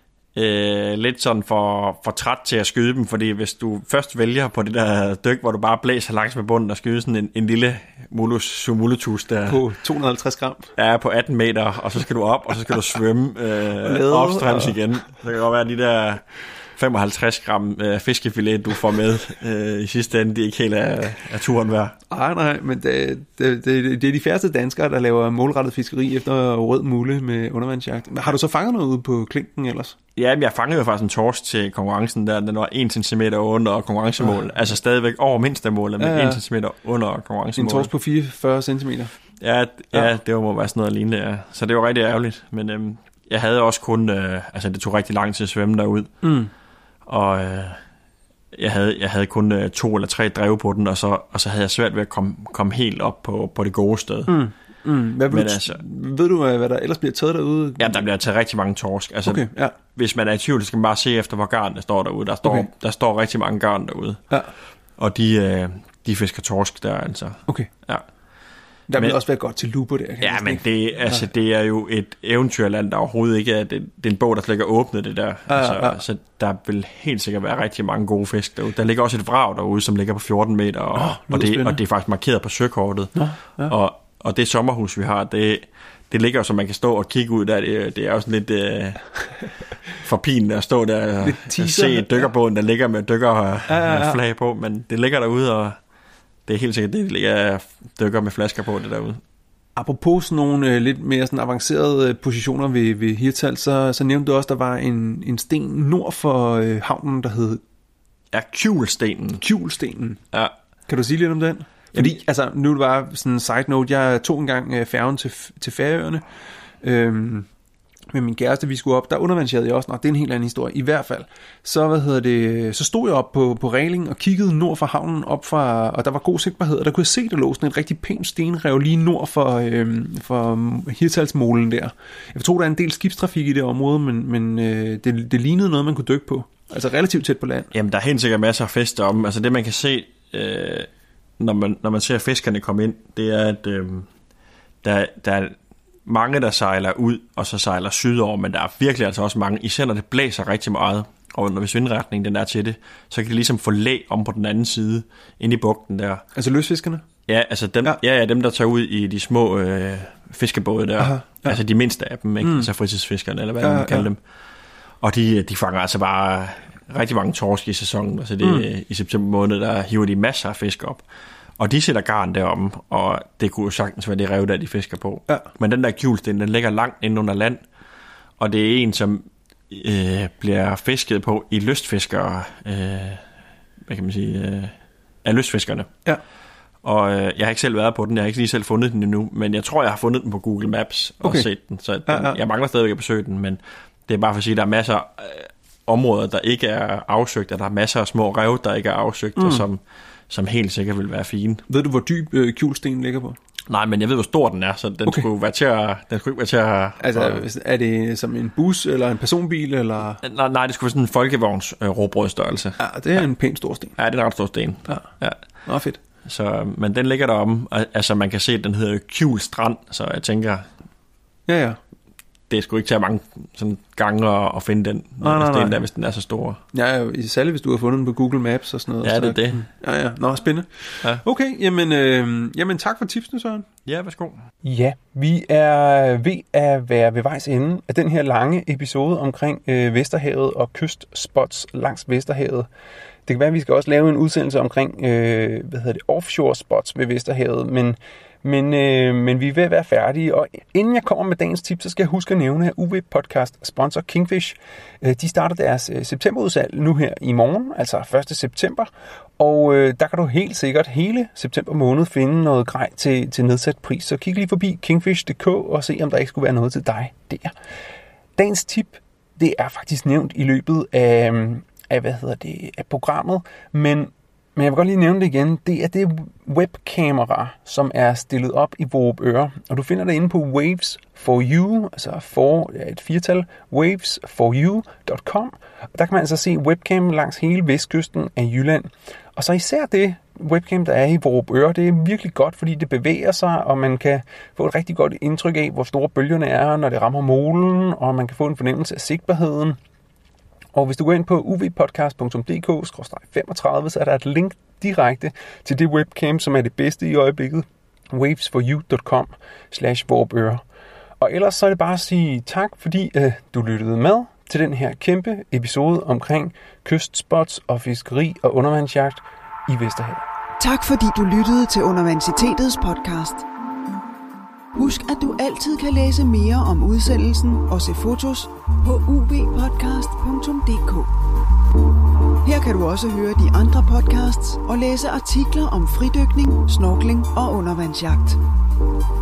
øh, lidt sådan for, for træt til at skyde dem, fordi hvis du først vælger på det der dyk, hvor du bare blæser langs med bunden og skyder sådan en, en lille mulus sumuletus der. På to hundrede og halvtreds gram. Ja, på atten meter, og så skal du op, og så skal du svømme øh, opstrems og... igen. Så kan det godt være, de der femoghalvtreds gram øh, fiskefilet, du får med øh, i sidste ende, det er ikke helt af, af turen værd. Nej, nej, men det, det, det, det er de færreste danskere, der laver målrettet fiskeri efter rød mulle med undervandsjagt. Har du så fanget noget ude på Klinken ellers? Ja, men jeg fangede jo faktisk en torsk til konkurrencen der, den var en centimeter under konkurrencemål. Ja. Altså stadigvæk over mindstemålet, men ja, ja. en centimeter under konkurrencemål. En torsk på fireogfyrre centimeter. Ja, ja, ja, det må være sådan noget lignende, ja. Så det var rigtig ærgerligt, men øhm, jeg havde også kun, øh, altså det tog rigtig lang tid at svømme derud. Mm. Og øh, jeg, havde, jeg havde kun øh, to eller tre drev på den, og så, og så havde jeg svært ved at komme, komme helt op på, på det gode sted. Mm. Mm. Hvad ved, du, altså, ved du, hvad der ellers bliver taget derude? Ja, der bliver taget rigtig mange torsk. Altså, okay, ja. Hvis man er i tvivl, så skal man bare se efter, hvor garn der står derude. Der står, okay. der står rigtig mange garn derude. Ja. Og de, øh, de fisker torsk der, altså. Okay. Ja. Der vil men, også være godt til lupo der. Ja, men det, altså, det er jo et eventyrland, der overhovedet ikke er, det, det er en bog, der slet ikke er åbnet det der. Ja, altså, ja. Så der vil helt sikkert være rigtig mange gode fisk derude. Der ligger også et vrag derude, som ligger på fjorten meter, og, oh, og, det, og det er faktisk markeret på søkortet. Ja, ja. Og, og det sommerhus, vi har, det, det ligger jo, så man kan stå og kigge ud der. Det, det er jo sådan lidt øh, forpinende at stå der og se dykkerbåden, der ligger med dykkerflag ja, ja, ja. på, men det ligger derude, og det er helt sikkert, det ligger dykker med flasker på det derude. Apropos sådan nogle øh, lidt mere sådan avancerede positioner ved, ved Hirtshals, så, så nævnte du også, der var en, en sten nord for øh, havnen, der hed... Ja, Kjulstenen. Kjulstenen. Ja. Kan du sige lidt om den? Fordi, ja. altså, nu var sådan en side note, jeg tog engang øh, færgen til, til Færøerne, øhm, med min kæreste, vi skulle op, der undervandsjede jeg også, nok det er en helt anden historie, i hvert fald. Så, hvad hedder det, så stod jeg op på, på reglingen og kiggede nord for havnen op fra, og der var god sigtbarhed, og der kunne jeg se, der lå sådan et rigtig pænt stenrev lige nord for, øhm, for Hirtshalsmolen der. Jeg tror, der er en del skibstrafik i det område, men, men øh, det, det lignede noget, man kunne dykke på. Altså relativt tæt på land. Jamen, der er helt sikkert masser af fisk om. Altså det, man kan se, øh, når, man, når man ser fiskerne komme ind, det er, at øh, der, der er mange, der sejler ud, og så sejler sydover, men der er virkelig altså også mange, især når det blæser rigtig meget, og hvis vindretningen den er til det, så kan det ligesom få læ om på den anden side, inde i bugten der. Altså løsfiskerne? Ja, altså dem, ja. Ja, ja, dem der tager ud i de små øh, fiskebåde der, aha, ja. Altså de mindste af dem, ikke? Mm. Altså fritidsfiskerne, eller hvad ja, man kalder ja. dem. Og de, de fanger altså bare rigtig mange torsk i sæsonen, altså det, mm. i september måned, der hiver de masser af fisk op. Og de sætter garn derom, og det kunne jo sagtens være det rev, der de fisker på. Ja. Men den der Kjulsten, den ligger langt inde under land, og det er en, som øh, bliver fisket på i lystfiskere, øh, hvad kan man sige, øh, af lystfiskerne. Ja. Og øh, jeg har ikke selv været på den, jeg har ikke lige selv fundet den endnu, men jeg tror, jeg har fundet den på Google Maps og okay. set den, så den, ja, ja. Jeg mangler stadigvæk at besøge den, men det er bare for at sige, at der er masser af øh, områder, der ikke er afsøgt, og der er masser af små rev, der ikke er afsøgt, mm. og som som helt sikkert vil være fine. Ved du, hvor dyb øh, Kjulstenen ligger på? Nej, men jeg ved, hvor stor den er, så den okay. skulle være til at... Den skulle ikke være til at... Altså, at, er det som en bus, eller en personbil, eller... Nej, nej det skulle være sådan en folkevogns øh, råbrødstørrelse. Ja, det er ja. en pæn stor sten. Ja, det er en ret stor sten. Ja. Ja. Nå, fedt. Så, men den ligger deromme, altså man kan se, at den hedder Kjul Strand, så jeg tænker... Ja, ja. Det skulle ikke tage mange sådan gange at, at finde den nej, nej, sten nej. der, hvis den er så stor. Ja, særligt hvis du har fundet den på Google Maps og sådan noget. Ja, så det er det. Ja, ja. Nå, spændende. Ja. Okay, jamen, øh, jamen tak for tipsene, Søren. Ja, værsgo. Ja, vi er ved at være ved vejs ende af den her lange episode omkring øh, Vesterhavet og kystspots langs Vesterhavet. Det kan være, at vi skal også lave en udsendelse omkring øh, hvad hedder det, offshore spots ved Vesterhavet, men Men, øh, men vi er ved at være færdige, og inden jeg kommer med dagens tip, så skal jeg huske at nævne, at U V Podcast sponsor Kingfish. Øh, de starter deres øh, septemberudsalg nu her i morgen, altså første september, og øh, der kan du helt sikkert hele september måned finde noget grej til, til nedsat pris. Så kig lige forbi kingfish punktum d k og se, om der ikke skulle være noget til dig der. Dagens tip, det er faktisk nævnt i løbet af, af, hvad hedder det, af programmet, men Men jeg vil godt lige nævne det igen. Det er det webkamera, som er stillet op i Vorupør. Og du finder det inde på waves for you, altså for et firtal, waves for you punktum com. Og der kan man altså se webcam langs hele vestkysten af Jylland. Og så især det webcam, der er i Vorupør, det er virkelig godt, fordi det bevæger sig, og man kan få et rigtig godt indtryk af, hvor store bølgerne er, når det rammer molen, og man kan få en fornemmelse af sigtbarheden. Og hvis du går ind på u v podcast punktum d k skråstreg femogtredive, så er der et link direkte til det webcam, som er det bedste i øjeblikket. waves for you punktum com slash vorupør. Og ellers så er det bare at sige tak, fordi øh, du lyttede med til den her kæmpe episode omkring kystspots og fiskeri og undervandsjagt i Vesterhavet. Tak fordi du lyttede til Undervandsitetets podcast. Husk, at du altid kan læse mere om udsendelsen og se fotos på u v podcast punktum d k. Her kan du også høre de andre podcasts og læse artikler om fridykning, snorkling og undervandsjagt.